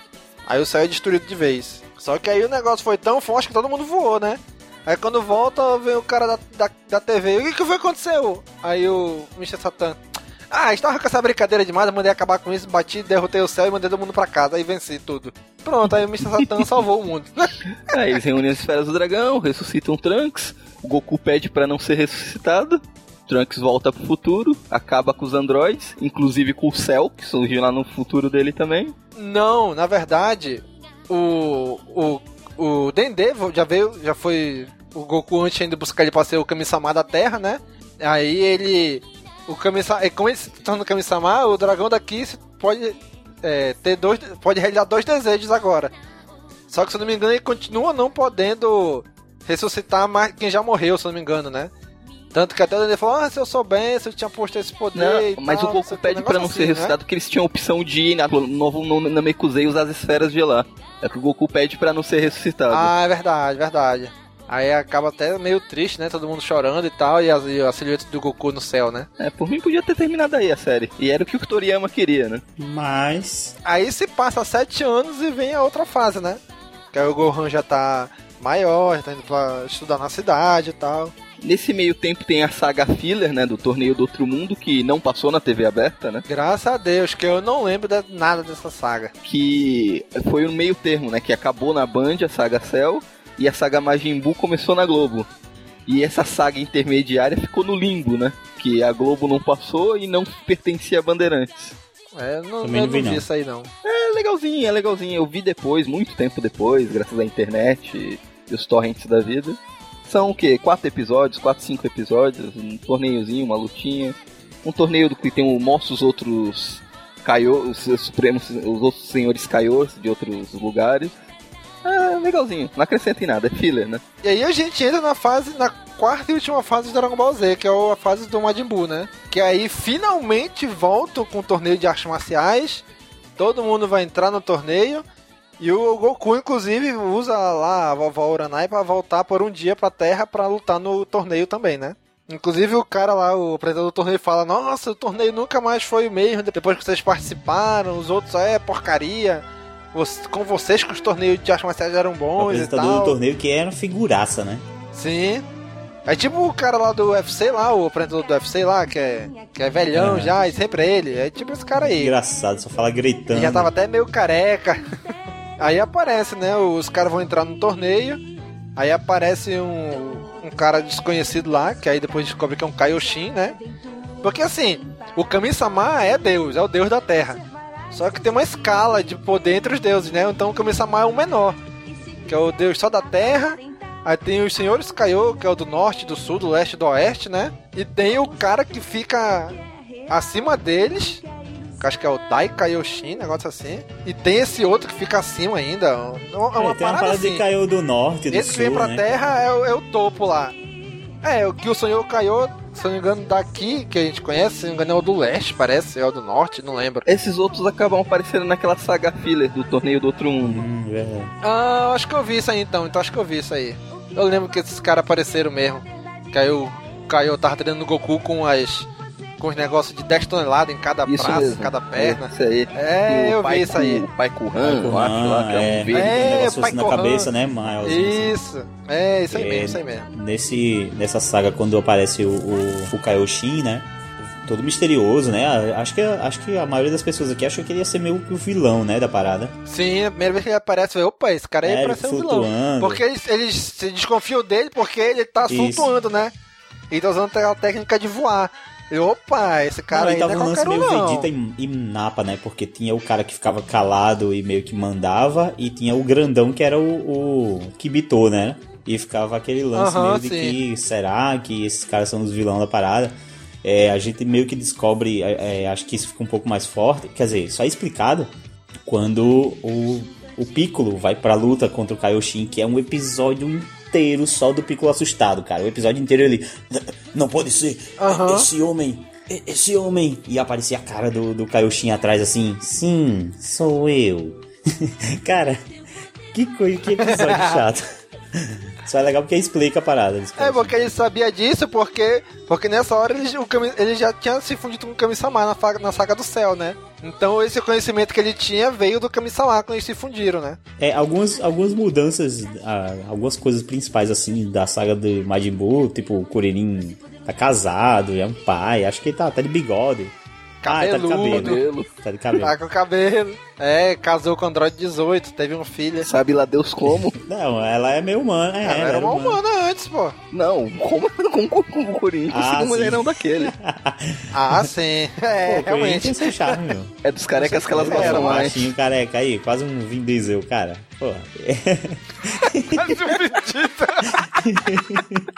Aí o céu é destruído de vez. Só que aí o negócio foi tão forte que todo mundo voou, né? Aí quando volta, vem o cara da, da, da T V. O que que foi que aconteceu? Aí o mister Satan... Ah, estava com essa brincadeira demais, eu mandei acabar com isso, bati, derrotei o céu e mandei todo mundo pra casa, aí venci tudo. Pronto, aí o mister Satan salvou o mundo. Aí eles reúnem as esferas do dragão, ressuscitam o Trunks, o Goku pede pra não ser ressuscitado, Trunks volta pro futuro, acaba com os androides, inclusive com o Cell, que surgiu lá no futuro dele também. Não, na verdade, o... o, o Dendê já veio, já foi... O Goku antes ainda buscar ele pra ser o Kami-sama da Terra, né? Aí ele... O Kami-sama, como ele se torna o Kami-sama, o dragão daqui pode é, ter dois, pode realizar dois desejos agora. Só que, se eu não me engano, ele continua não podendo ressuscitar mais quem já morreu, se eu não me engano, né? Tanto que até ele falou, ah, se eu soubesse, eu tinha posto esse poder não, e mas tal, o Goku pede pra não assim, ser ressuscitado, né? Porque eles tinham a opção de ir na, no, no Namekusei usar as esferas de lá. É que o Goku pede pra não ser ressuscitado. Ah, é verdade, verdade. Aí acaba até meio triste, né? Todo mundo chorando e tal, e a, e a silhueta do Goku no céu, né? É, por mim podia ter terminado aí a série. E era o que o Toriyama queria, né? Mas... Aí se passa sete anos e vem a outra fase, né? Que aí o Gohan já tá maior, já tá indo pra estudar na cidade e tal. Nesse meio tempo tem a saga filler, né? Do Torneio do Outro Mundo, que não passou na T V aberta, né? Graças a Deus, que eu não lembro de nada dessa saga. Que foi no meio termo, né? Que acabou na Band, a saga Cell... E a saga Majin Buu começou na Globo. E essa saga intermediária ficou no limbo, né? Que a Globo não passou e não pertencia a Bandeirantes. É, não, Também eu não vi, não vi não. isso aí, não. É legalzinho, é legalzinho. Eu vi depois, muito tempo depois, graças à internet e, e os torrents da vida. São o quê? Quatro episódios, quatro, cinco episódios, um torneiozinho, uma lutinha. Um torneio do que tem o mostra os outros Kaiô, os supremos, os outros senhores Kaiôs de outros lugares. É legalzinho, não acrescenta em nada, é filler, né? E aí a gente entra na fase, na quarta e última fase de Dragon Ball Z, que é a fase do Majin Buu, né? Que aí finalmente voltam com o torneio de artes marciais, todo mundo vai entrar no torneio, e o Goku, inclusive, usa lá a vovó Uranai pra voltar por um dia pra Terra pra lutar no torneio também, né? Inclusive o cara lá, o apresentador do torneio, fala: nossa, o torneio nunca mais foi o mesmo depois que vocês participaram, os outros é porcaria. Com vocês que os torneios de artes marciais eram bons e tal. O apresentador do torneio que era figuraça, né? Sim. É tipo o cara lá do U F C lá, o apresentador do U F C lá, que é, que é velhão é. já, e sempre é ele. É tipo esse cara aí. Engraçado, só fala gritando. Ele já tava até meio careca. Aí aparece, né, os caras vão entrar no torneio, aí aparece um, um cara desconhecido lá, que aí depois descobre que é um Kaioshin, né? Porque assim, o Kami-sama é Deus, é o Deus da Terra. Só que tem uma escala de poder entre os deuses, né? Então o Kami-sama é o menor, que é o deus só da Terra. Aí tem os senhores Kaiô, que é o do norte, do sul, do leste, do oeste, né? E tem o cara que fica acima deles, que acho que é o Dai Kaioshin, negócio assim. E tem esse outro que fica acima ainda. É uma, é, uma tem uma parada parada assim. de Kaiô do norte, do esse sul, que vem pra né? Terra é o, é o topo lá. É, o que o senhor Kaiô, se não me engano, daqui, que a gente conhece, se não me engano, é o do leste, parece, é o do norte, não lembro. Esses outros acabam aparecendo naquela saga filler do Torneio do Outro Mundo. Hum, verdade. Ah, acho que eu vi isso aí então, então acho que eu vi isso aí. Eu lembro que esses caras apareceram mesmo. Que aí o Kaiô tava treinando no Goku com as... com os negócios de dez toneladas em cada Isso braço, mesmo. cada perna. Isso aí. É, E o eu pai vi isso Ku- aí. O pai Kuhan, eu acho lá, que é é, um verde. É, um negócio pai assim na Gohan. cabeça, né? Maiorzinho. Isso, é, isso aí É, mesmo, isso aí mesmo. Nesse, nessa saga, quando aparece o, o, o Kaioshin, né? Todo misterioso, né? Acho que, acho que a maioria das pessoas aqui achou que ele ia ser meio que o vilão, né? Da parada. Sim, a primeira vez que ele aparece, eu falei, opa, esse cara aí É, parece ser um vilão. flutuando. Porque eles, eles se desconfiam dele porque ele tá Isso. flutuando, né? Ele tá usando aquela técnica de voar. E, opa, esse cara Não, aí aí não tava é um lance qualquer um, meio não. Vegeta e, e Nappa, né? Porque tinha o cara que ficava calado e meio que mandava, e tinha o grandão que era o, o Kibito, né? E ficava aquele lance Aham, meio de sim. que será que esses caras são os vilões da parada? É, a gente meio que descobre, é, é, acho que isso fica um pouco mais forte, quer dizer, só é explicado quando o, o Piccolo vai pra luta contra o Kaioshin, que é um episódio inteiro só do Piccolo assustado, cara. O episódio inteiro ele, não pode ser, Aham. esse homem, esse homem. E aparecia a cara do, do Kaioshin atrás assim, sim, sou eu. Cara, que coisa, que episódio chato. Só é legal porque explica a parada. É, porque ele sabia disso, porque, porque nessa hora ele, o Kami, ele já tinha se fundido com o Kami-sama na, na saga do céu, né? Então esse conhecimento que ele tinha veio do Kami-sama quando eles se fundiram, né? É, algumas, algumas mudanças, ah, algumas coisas principais, assim, da saga do Majin Buu, tipo, o Kuririn tá casado, é um pai, acho que ele tá, tá de bigode. Cabeludo. Ah, tá de cabelo. Tá de cabelo. Tá com cabelo. É, casou com o Android dezoito, teve uma filha. Sabe lá Deus como? Não, ela é meio humana. É, ela, ela era uma humana. humana antes, pô. Não, como com o Corinthians ah, um mulherão daquele. Ah, sim. É, pô, realmente. Tem seu charme, meu. É dos carecas que elas gostam um mais. Baixinho careca aí, quase um Vin Diesel, cara. Porra. Quase um Vegeta.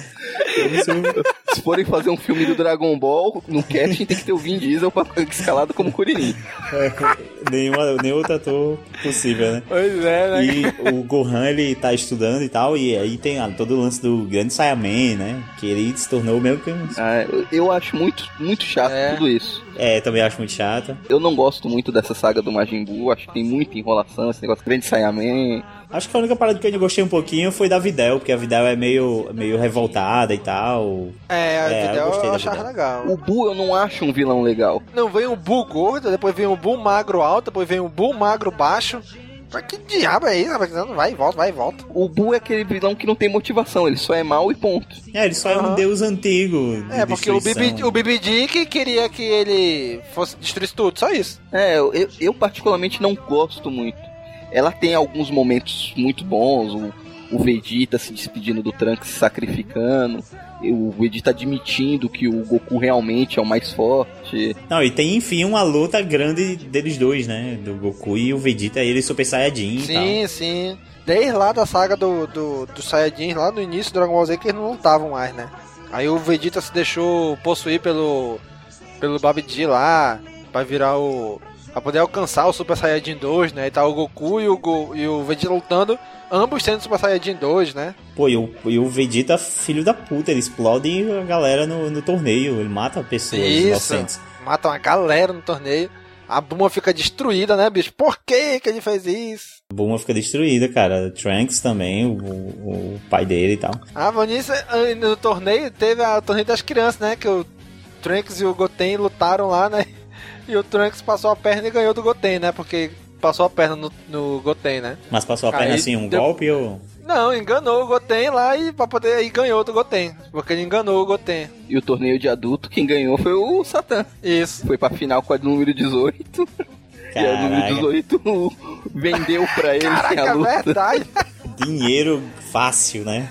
Se forem fazer um filme do Dragon Ball, no casting tem que ter o Vin Diesel pra, escalado como Kuririn. É, nenhuma, nenhum outro ator possível, né? Pois é, né? E o Gohan, ele tá estudando e tal, e aí tem ah, todo o lance do grande Saiyaman, né? Que ele se tornou meio que... Ah, eu, eu acho muito, muito chato é. tudo isso. É, também acho muito chato. Eu não gosto muito dessa saga do Majin Buu, acho que tem muita enrolação, esse negócio de grande Saiyaman... Acho que a única parada que eu gostei um pouquinho foi da Videl, porque a Videl é meio, meio revoltada e tal. É, a é, Videl eu, eu achava legal. O Buu eu não acho um vilão legal. Não, vem um Buu gordo, depois vem um Buu magro alto, depois vem um Buu magro baixo. Mas que diabo é isso? Vai e volta, vai e volta. O Buu é aquele vilão que não tem motivação, ele só é mau e ponto. É, ele só uhum. é um deus antigo de É, porque o Bibi, o Bibi Dick queria que ele fosse destruir tudo, só isso. É, eu, eu particularmente não gosto muito. Ela tem alguns momentos muito bons, o, o Vegeta se despedindo do Trunks, se sacrificando, o Vegeta admitindo que o Goku realmente é o mais forte. Não, e tem, enfim, uma luta grande deles dois, né? Do Goku e o Vegeta, ele Super Saiyajin e tal. Sim, sim. Desde lá da saga do, do, do Saiyajin, lá no início do Dragon Ball Z, que eles não lutavam mais, né? Aí o Vegeta se deixou possuir pelo, pelo Babidi lá, pra virar o... pra poder alcançar o Super Saiyajin dois, né? E tá o Goku e o, Go, e o Vegeta lutando, ambos sendo Super Saiyajin dois, né? Pô, e o, e o Vegeta, filho da puta, ele explode a galera no, no torneio, ele mata pessoas Isso, inocentes. Mata uma galera no torneio. A Bulma fica destruída, né, bicho? Por que que ele fez isso? A Bulma fica destruída, cara. O Trunks também, o, o, o pai dele e tal. Ah, Vanessa, no torneio, teve a torneio das crianças, né? Que o Trunks e o Goten lutaram lá, né? E o Trunks passou a perna e ganhou do Goten, né? Porque passou a perna no, no Goten, né? Mas passou a perna Aí assim, um deu... golpe ou... Não, enganou o Goten lá e pra poder e ganhou do Goten. Porque ele enganou o Goten. E o torneio de adulto, quem ganhou foi o Satã. Isso. Foi pra final com a número dezoito. Caraca. E a número dezoito vendeu pra ele. Caraca, a luta. verdade. Dinheiro fácil, né?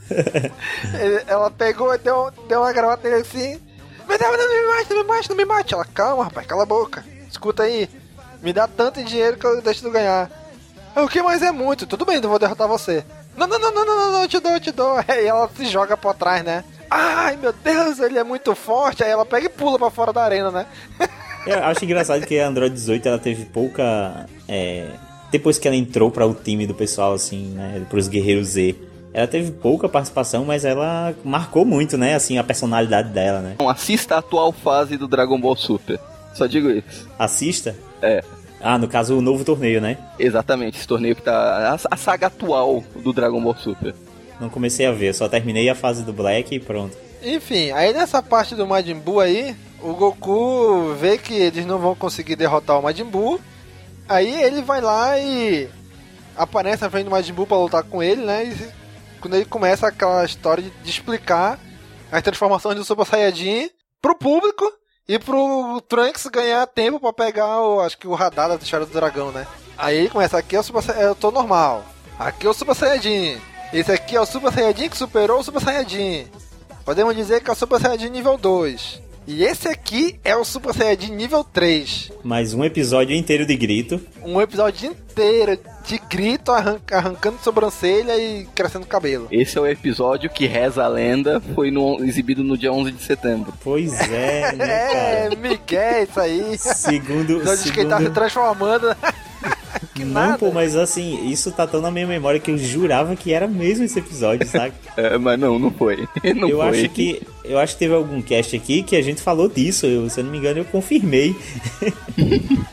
Ela pegou e deu, deu uma gravata nele assim... Mas não, não me mate, não me mate, não me mate. Ela, calma, rapaz, cala a boca. Escuta aí. Me dá tanto dinheiro que eu deixo tu ganhar. O que mais é muito? Tudo bem, não vou derrotar você. Não, não, não, não, não, não, eu te dou, eu te dou. Aí ela se joga pra trás, né? Ai, meu Deus, ele é muito forte. Aí ela pega e pula pra fora da arena, né? Eu acho engraçado que a Android dezoito, ela teve pouca... É... Depois que ela entrou para o time do pessoal, assim, né? Pros Guerreiros Z. Ela teve pouca participação, mas ela marcou muito, né? Assim, a personalidade dela, né? Não, assista a atual fase do Dragon Ball Super. Só digo isso. Assista? É. Ah, no caso, o novo torneio, né? Exatamente, esse torneio que tá... A, a saga atual do Dragon Ball Super. Não comecei a ver, só terminei a fase do Black e pronto. Enfim, aí nessa parte do Majin Buu aí, o Goku vê que eles não vão conseguir derrotar o Majin Buu. Aí ele vai lá e aparece na frente do Majin Buu pra lutar com ele, né? E quando ele começa aquela história de, de explicar as transformações do Super Saiyajin pro público e pro Trunks ganhar tempo pra pegar o, acho que o radar da história do dragão, né? Aí ele começa, aqui é o Super Saiyajin, eu tô normal. Aqui é o Super Saiyajin. Esse aqui é o Super Saiyajin que superou o Super Saiyajin. Podemos dizer que é o Super Saiyajin nível dois. E esse aqui é o Super Saiyajin nível três. Mais um episódio inteiro de grito. Um episódio inteiro de grito, arran- arrancando sobrancelha e crescendo cabelo. Esse é o episódio que, reza a lenda, foi no, exibido no dia onze de setembro. Pois é, né, cara? É, Miguel, isso aí. Segundo... Então diz que ele tá se transformando. Que Não, nada. pô, mas assim, isso tá tão na minha memória que eu jurava que era mesmo esse episódio, sabe? É, mas não, não foi. Não eu foi. acho que eu acho que teve algum cast aqui que a gente falou disso. Eu, se eu não me engano, eu confirmei.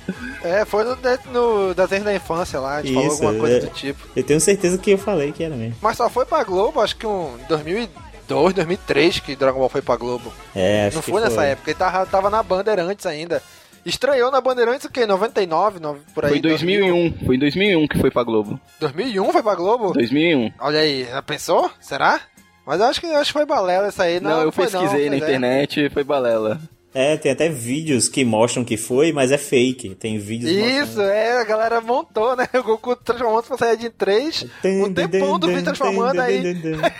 É, foi no, no desenho da infância lá, a gente Isso, falou alguma coisa é, do tipo. Eu tenho certeza que eu falei que era mesmo. Mas só foi pra Globo, acho que um dois mil e dois, dois mil e três que Dragon Ball foi pra Globo. É, acho Não que foi nessa foi. época, ele tava, tava na Bandeirantes ainda. Estreou na Bandeirantes o quê? noventa e nove, no- por aí? Foi dois mil e um, foi em dois mil e um que foi pra Globo. dois mil e um foi pra Globo? dois mil e um. Olha aí, já pensou? Será? Mas eu acho que, acho que foi balela essa aí. Não, Não, eu foi pesquisei não, na mas é. internet e foi balela. É, tem até vídeos que mostram que foi, mas é fake. Tem vídeos Isso, mostrando... é, a galera montou, né? O Goku transformando pra Saiyajin três. Um tempão do vídeo transformando aí.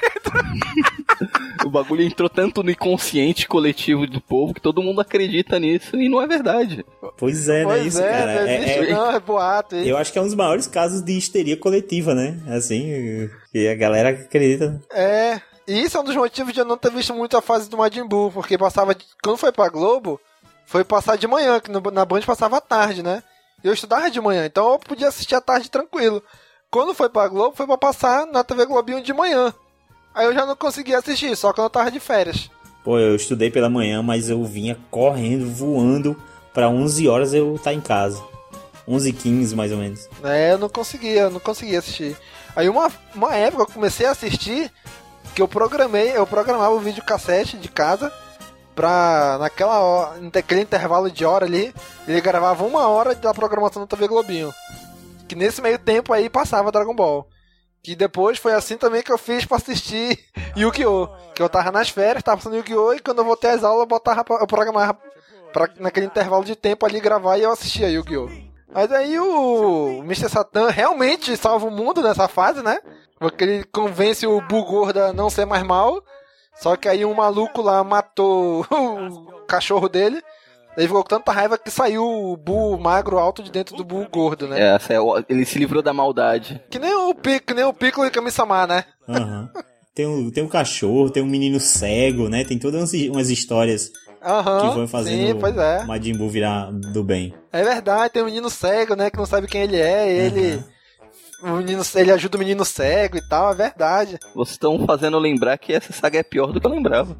O bagulho entrou tanto no inconsciente coletivo do povo que todo mundo acredita nisso e não é verdade. Pois é, não é Pois isso, é, cara. não É- existe é- não, é boato. Isso. Eu acho que é um dos maiores casos de histeria coletiva, né? Assim, que a galera acredita. É, e isso é um dos motivos de eu não ter visto muito a fase do Majin Buu, porque passava, de- quando foi pra Globo, foi passar de manhã, que no- na Band passava à tarde, né? E eu estudava de manhã, então eu podia assistir à tarde tranquilo. Quando foi pra Globo, foi pra passar na T V Globinho de manhã. Aí eu já não conseguia assistir, só quando eu tava de férias. Pô, eu estudei pela manhã, mas eu vinha correndo, voando, pra onze horas eu estar em casa. onze e quinze, mais ou menos. É, eu não conseguia, eu não conseguia assistir. Aí uma, uma época eu comecei a assistir, que eu programei, eu programava o videocassete de casa, pra naquela hora, naquele intervalo de hora ali, ele gravava uma hora da programação da T V Globinho. Que nesse meio tempo aí passava Dragon Ball. Que depois foi assim também que eu fiz pra assistir Yu-Gi-Oh! Que eu tava nas férias, tava passando Yu-Gi-Oh! E quando eu voltei às aulas, eu, botava, pra- eu programava pra naquele intervalo de tempo ali gravar e eu assistia Yu-Gi-Oh! Mas aí o mister Satan realmente salva o mundo nessa fase, né? Porque ele convence o Buu Gordo a não ser mais mal. Só que aí um maluco lá matou o cachorro dele. Ele ficou com tanta raiva que saiu o Buu magro alto de dentro do Buu gordo, né? É, essa é o- ele se livrou da maldade. Que nem o Pico, que nem o Piccolo e Kami-sama, né? Aham. Tem um, tem um cachorro, tem um menino cego, né? Tem todas umas- umas histórias Aham, que vão fazendo sim, pois é. o Majin Buu virar do bem. É verdade, tem um menino cego, né? Que não sabe quem ele é. Ele, o menino, ele ajuda o menino cego e tal, é verdade. Vocês estão fazendo lembrar que essa saga é pior do que eu lembrava.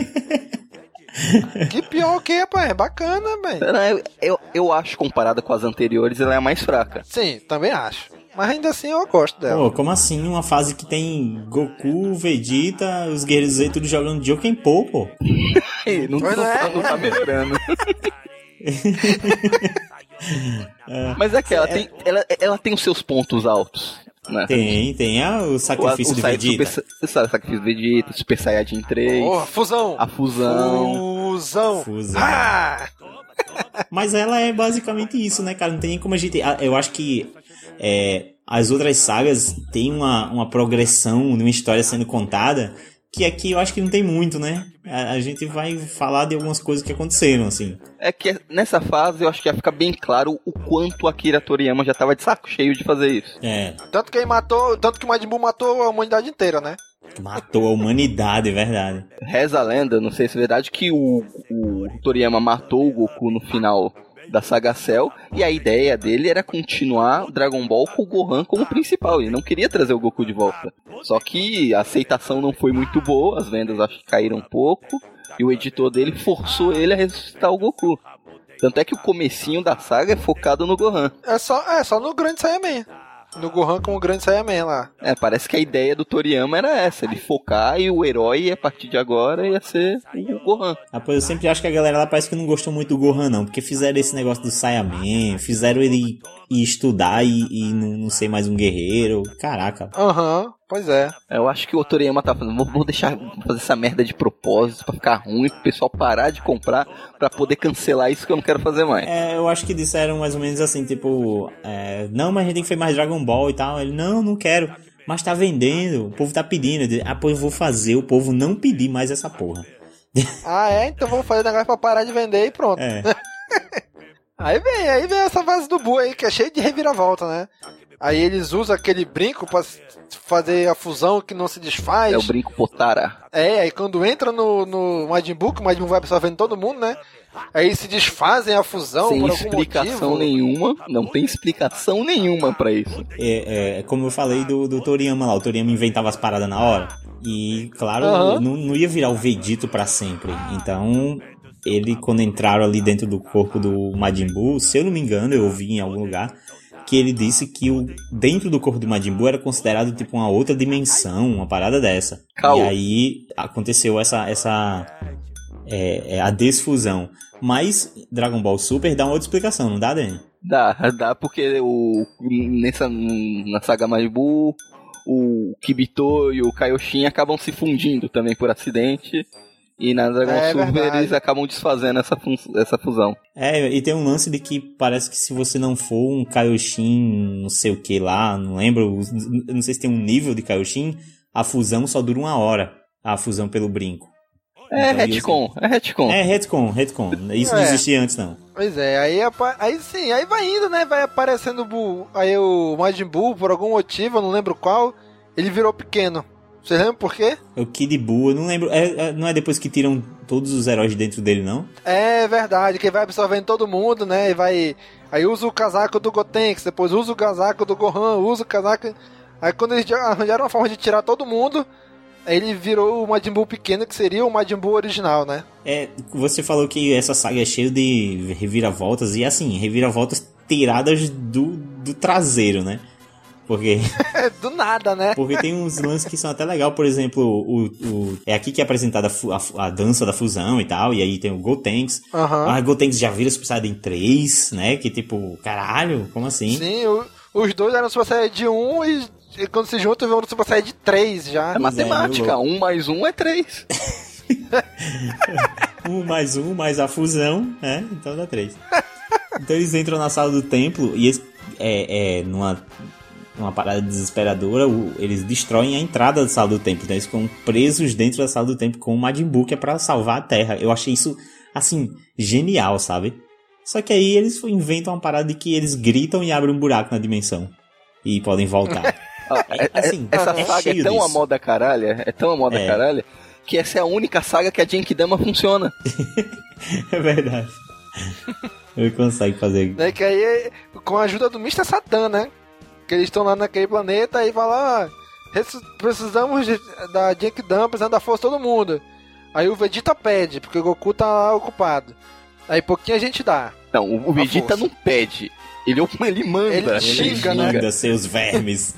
Que pior que, rapaz, é bacana, velho. Eu, eu, eu acho, comparada com as anteriores, ela é a mais fraca. Sim, também acho. Mas ainda assim eu gosto dela. Pô, como assim? Uma fase que tem Goku, Vegeta, os guerreiros Z tudo jogando Jokenpô, pô. Ei, não, Pois não, é. tá, não tá melhorando. Mas é que ela, tem, ela, ela tem os seus pontos altos. Né? Tem, tem ah, o sacrifício o, o de Sai- Vegeta. Super, Sa- sacrifício de Vegeta, Super Saiyajin três, Oh, fusão. a fusão. Fusão. Fusão. Ah! Mas ela é basicamente isso, né, cara? Não tem nem como a gente... ah, Eu acho que é, as outras sagas têm uma, uma progressão numa história sendo contada que aqui eu acho que não tem muito, né? A, a gente vai falar de algumas coisas que aconteceram, assim. É que nessa fase eu acho que ia ficar bem claro o quanto Akira Toriyama já tava de saco cheio de fazer isso. É, Tanto que ele matou, tanto que o Majin Buu matou a humanidade inteira, né? matou a humanidade, é verdade. Reza a lenda, não sei se é verdade, que o, o Toriyama matou o Goku no final da saga Cell, e a ideia dele era continuar Dragon Ball com o Gohan como principal, ele não queria trazer o Goku de volta. Só que a aceitação não foi muito boa, as vendas acho que caíram um pouco, e o editor dele forçou ele a ressuscitar o Goku. Tanto é que o comecinho da saga é focado no Gohan. É só, é só no Grande Saiyaman. No Gohan com o Grande Saiyaman lá. É, parece que a ideia do Toriyama era essa, ele focar e o herói, a partir de agora, ia ser o Gohan. Ah, pois eu sempre acho que a galera lá parece que não gostou muito do Gohan, não. Porque fizeram esse negócio do Saiyaman, fizeram ele ir estudar e, e não, não ser mais um guerreiro. Caraca. Aham, uhum, pois é. Eu acho que o Toriyama tá falando, vou, vou deixar fazer essa merda de propósito pra ficar ruim, pro pessoal parar de comprar, pra poder cancelar isso que eu não quero fazer mais. É, eu acho que disseram mais ou menos assim, tipo... É, não, mas a gente tem que fazer mais Dragon Ball e tal. Ele, não, não quero. Mas tá vendendo, o povo tá pedindo. Eu disse, ah, pois eu vou fazer o povo não pedir mais essa porra. Ah, é? Então vamos fazer negócio pra parar de vender e pronto. É. Aí vem, aí vem essa fase do Buu aí, que é cheio de reviravolta, né? Aí eles usam aquele brinco pra fazer a fusão que não se desfaz. É o brinco Potara. É, aí quando entra no, no Majin Buu, que o Majin Buu vai absorvendo todo mundo, né? Aí se desfazem a fusão Sem por algum explicação motivo. nenhuma, não tem explicação nenhuma pra isso. É, é, como eu falei do, do Toriyama lá, o Toriyama inventava as paradas na hora. E, claro, Uhum. não, não ia virar o Vegito pra sempre. Então, ele, quando entraram ali dentro do corpo do Majin Buu, se eu não me engano, eu ouvi em algum lugar, que ele disse que o, dentro do corpo do Majin Buu era considerado tipo uma outra dimensão, uma parada dessa. Calma. E aí aconteceu essa, essa é, é, a desfusão. Mas Dragon Ball Super dá uma outra explicação, não dá, Dani? Dá, dá porque o, nessa, na saga Majin Buu, o Kibito e o Kaioshin acabam se fundindo também por acidente. E na Dragon é, Super verdade. Eles acabam desfazendo essa, fun- essa fusão. É, e tem um lance de que parece que se você não for um Kaioshin, não sei o que lá, não lembro, não sei se tem um nível de Kaioshin, a fusão só dura uma hora, a fusão pelo brinco. É então, retcon, é retcon. É retcon, retcon. Isso é. Não existia antes, não. Pois é, aí, aí sim, aí vai indo, né, vai aparecendo o Buu, aí o Majin Buu, por algum motivo, eu não lembro qual, ele virou pequeno. Você lembra por quê? É o Kid Buu, eu não lembro. É, é, não é depois que tiram todos os heróis de dentro dele, não? É verdade, que vai absorvendo todo mundo, né? E vai. Aí usa o casaco do Gotenks, depois usa o casaco do Gohan, usa o casaco. Aí quando eles arranjaram uma forma de tirar todo mundo, aí ele virou o Majin Buu pequeno, que seria o Majin Buu original, né? É, você falou que essa saga é cheia de reviravoltas, e assim, reviravoltas tiradas do, do traseiro, né? Porque... do nada, né? Porque tem uns lances que são até legal, por exemplo, o, o, é aqui que é apresentada a, a, a dança da fusão e tal, e aí tem o Gotenks. Uhum. Ah, Gotenks já vira Super Saiyajin três, né? Que tipo, caralho, como assim? Sim, o, os dois eram Super Saiyajin um e, e quando se juntam viram Super Saiyajin três já. É matemática, é, um mais um é três. um mais um, mais a fusão, né? Então dá três. Então eles entram na sala do templo e eles, é, é, numa... uma parada desesperadora, o, eles destroem a entrada da sala do templo, então eles ficam presos dentro da sala do templo com o Majin Buu, que é pra salvar a Terra. Eu achei isso, assim, genial, sabe? Só que aí eles inventam uma parada de que eles gritam e abrem um buraco na dimensão. E podem voltar. ah, é, assim, essa é saga é tão disso. a moda caralha, é tão a moda é. caralha, que essa é a única saga que a Genkidama funciona. É verdade. Ele consegue fazer. É que aí, com a ajuda do mister Satan, né? Que eles estão lá naquele planeta e falam, ah, precisamos de, da Genkidama, precisamos da força de todo mundo. Aí o Vegeta pede, porque o Goku tá lá ocupado. Aí pouquinho a gente dá. Não, o Vegeta não pede. Ele, ele manda. Ele xinga, ele né? Manda seus vermes.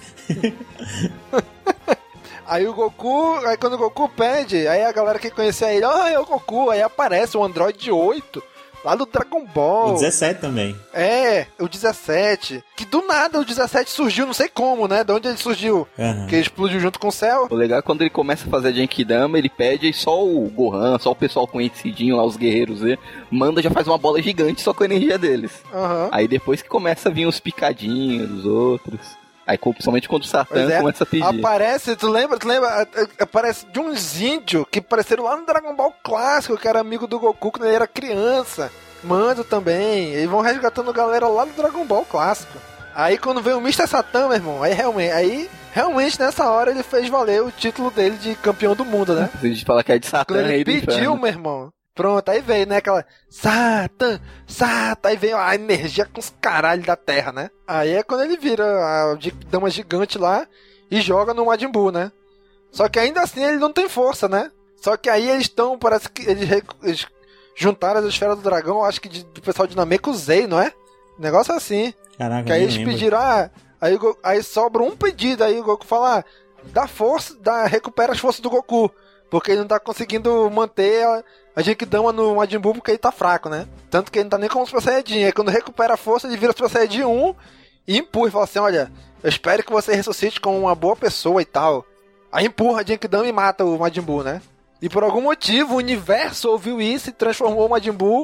Aí o Goku, aí quando o Goku pede, aí a galera que conhecia ele, ah, é o Goku, aí aparece o Android oito. Lá do Dragon Ball. O dezessete também. É, o dezessete. Que do nada o dezessete surgiu, não sei como, né? De onde ele surgiu. Uhum. Que ele explodiu junto com o céu. O legal é quando ele começa a fazer a Genkidama, ele pede e só o Gohan, só o pessoal conhecidinho lá, os guerreiros, né, manda, já faz uma bola gigante só com a energia deles. Uhum. Aí depois que começa a vir os picadinhos dos outros. Aí, principalmente quando o Satã é, começa a pedir. Aparece, tu lembra? Tu lembra? Aparece de uns índios que apareceram lá no Dragon Ball clássico, que era amigo do Goku quando ele era criança. Mando também. Eles vão resgatando a galera lá do Dragon Ball clássico. Aí quando vem o mister Satan, meu irmão, aí realmente, aí, realmente nessa hora ele fez valer o título dele de campeão do mundo, né? A gente fala que é de Satã. Quando ele pediu, meu irmão. Pronto, aí veio, né, aquela Satan, Satan, aí veio a energia com os caralhos da terra, né? Aí é quando ele vira a dama gigante lá e joga no Majin Buu, né? Só que ainda assim ele não tem força, né? Só que aí eles estão, parece que eles, eles juntaram as esferas do dragão, acho que de, do pessoal de Namekusei, não é? Negócio assim. Caraca, que aí eles lembro. pediram, ah, aí, aí sobra um pedido, aí o Goku fala, ah, dá força, dá, recupera as forças do Goku. Porque ele não tá conseguindo manter a, a Genkidama no Majin Buu porque ele tá fraco, né? Tanto que ele não tá nem como Super Saiyajin. Aí quando recupera a força, ele vira Super Saiyajin um e empurra e fala assim, olha, eu espero que você ressuscite como uma boa pessoa e tal. Aí empurra a Genkidama e mata o Majin Buu, né? E por algum motivo o universo ouviu isso e transformou o Majin Buu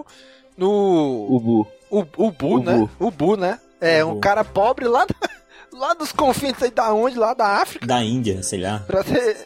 no... Ubu. O, o Buu, né? O Buu, né? É, Ubu. Um cara pobre lá, da, lá dos confins, sei da onde, lá da África. Da Índia, sei lá. Pra ser...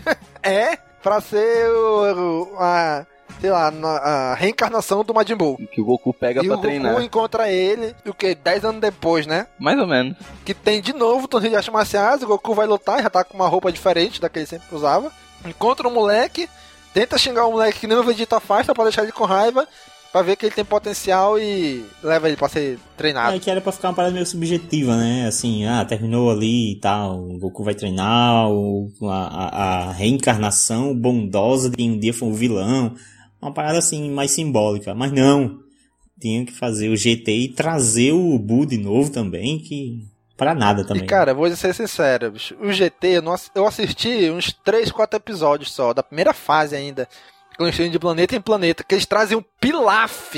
é... Pra ser o, a, sei lá, a reencarnação do Majin Buu. Que o Goku pega e pra o treinar. E o Goku encontra ele, o que? dez anos depois, né? Mais ou menos. Que tem de novo o torneio de artes marciais, o Goku vai lutar, já tá com uma roupa diferente da que ele sempre usava. Encontra o moleque, tenta xingar o moleque que nem o Vegeta faz, pra deixar ele com raiva, pra ver que ele tem potencial e leva ele pra ser treinado. É que era pra ficar uma parada meio subjetiva, né? Assim, ah, terminou ali e tal, o Goku vai treinar, o, a, a, a reencarnação bondosa de um dia foi um vilão. uma parada assim, mais simbólica. Mas não, tinha que fazer o G T e trazer o Buu de novo também, que... Pra nada também. E cara, vou ser sincero, bicho, o G T, eu, não, eu assisti uns três, quatro episódios só, da primeira fase ainda, quando eles de planeta em planeta, que eles trazem um Pilaf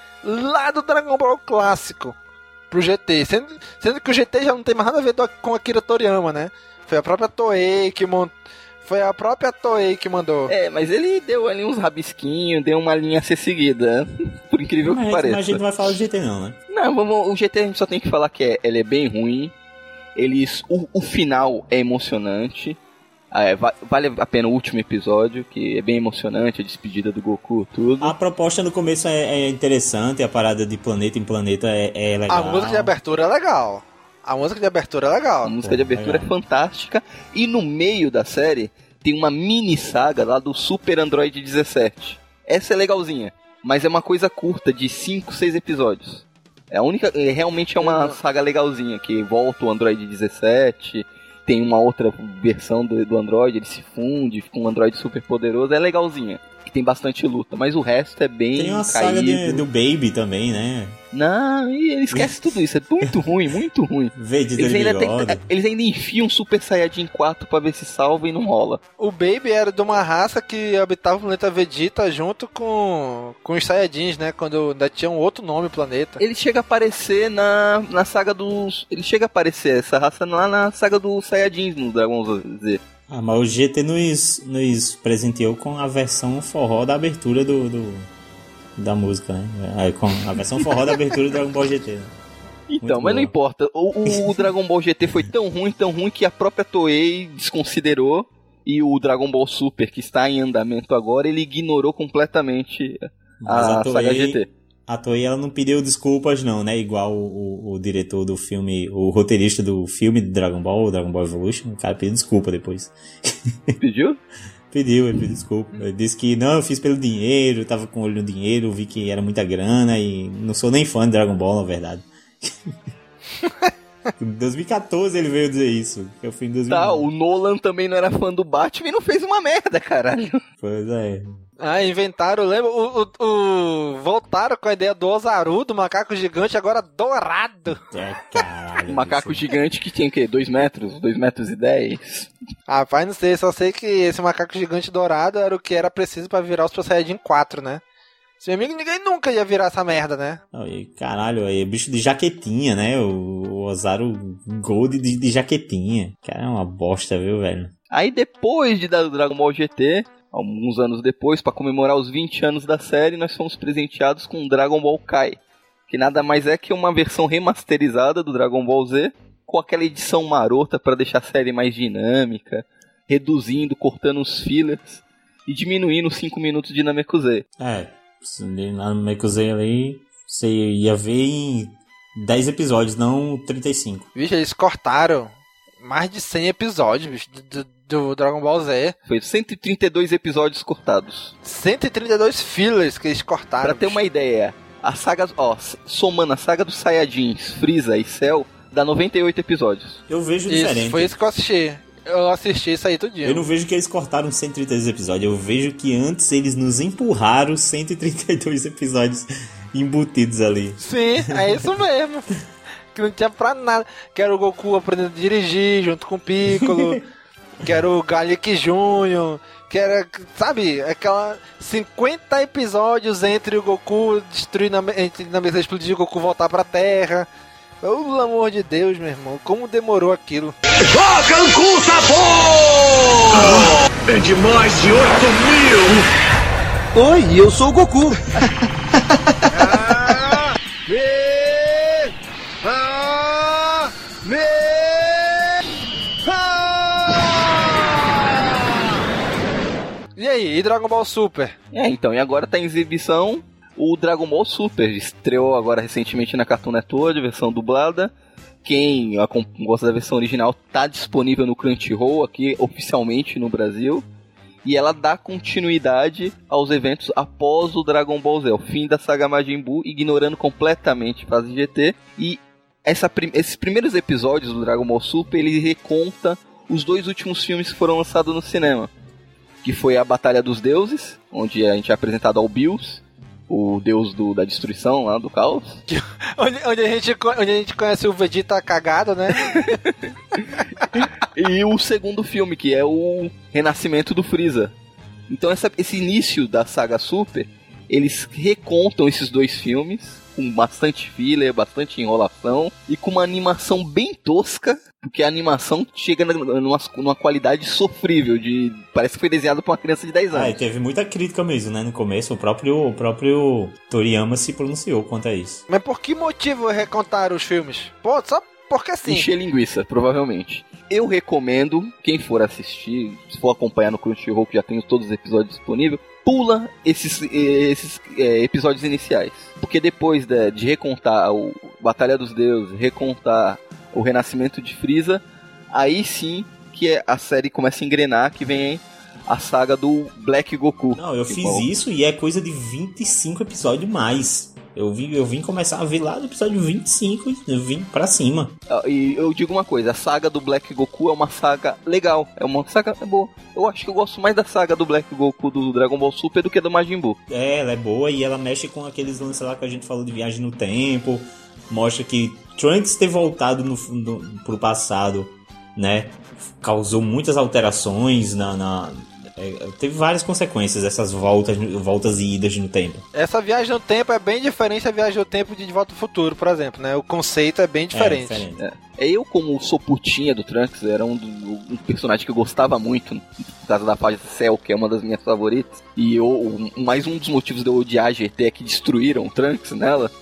lá do Dragon Ball clássico pro G T, sendo, sendo que o G T já não tem mais nada a ver do, com Akira Toriyama, né? Foi a própria Toei que montou. Foi a própria Toei que mandou. É, mas ele deu ali uns rabisquinhos, deu uma linha a ser seguida, por incrível mas, que pareça. Mas a gente não vai falar do G T não, né? Não, vamos, o G T a gente só tem que falar que é, ele é bem ruim, eles, o, o final é emocionante, é, vale a pena o último episódio, que é bem emocionante, a despedida do Goku, tudo. A proposta no começo é, é interessante, a parada de planeta em planeta é, é legal. A música de abertura é legal. A música de abertura é legal. A música de abertura é fantástica. E no meio da série tem uma mini saga lá do Super Android dezessete. Essa é legalzinha, mas é uma coisa curta de cinco, seis episódios. É a única, realmente é uma saga legalzinha, que volta o Android dezessete, tem uma outra versão do, do Android, ele se funde, fica um Android super poderoso, é legalzinha. Que tem bastante luta, mas o resto é bem Tem uma caído. saga de, do Baby também, né? Não, e ele esquece tudo isso, é muito ruim, muito ruim. Verde eles, ainda tem, bigode. eles ainda enfiam Super Saiyajin quatro pra ver se salva e não rola. O Baby era de uma raça que habitava o planeta Vegeta junto com, com os Saiyajins, né? Quando ainda tinha um outro nome o planeta. Ele chega a aparecer na, na saga dos... Ele chega a aparecer, essa raça, lá na saga dos Saiyajins no Dragon Z. Ah, mas o G T nos, nos presenteou com a versão forró da abertura do, do da música, né? Aí, com a versão forró da abertura do Dragon Ball G T. Né? Então, Muito mas boa. não importa. O, o Dragon Ball G T foi tão ruim, tão ruim que a própria Toei desconsiderou e o Dragon Ball Super, que está em andamento agora, ele ignorou completamente a, a Toei, saga G T. A Toei, ela não pediu desculpas não, né? Igual o, o, o diretor do filme, o roteirista do filme de Dragon Ball, o Dragon Ball Evolution, o cara pediu desculpa depois. Pediu? Pediu, ele pediu desculpa. Ele disse que não, eu fiz pelo dinheiro, tava com o olho no dinheiro, vi que era muita grana e não sou nem fã de Dragon Ball, na verdade. Em dois mil e catorze ele veio dizer isso. Eu fui em dois mil e nove. Tá, o Nolan também não era fã do Batman e não fez uma merda, caralho. Pois é. Ah, inventaram, lembra? O, o, o, voltaram com a ideia do Ozaru, do macaco gigante, agora dourado. É, caralho. Um macaco gigante que tinha o quê? dois metros? dois metros e dez? Ah, pai, não sei, só sei que esse macaco gigante dourado era o que era preciso pra virar o Super Saiyajin quatro, né? Se meu amigo, ninguém nunca ia virar essa merda, né? Oh, e caralho, aí, bicho de jaquetinha, né? O, o Ozaru Gold de, de jaquetinha. Cara, é uma bosta, viu, velho? Aí depois de dar o Dragon Ball G T, alguns anos depois, pra comemorar os vinte anos da série, nós fomos presenteados com Dragon Ball Kai, que nada mais é que uma versão remasterizada do Dragon Ball Z, com aquela edição marota pra deixar a série mais dinâmica, reduzindo, cortando os fillers e diminuindo os cinco minutos de Namekusei. É, na Namekusei ali, você ia ver em dez episódios, não trinta e cinco. Vixe, eles cortaram mais de cem episódios, bicho, do, do Dragon Ball Z. Foi cento e trinta e dois episódios cortados. cento e trinta e dois fillers que eles cortaram. Pra ter bicho. uma ideia, a saga, ó, somando a saga dos Saiyajins, Freeza e Cell, dá noventa e oito episódios. Eu vejo Isso, diferente. foi isso que eu assisti. Eu assisti isso aí tudinho. Eu não vejo que eles cortaram cento e trinta e dois episódios. Eu vejo que antes eles nos empurraram cento e trinta e dois episódios embutidos ali. Sim, é isso mesmo. Que não tinha pra nada. Que era o Goku aprendendo a dirigir junto com o Piccolo. Que era o Gallic Júnior. Que era, sabe, aquela cinquenta episódios entre o Goku destruir na, entre, na mesa explodir e o Goku voltar pra Terra. Pelo amor de Deus, meu irmão, como demorou aquilo. Rogan com sabor! É de mais de oito mil! Oi, eu sou o Goku. Ah, me, ah, me, ah. E aí, e Dragon Ball Super? É, então, e agora tá em exibição o Dragon Ball Super. Estreou agora recentemente na Cartoon Network, versão dublada. Quem gosta da versão original tá disponível no Crunchyroll aqui oficialmente no Brasil. E ela dá continuidade aos eventos após o Dragon Ball Z, o fim da saga Majin Buu, ignorando completamente a fase G T. E essa, esses primeiros episódios do Dragon Ball Super, ele reconta os dois últimos filmes que foram lançados no cinema. que foi a Batalha dos Deuses, onde a gente é apresentado ao Bills, o deus do, da destruição lá, do caos. onde, onde, a gente, onde a gente conhece o Vegeta cagado, né? E o segundo filme, que é o Renascimento do Freeza. Então essa, esse início da saga Super, eles recontam esses dois filmes, com bastante filler, bastante enrolação, e com uma animação bem tosca, porque a animação chega numa, numa qualidade sofrível, de parece que foi desenhado por uma criança de dez anos. Ah, e teve muita crítica mesmo, né, no começo, o próprio, o próprio Toriyama se pronunciou quanto a isso. Mas por que motivo recontar os filmes? Pô, só porque sim. Encher linguiça, provavelmente. Eu recomendo, quem for assistir, se for acompanhar no Crunchyroll, que já tem todos os episódios disponíveis, pula esses, esses é, episódios iniciais. Porque depois de, de recontar o Batalha dos Deuses, recontar o Renascimento de Freeza, aí sim que a série começa a engrenar, que vem a saga do Black Goku. Não, eu fiz igual... isso e é coisa de vinte e cinco episódios mais. Eu vim, eu vim começar a ver lá do episódio vinte e cinco e eu vim pra cima. E eu digo uma coisa, a saga do Black Goku é uma saga legal, é uma saga boa. Eu acho que eu gosto mais da saga do Black Goku do Dragon Ball Super do que do Majin Buu. É, ela é boa e ela mexe com aqueles lances lá que a gente falou de viagem no tempo. Mostra que Trunks ter voltado no, no, pro passado, né, causou muitas alterações na... na É, teve várias consequências essas voltas, voltas e idas no tempo. Essa viagem no tempo é bem diferente da viagem no tempo de De Volta ao Futuro, por exemplo, né? O conceito é bem diferente. É, diferente. É. Eu, como sou putinha do Trunks, era um, do, um personagem que eu gostava muito, por causa da fase Cell, que é uma das minhas favoritas. E eu, um, mais um dos motivos de eu odiar a G T é que destruíram o Trunks nela.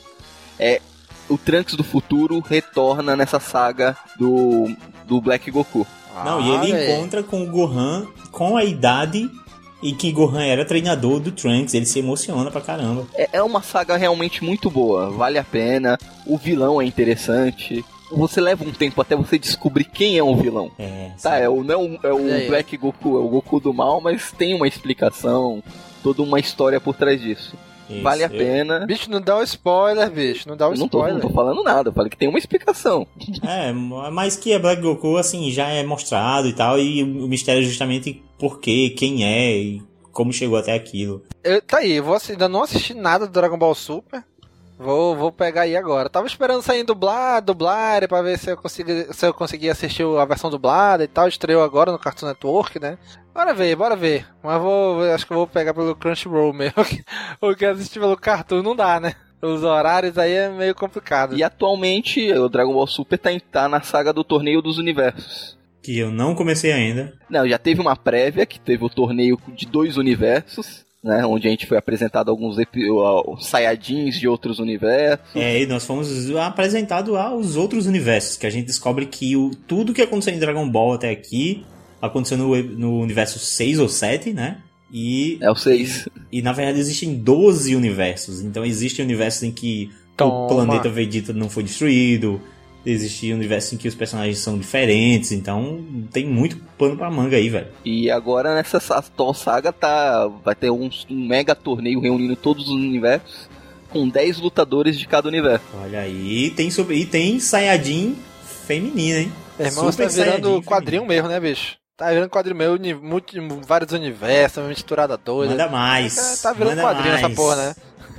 É o Trunks do futuro retorna nessa saga do, do Black Goku. Não, e ele véio. encontra com o Gohan com a idade em que Gohan era treinador do Trunks. Ele se emociona pra caramba. É, é uma saga realmente muito boa, vale a pena. O vilão é interessante. Você leva um tempo até você descobrir quem é o vilão. É, tá, é o, não é o, é o é, Black Goku, é o Goku do mal, mas tem uma explicação, toda uma história por trás disso. Isso, vale a eu... pena. Bicho, não dá o um spoiler, bicho. Não dá o um não tô, spoiler. Não tô falando nada, eu falei que tem uma explicação. É, mas que é Black Goku, assim, já é mostrado e tal, e o mistério é justamente por quê, quem é e como chegou até aquilo. Eu, tá aí, eu vou, ainda não assisti nada do Dragon Ball Super. Vou, vou pegar aí agora. Tava esperando sair dublado, dublado, pra ver se eu, consegui, se eu conseguia assistir a versão dublada e tal. Estreou agora no Cartoon Network, né? Bora ver, bora ver. Mas vou, acho que eu vou pegar pelo Crunchyroll mesmo. Porque assistir pelo Cartoon não dá, né? Os horários aí é meio complicado. E atualmente o Dragon Ball Super tá, em, tá na saga do Torneio dos Universos. Que eu não comecei ainda. Não, já teve uma prévia que teve o torneio de dois universos, né, onde a gente foi apresentado alguns uh, Saiyajins de outros universos. É, e nós fomos apresentados aos outros universos, que a gente descobre que o, tudo que aconteceu em Dragon Ball até aqui aconteceu no, no universo seis ou sete, né? E, é o seis. E, e na verdade existem doze universos. Então existem universos em que Toma. o planeta Vegeta não foi destruído. Existem universos em que os personagens são diferentes. Então tem muito pano pra manga aí, velho. E agora nessa atual saga tá, vai ter um, um mega torneio reunindo todos os universos com dez lutadores de cada universo. Olha aí, tem, sobre, e tem Saiyajin feminina, hein? É, irmão, você tá virando quadrinho mesmo, né, bicho? Tá virando quadrinho meu, uni, multi, vários universos, uma misturada doida. Manda mais. Tá virando Manda quadrinho mais. essa porra, né?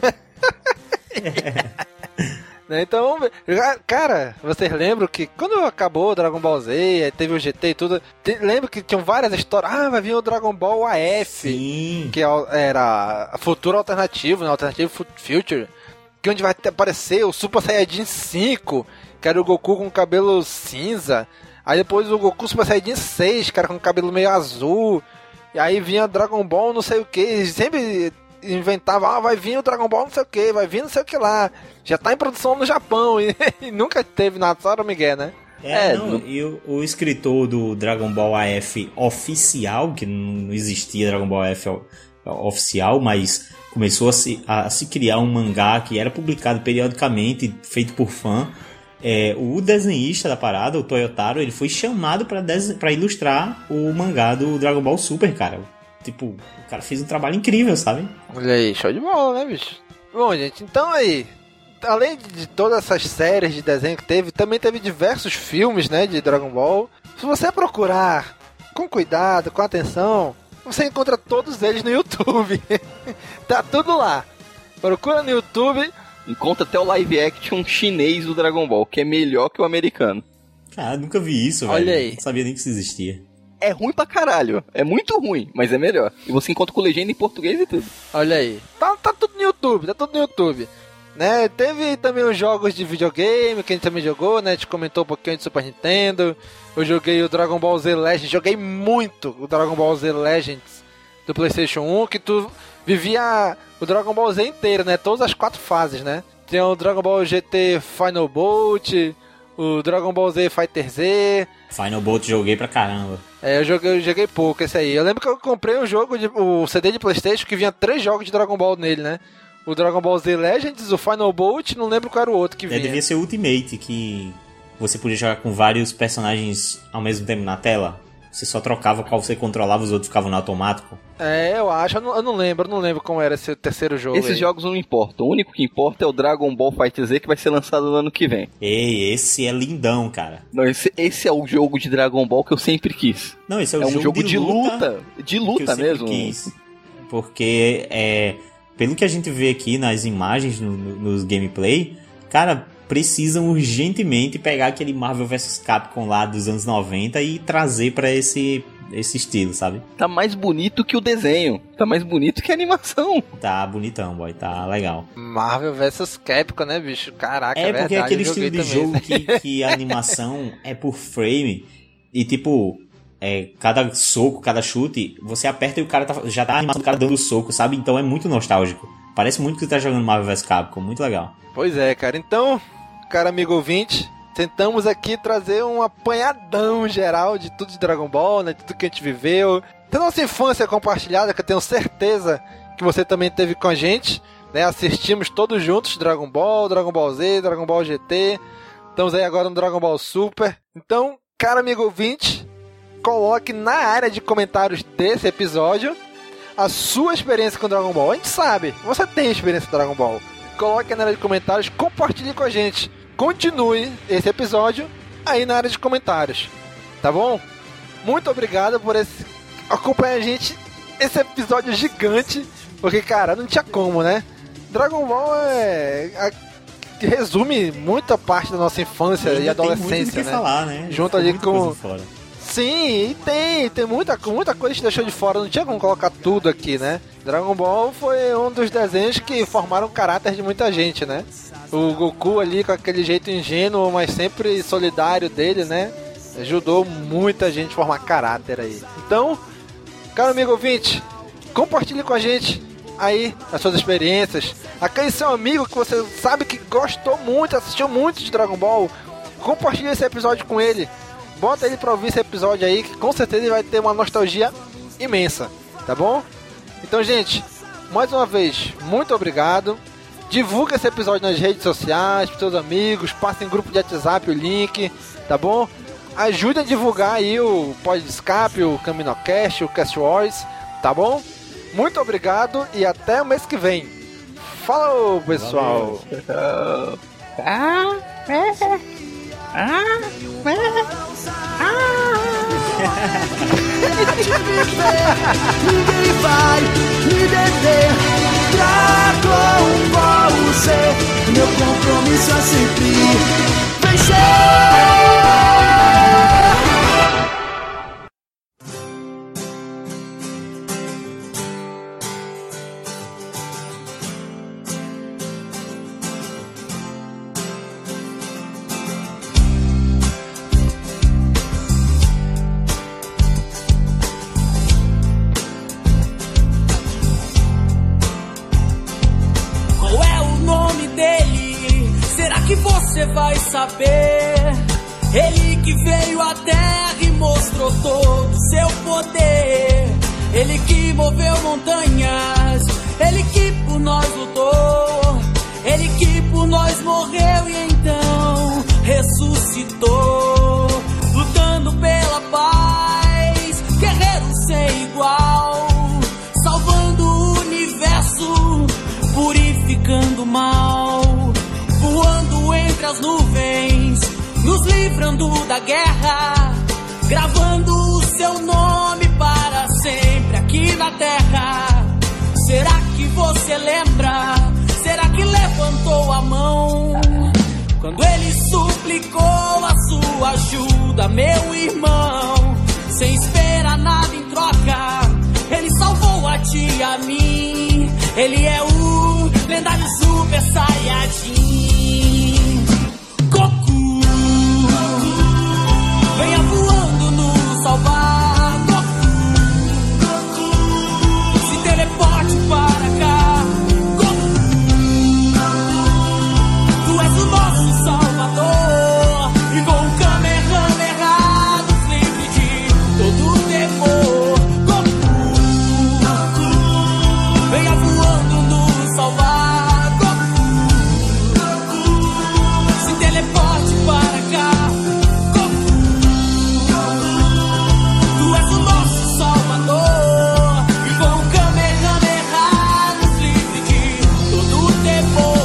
Então, cara, vocês lembram que quando acabou o Dragon Ball Z, teve o G T e tudo, te, lembra que tinham várias histórias? Ah, vai vir o Dragon Ball A F, Sim. que era futuro alternativo, né? Alternativo Future, que onde vai aparecer o Super Saiyajin cinco, que era o Goku com cabelo cinza. Aí depois o Goku Super Saiyajin seis, cara, com cabelo meio azul. E aí vinha Dragon Ball não sei o que, sempre inventava, ah, vai vir o Dragon Ball não sei o que, vai vir não sei o que lá. Já tá em produção no Japão e, e nunca teve nada, só era o Miguel, né? É, é não, no... e o, o escritor do Dragon Ball A F oficial, que não existia Dragon Ball A F oficial, mas começou a se, a se criar um mangá que era publicado periodicamente, feito por fã. É, o desenhista da parada, o Toyotaro, ele foi chamado pra, desen- pra ilustrar o mangá do Dragon Ball Super, cara. Tipo, o cara fez um trabalho incrível, sabe? Olha aí, show de bola, né, bicho? Bom, gente, então aí, além de todas essas séries de desenho que teve, também teve diversos filmes, né, de Dragon Ball. Se você procurar com cuidado, com atenção, você encontra todos eles no YouTube. Tá tudo lá. Procura no YouTube. Encontra até o live action chinês do Dragon Ball, que é melhor que o americano. Cara, nunca vi isso, velho. Olha aí. Não sabia nem que isso existia. É ruim pra caralho. É muito ruim, mas é melhor. E você encontra com legenda em português e tudo. Olha aí. Tá, tá tudo no YouTube, tá tudo no YouTube. Né? Teve também os jogos de videogame que a gente também jogou, né? A gente comentou um pouquinho de Super Nintendo. Eu joguei o Dragon Ball Z Legends. Joguei muito o Dragon Ball Z Legends do PlayStation um, que tu vivia o Dragon Ball Z inteiro, né? Todas as quatro fases, né? Tinha o Dragon Ball G T Final Bolt, o Dragon Ball Z Fighter Z. Final Bolt joguei pra caramba. É, eu joguei, eu joguei pouco esse aí. Eu lembro que eu comprei um jogo, de, o C D de PlayStation, que vinha três jogos de Dragon Ball nele, né? O Dragon Ball Z Legends, o Final Bolt, não lembro qual era o outro que vinha. É, devia ser o Ultimate, que você podia jogar com vários personagens ao mesmo tempo na tela. Você só trocava qual você controlava, os outros ficavam no automático. É, eu acho, eu não, eu não lembro, eu não lembro como era esse terceiro jogo. Esses aí. jogos não importam, o único que importa é o Dragon Ball Fighter Z, que vai ser lançado no ano que vem. Ei, esse é lindão, cara. Não, esse, esse é o jogo de Dragon Ball que eu sempre quis. Não, esse é o é um jogo, jogo de, de luta, luta, de luta que eu mesmo. Quis. Porque, é, pelo que a gente vê aqui nas imagens, no, no, nos gameplay, cara, precisam urgentemente pegar aquele Marvel versus. Capcom lá dos anos noventa e trazer pra esse... esse estilo, sabe? Tá mais bonito que o desenho. Tá mais bonito que a animação. Tá bonitão, boy. Tá legal. Marvel versus. Capcom, né, bicho? Caraca, é, é porque verdade, é aquele eu estilo de também. jogo que, que a animação é por frame. E tipo, é, cada soco, cada chute, você aperta e o cara tá, já tá a animação do cara dando soco, sabe? Então é muito nostálgico. Parece muito que você tá jogando Marvel versus. Capcom. Muito legal. Pois é, cara. Então, cara amigo ouvinte, tentamos aqui trazer um apanhadão geral de tudo de Dragon Ball, né? De tudo que a gente viveu. Da nossa infância compartilhada, que eu tenho certeza que você também teve com a gente, né? Assistimos todos juntos Dragon Ball, Dragon Ball Z, Dragon Ball G T. Estamos aí agora no Dragon Ball Super. Então, cara amigo ouvinte, coloque na área de comentários desse episódio a sua experiência com Dragon Ball. A gente sabe, você tem experiência com Dragon Ball. Coloque na área de comentários, compartilhe com a gente. Continue esse episódio aí na área de comentários, tá bom? Muito obrigado por esse, acompanhar a gente esse episódio gigante, porque, cara, não tinha como, né? Dragon Ball é... A, resume muita parte da nossa infância e, e adolescência, tem muito do que né? falar, né? Junto Ficou ali muita com... coisa fora. Sim, e tem, tem muita, muita coisa que deixou de fora, não tinha como colocar tudo aqui, né? Dragon Ball foi um dos desenhos que formaram o caráter de muita gente, né? O Goku ali com aquele jeito ingênuo, mas sempre solidário dele, né? Ajudou muita gente a formar caráter aí. Então, caro amigo ouvinte, compartilhe com a gente aí as suas experiências. Aquele seu amigo que você sabe que gostou muito, assistiu muito de Dragon Ball, compartilhe esse episódio com ele. Bota ele pra ouvir esse episódio aí, que com certeza ele vai ter uma nostalgia imensa, tá bom? Então, gente, mais uma vez, muito obrigado. Divulga esse episódio nas redes sociais, pros seus amigos, passe em grupo de WhatsApp o link, tá bom? Ajude a divulgar aí o Pod de Escape, o CaminoCast, o Cast Wars, tá bom? Muito obrigado e até o mês que vem. Falou, pessoal! Ah, é. Ah, é. Ninguém vai me deter. Dragon Ball Z, meu compromisso é sempre vencer. Você vai saber, ele que veio à terra e mostrou todo o seu poder, ele que moveu montanhas, ele que por nós lutou, ele que por nós morreu e então ressuscitou, lutando pela paz, guerreiro sem igual, salvando o universo, purificando o mal, voando entre as nuvens, nos livrando da guerra, gravando o seu nome para sempre aqui na Terra. Será que você lembra? Será que levantou a mão quando ele suplicou a sua ajuda, meu irmão? Sem esperar nada em troca, ele salvou a ti e a mim. Ele é o lendário Super Saiyajin Goku. Venha voando nos salvar, Goku. Se teleporte para cá, Goku. Tu és o nosso salvador. E com o Kamehameha nos livre de todo o temor, Goku. Venha voando nos salvar, Goku. Se teleporte para cá, Goku. Tu és o nosso salvador. E com o Kamehameha nos livre de todo o temor.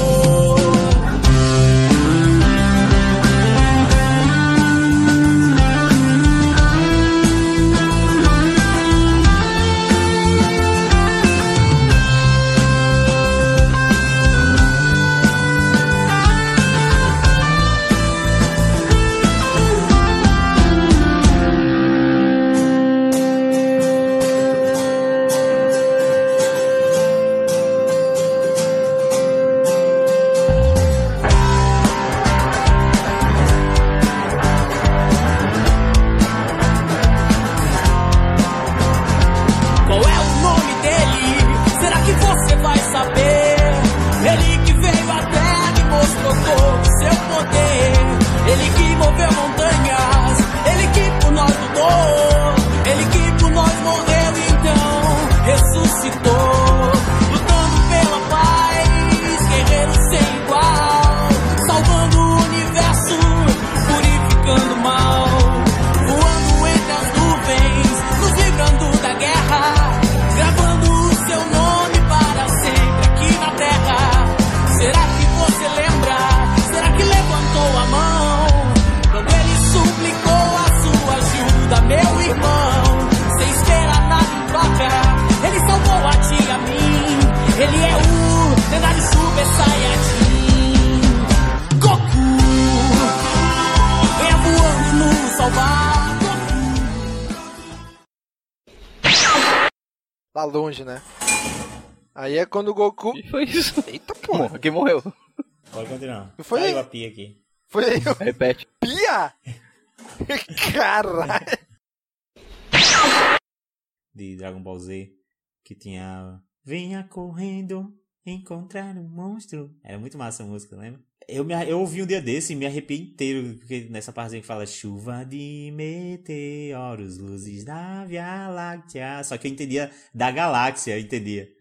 Qual é o nome dele? Será que você vai saber? Ele que veio à Terra e mostrou todo o seu poder. Ele que moveu montanhas. Ele que por nós lutou. Ele que por nós morreu e então ressuscitou. Lutando pela paz, guerreiro sem igual. Salvando o universo, purificando o mal. Voando entre as nuvens, nos livrando da guerra. Gravando o seu nome para sempre aqui na Terra. Será que você lembra? Será que levantou a mão quando ele suplicou a sua ajuda, meu irmão? Sem esperar nada em troca, ele salvou a ti e a mim. Ele é o lendário Super Saiyajin Goku. Venha voando nos salvar, Lá longe, né? Aí é quando o Goku... E foi isso. Eita, porra. Morra, quem morreu? Pode continuar. Que foi? Caiu a pia aqui. Foi aí. Repete. Pia! Caralho. De Dragon Ball Z, que tinha venha correndo encontrar um monstro. Era muito massa a música, lembra? Eu, me, eu ouvi um dia desse e me arrepiei inteiro, porque nessa parte que fala chuva de meteoros, luzes da Via Láctea. Só que eu entendia da galáxia, eu entendia.